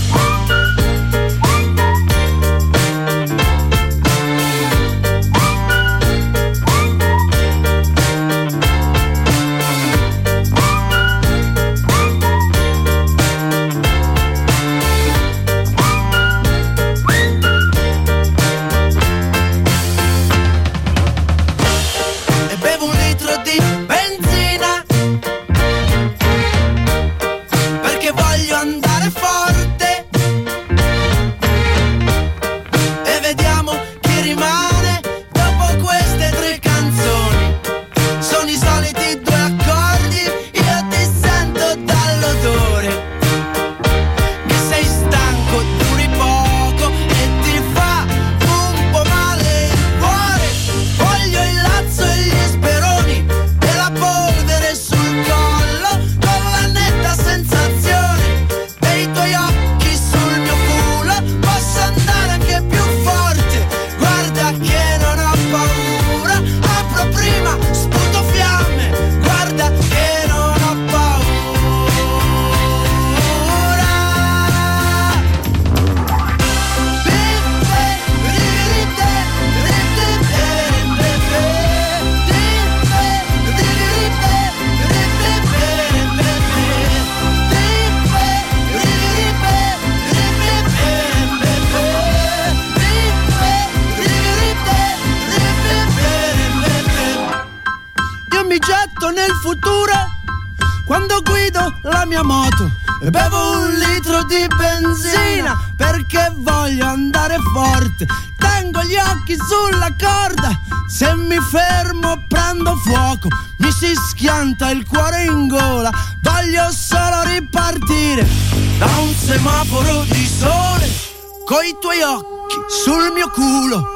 E bevo un litro di benzina perché voglio andare forte. E vediamo chi rimane dopo queste tre canzoni. Sono i soliti due accordi, io ti sento dall'odore che sei stanco, duri poco e ti fa un po' male il cuore. Voglio il lazzo e gli speroni e la polvere sul collo, con la netta sensazione dei tuoi occhi sul mio culo. Posso andare anche più forte, guarda che non ho paura. Apro prima, sputo fiamme, guarda che non ho paura. Io mi getto nel futuro quando guido la mia moto e bevo un litro di benzina perché voglio andare forte. Tengo gli occhi sulla corda, se mi fermo prendo fuoco. Mi si schianta il cuore in gola, voglio solo ripartire da un semaforo di sole, coi tuoi occhi sul mio culo.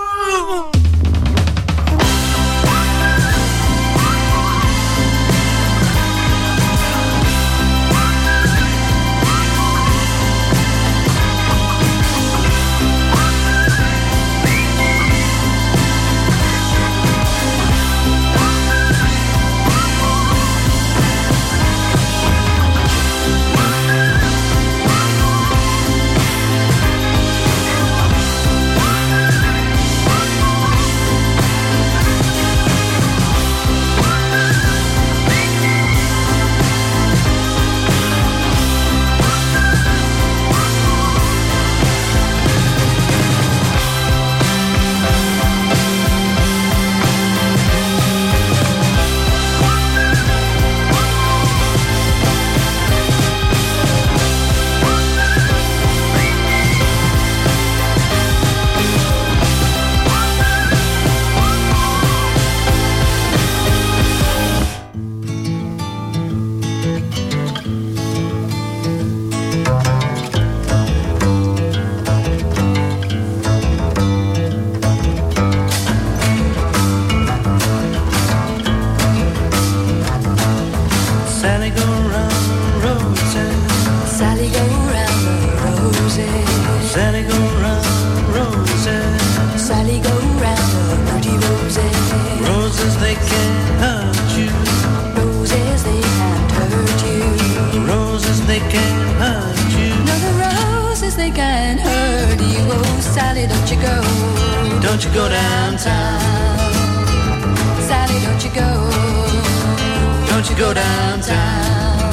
Sally go round the roses. Sally go round the roses. Sally go round the roses. Sally go round the pretty roses. Roses they can't hurt you. Roses they can't hurt you. Roses they can't hurt you. No, the roses they can't hurt you. Oh, Sally, don't you go. Don't you go downtown. Sally, don't you go. Don't you go downtown.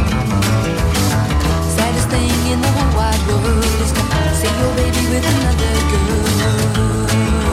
Saddest thing in the whole wide world is to see your baby with another girl.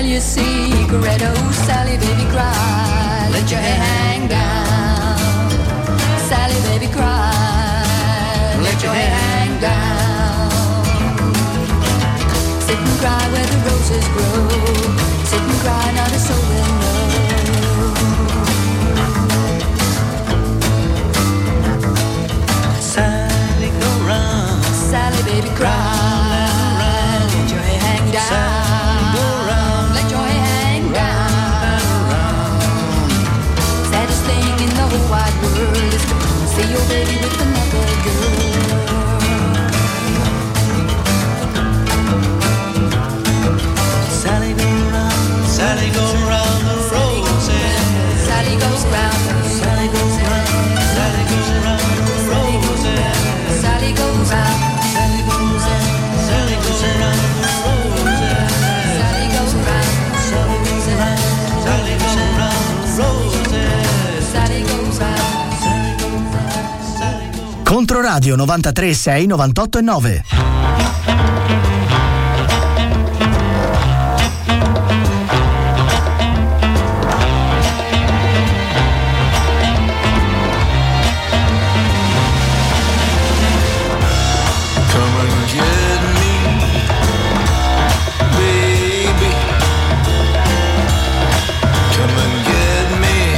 tell you a secret. Oh, Sally, baby, cry. Let your hair hang down. Sally, baby, cry. Let your hair hang down. Sit and cry where the roses grow. Sit and cry, not a soul will know. Sally, go round. Sally, baby, cry. Let your hair hang down. Sally, go round. Let your hair hang down. Saddest thing in the whole wide world is to see your baby with another girl. Sally, go round. Sally, go round the roses. Sally goes round. Sally goes round. Sally goes round the roses. Sally goes round. Sally goes round. Sally goes round the roses. Sally goes round. Sally goes round. Sally goes round the roses. Sally goes round. Sally goes. Controradio novantatré sei novantotto e nove. Come and get me, baby. Come and get me,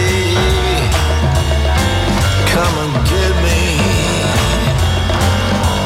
baby. Come and get me.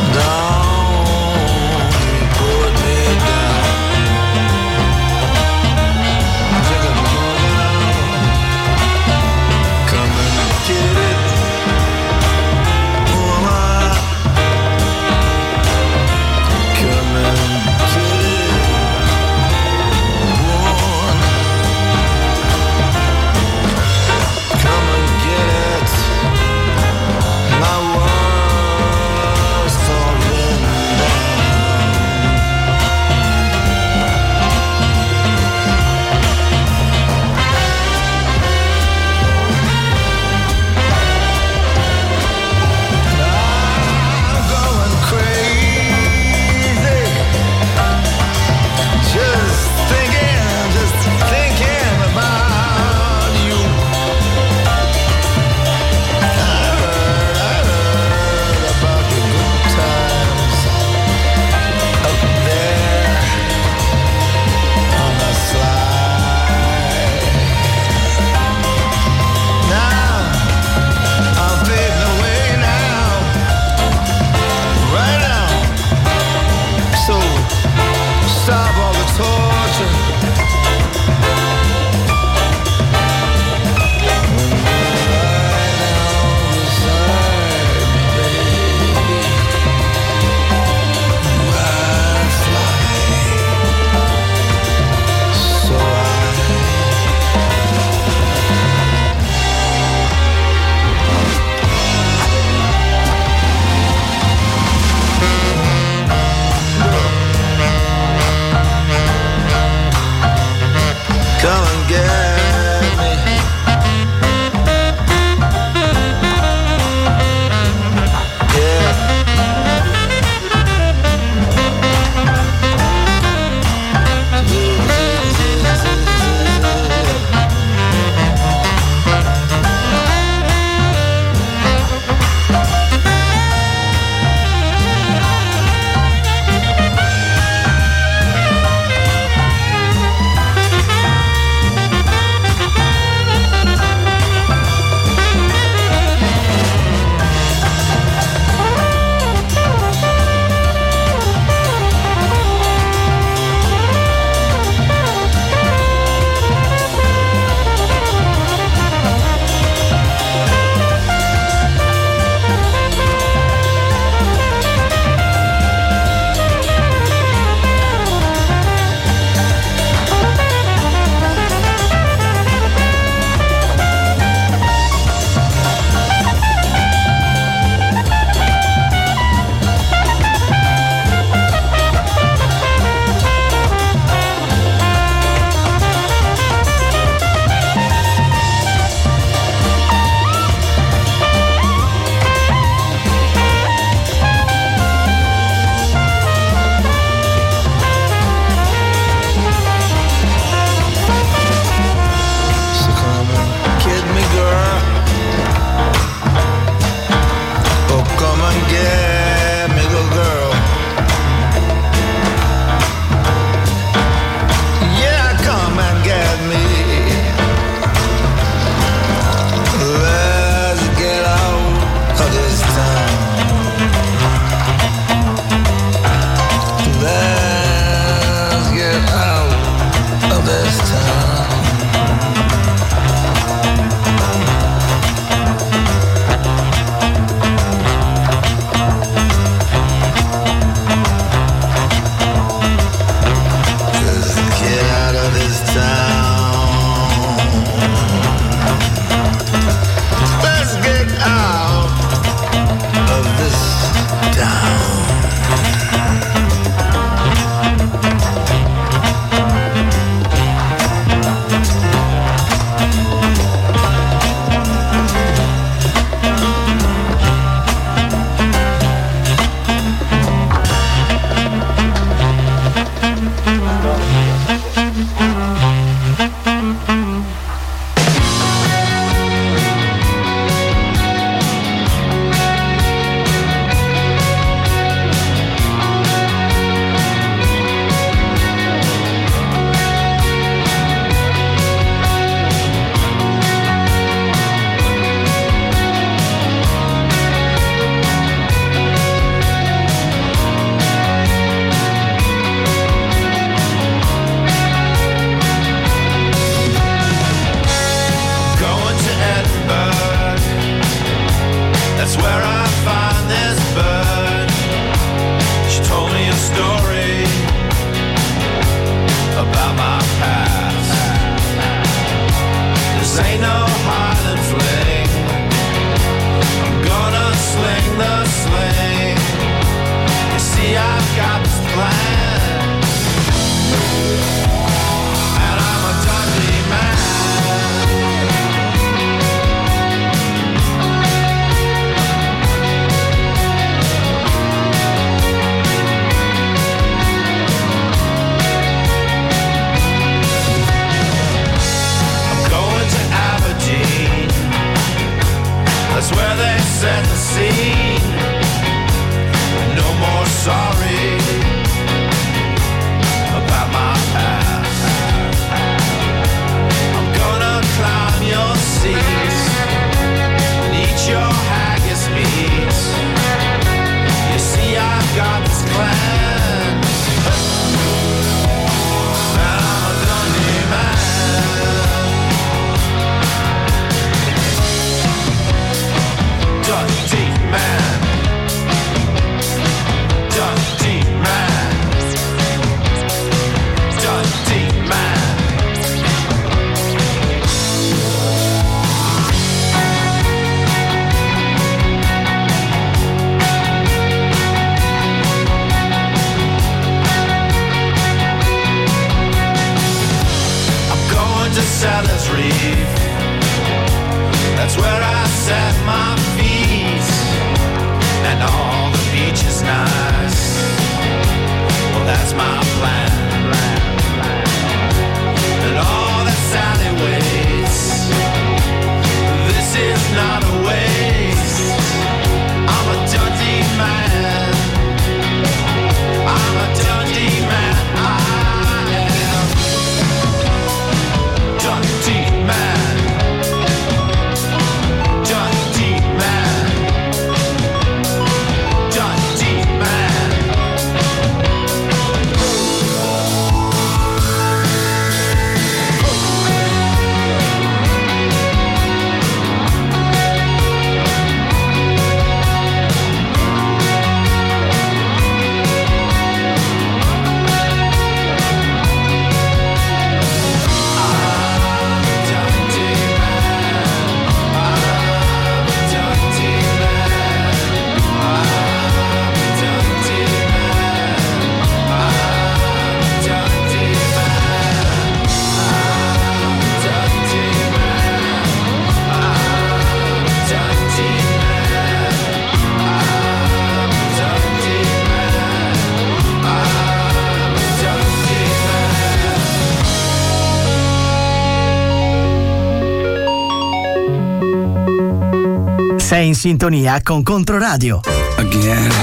Sei in sintonia con Controradio. Again,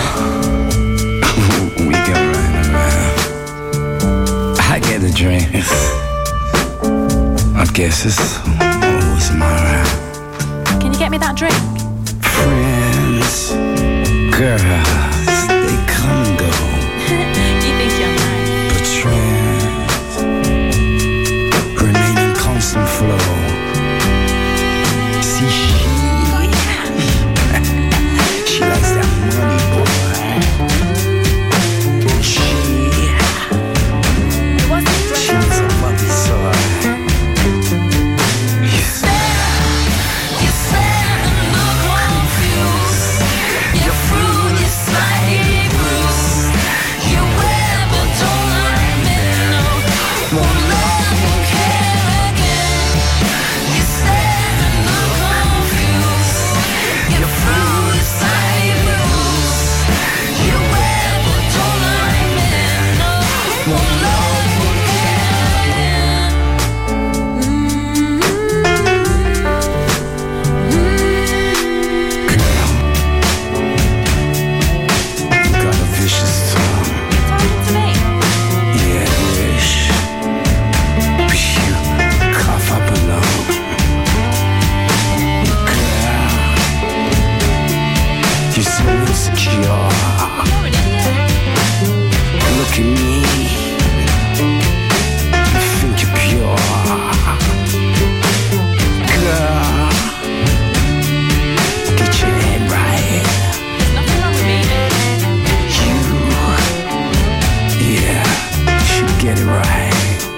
we go round and round. I get the drink. I guess it's always my round. Can you get me that drink? Friends, girls, they come and go. You think you're nice? But trends remain in constant flow. See, she, she likes that money, boy. She, she needs a mother side. You said, you said I'm not confused. Your fruit is slightly bruised. You wear but don't like me, no. Won't love, won't care again. You said I'm not confused. Your fruit is slightly bruised. You wear but don't like me, no. Won't love, won't care again. Girl, you got a vicious tongue. Talking to me? Yeah, wish. But you cough up alone. Girl, you're so insecure. You're an idiot. Look at me. You think you're pure. Girl, get your head right. There's nothing wrong with me. You, yeah, should get it right.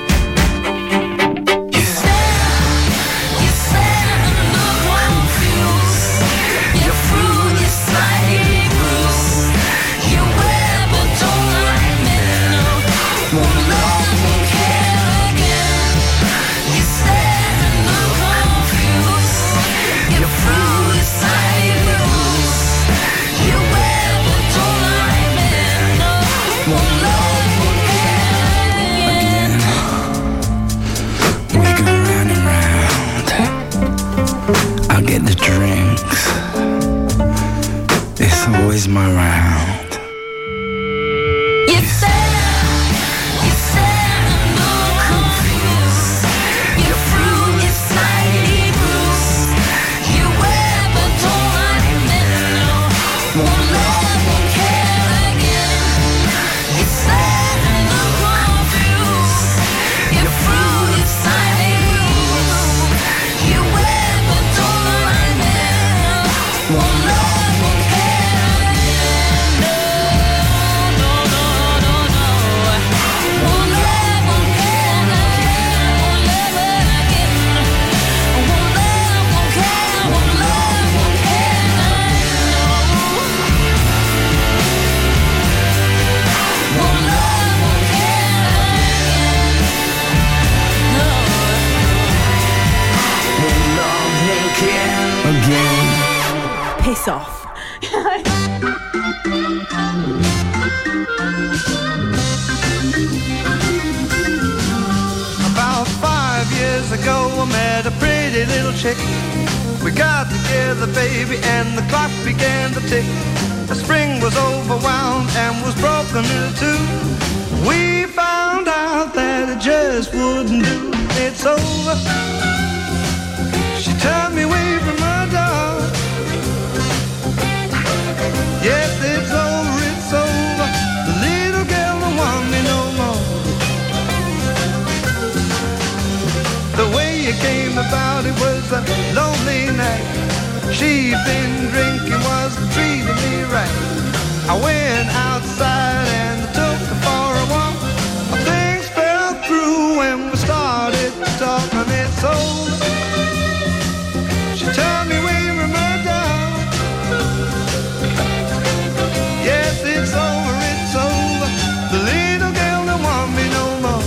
You said, you said I'm not confused. Your fruit is slightly bruised. You wear but don't like me, no. Won't love, won't care again. You said I'm not confused. Your fruit is slightly bruised. You wear but don't like me, no. Won't love, won't care again. We go round and round. I'll get the drinks. It's always my round. You said, you said I'm not confused. Your fruit is slightly bruised. You wear but don't like me, no. Won't love, won't care again. You said I'm not confused. Your fruit is slightly bruised. You wear but don't like me, no. Won't love, won't care again. No, no, no, no, no. Won't love, won't care again. Won't love again. Won't love, won't care. Won't love, won't care. No. Won't love, won't care again. No. Won't love, won't care again. Piss off. About five years ago, I met a pretty little chick. We got together, baby, and the clock began to tick. The spring was overwound and was broken in two. We found out that it just wouldn't do. It's over. She turned me away from my door. Yes, it's over, it's over. The little girl don't want me no more. The way it came about, it was a lonely night. She'd been drinking, wasn't treating me right. I went outside and took her for a walk. Things fell through when we started talking. It's over. She turned me away from her door. Yes, it's over, it's over. The little girl don't want me no more.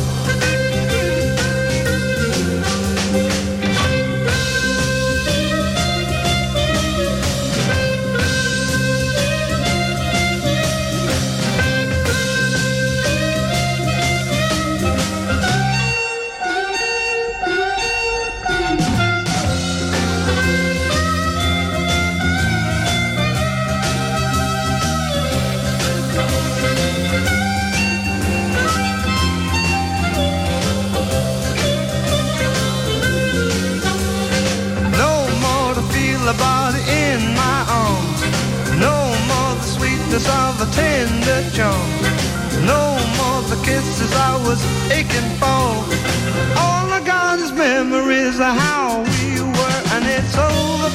sweetness of a tender charm. No more the kisses I was aching for. All I got is memories of how we were, and it's over.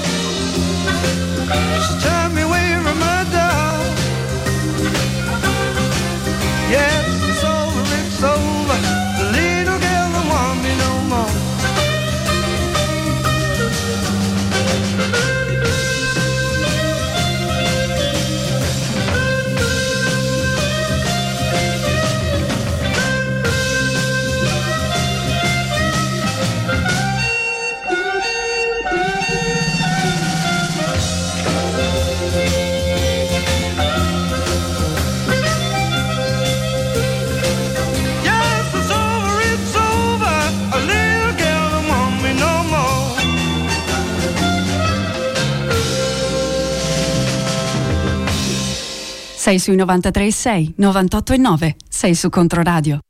Just turn me away from her door. Yes, it's over, it's over. The little girl don't want me no more. Sei sui novantatré e sei, novantotto e nove. Sei su Controradio.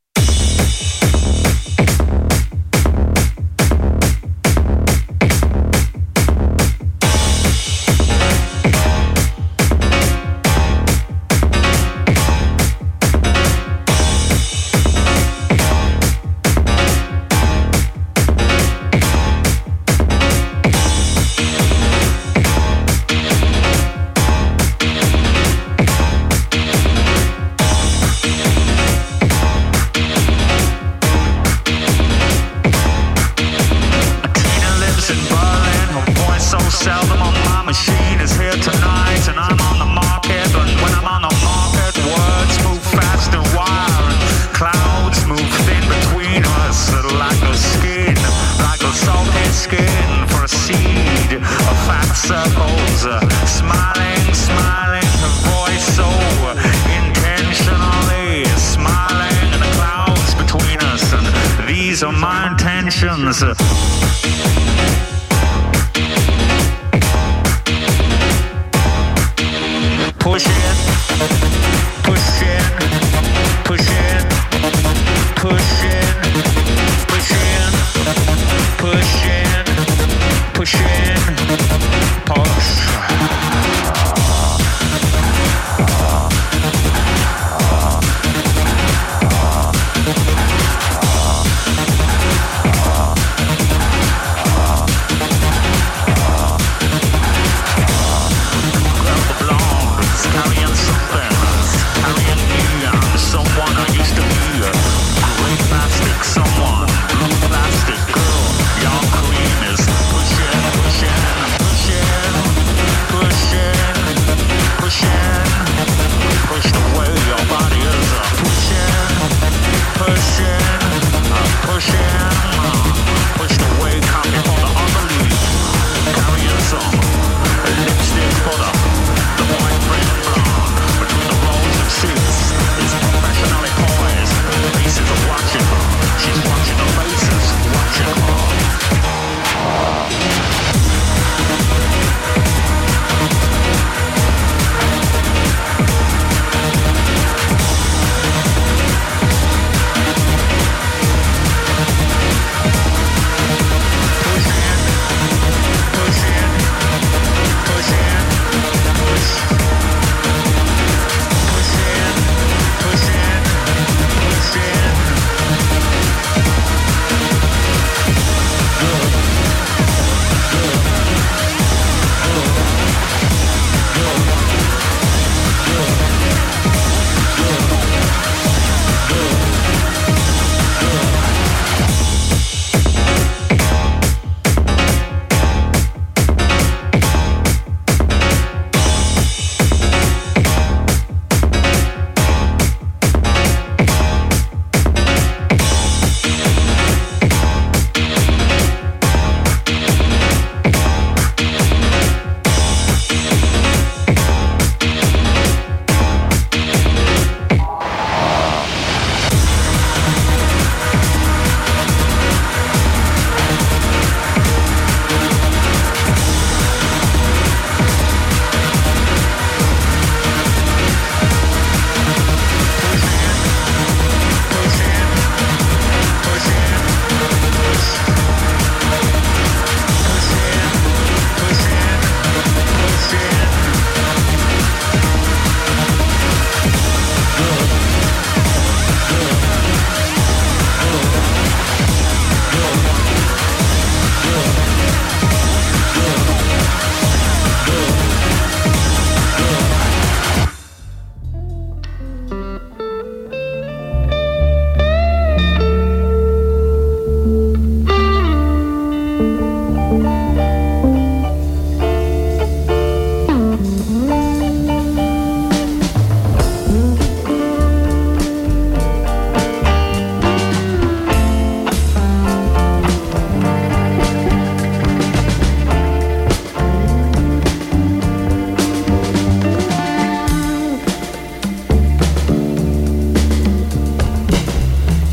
Someone, blue plastic girl, your cream is pushing, pushing.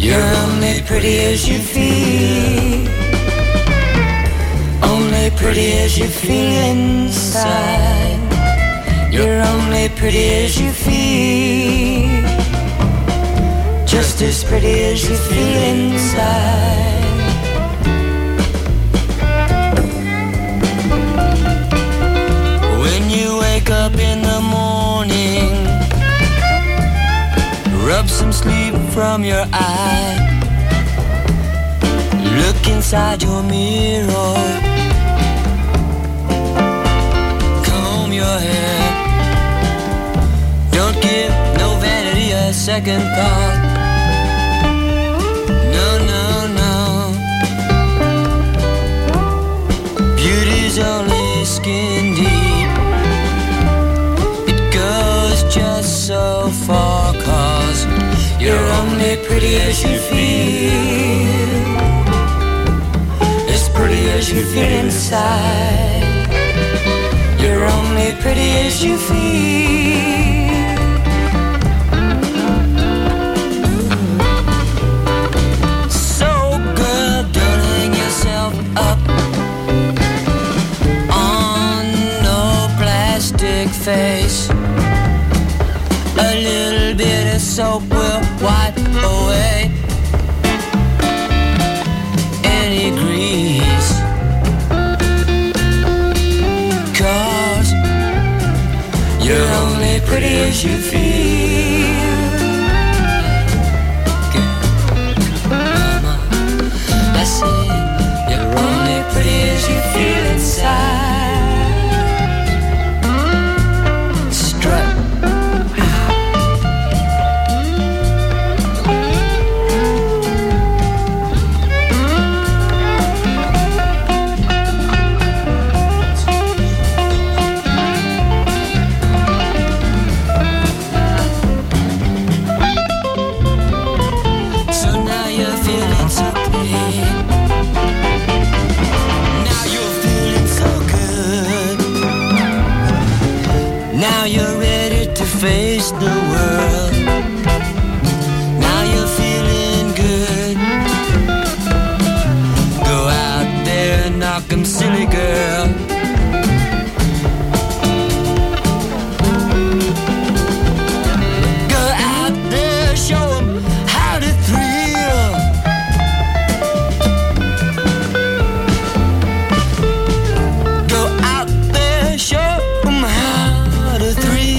You're only pretty as you feel, only pretty as you feel inside. You're only pretty as you feel, just as pretty as you feel inside. When you wake up in the morning, rub some sleep from your eye. Look inside your mirror, comb your hair. Don't give no vanity a second thought. No, no, no. Beauty's only skin deep. It goes just so far, 'cause you're only pretty as you feel, as pretty as you feel inside. You're only pretty as you feel. So girl, don't hang yourself up on no plastic face. A little bit of soap will wipe away any grease, 'cause you're only pretty as you feel. Mama, I say you're only pretty as you feel inside. Strut. Face the world. Now you're feeling good. Go out there and knock 'em silly, girl. Go out there, show 'em how to thrill. Go out there, show 'em how to thrill.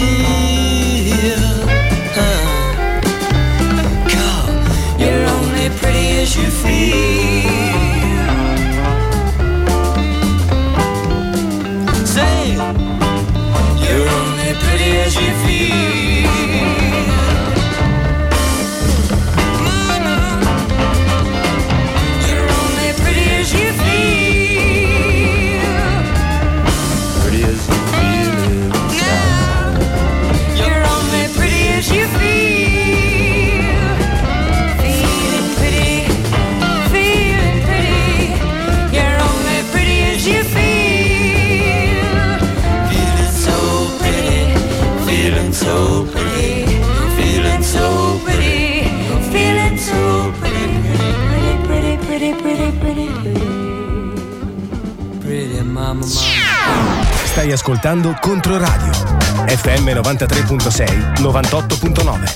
Pretty as you feel. Say, you're only pretty as you feel. Mama, you're only pretty as you feel. Pretty as you feel inside. You're only pretty as you feel. You feel, feeling so pretty, feeling so pretty, feeling so pretty, feeling so pretty, pretty, pretty, pretty, pretty, pretty, pretty mama, mama. Stai ascoltando Controradio F M novantatré virgola sei, novantotto virgola nove.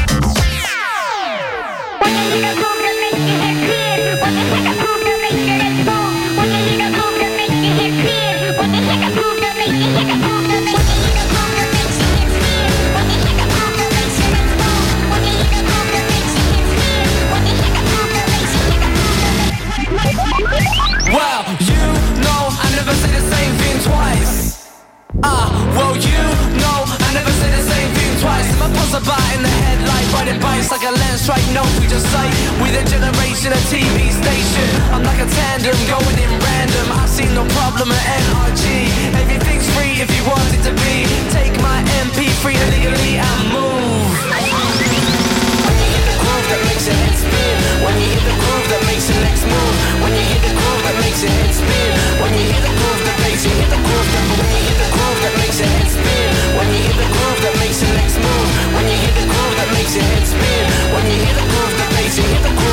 Well, you know I never say the same thing twice. Ah, well, you know I never say the same thing twice. If I pulse a bar in the headlight, riding bikes like a lens strike, no future sight. With a generation, a T V station, I'm like a tandem going in random. I see no problem at N R G. Everything's free if you want it to be. Take my M P three illegally and move. When you hit the groove that makes your head spin. When you hit the groove that makes the next move. When you hit the groove that makes your head spin. When you hit the groove that makes you hit the groove that when you hit the groove that makes your head spin. When you hit the groove that makes the next move. When you hit the groove that makes your head spin. When you hit the groove that makes you hit the groove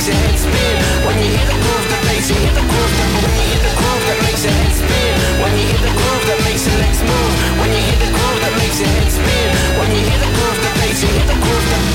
makes your head spin. When you hear the groove that makes you hear the groove that when you hear the groove that makes your head spin. When you hear the groove that makes your legs move. When you hear the groove that makes your head spin. When you hear the groove that makes you hear the groove that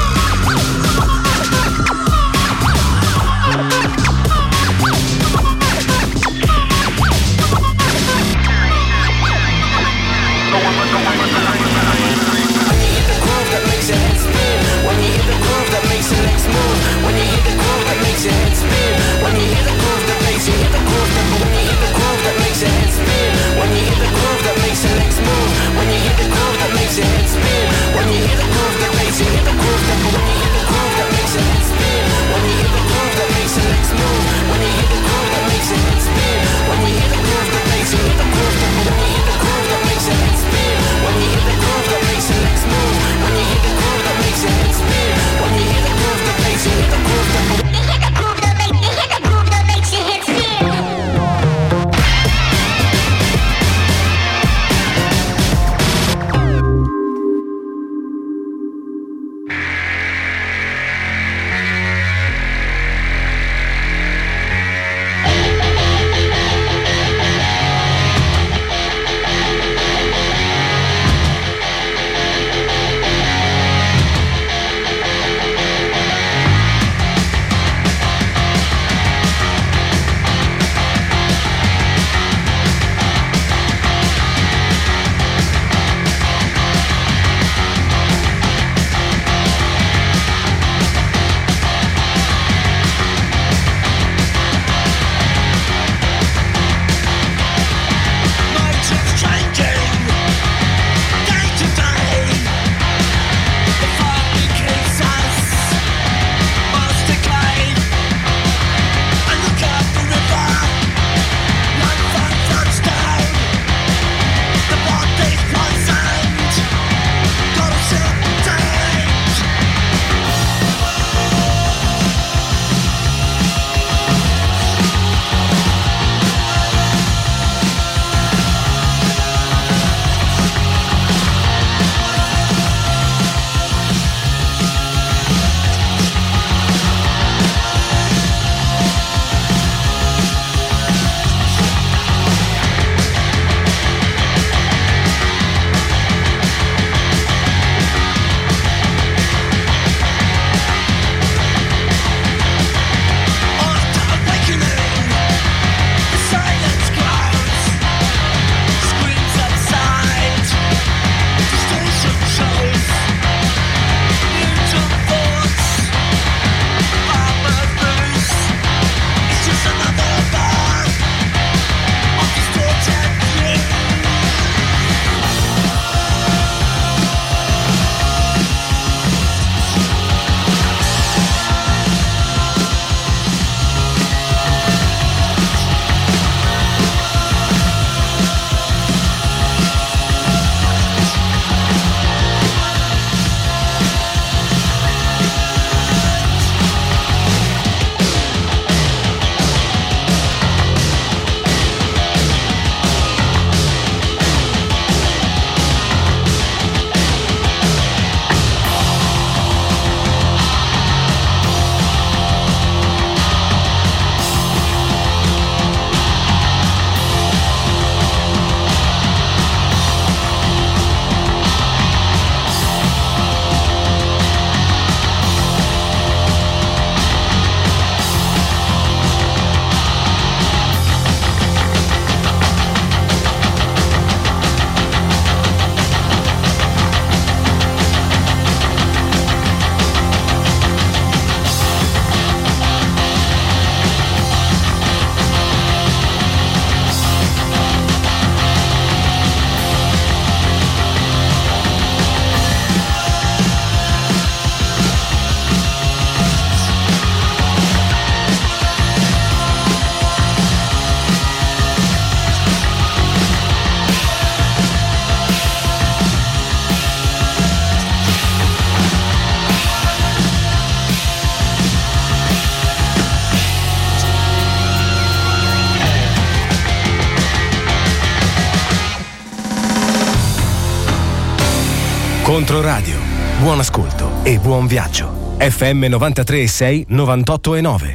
makes your head spin. When you hear the groove that makes your legs move. When you hear the groove that makes your head spin. When you hear the groove that makes you hear the groove that when you hear the groove that makes your head spin. When you hear the groove that makes your legs move. When you hear the groove that makes your head spin. When you hear the groove that makes you hear the groove that when you hear the groove that makes your head spin. When you hear the groove that makes your legs move. When you hear the groove that makes your head spin. When you hear the groove that makes you hear the groove that when you hear the groove that makes your head spin. When you hear the groove that makes your legs move. When you hear the groove that makes your head spin. When you hear the groove that makes you hear the groove that when you hear the groove that makes you hear the groove that makes your head spin. Controradio. Buon ascolto e buon viaggio. F M novantatré e sei, novantotto e nove.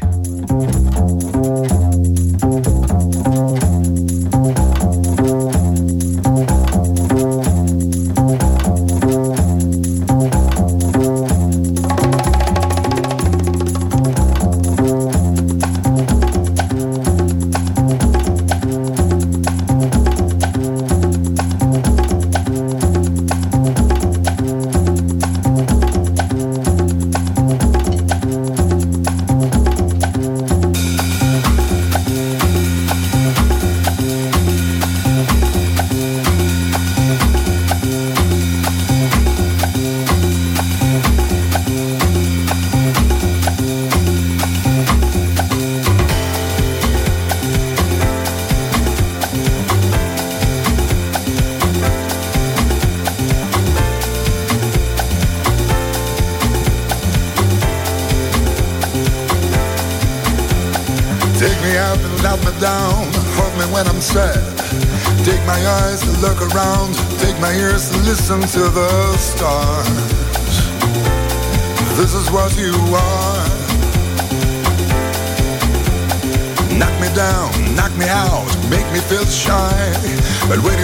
Down, hold me when I'm sad. Take my eyes to look around, take my ears to listen to the stars. This is what you are. Knock me down, knock me out, make me feel shy. But when you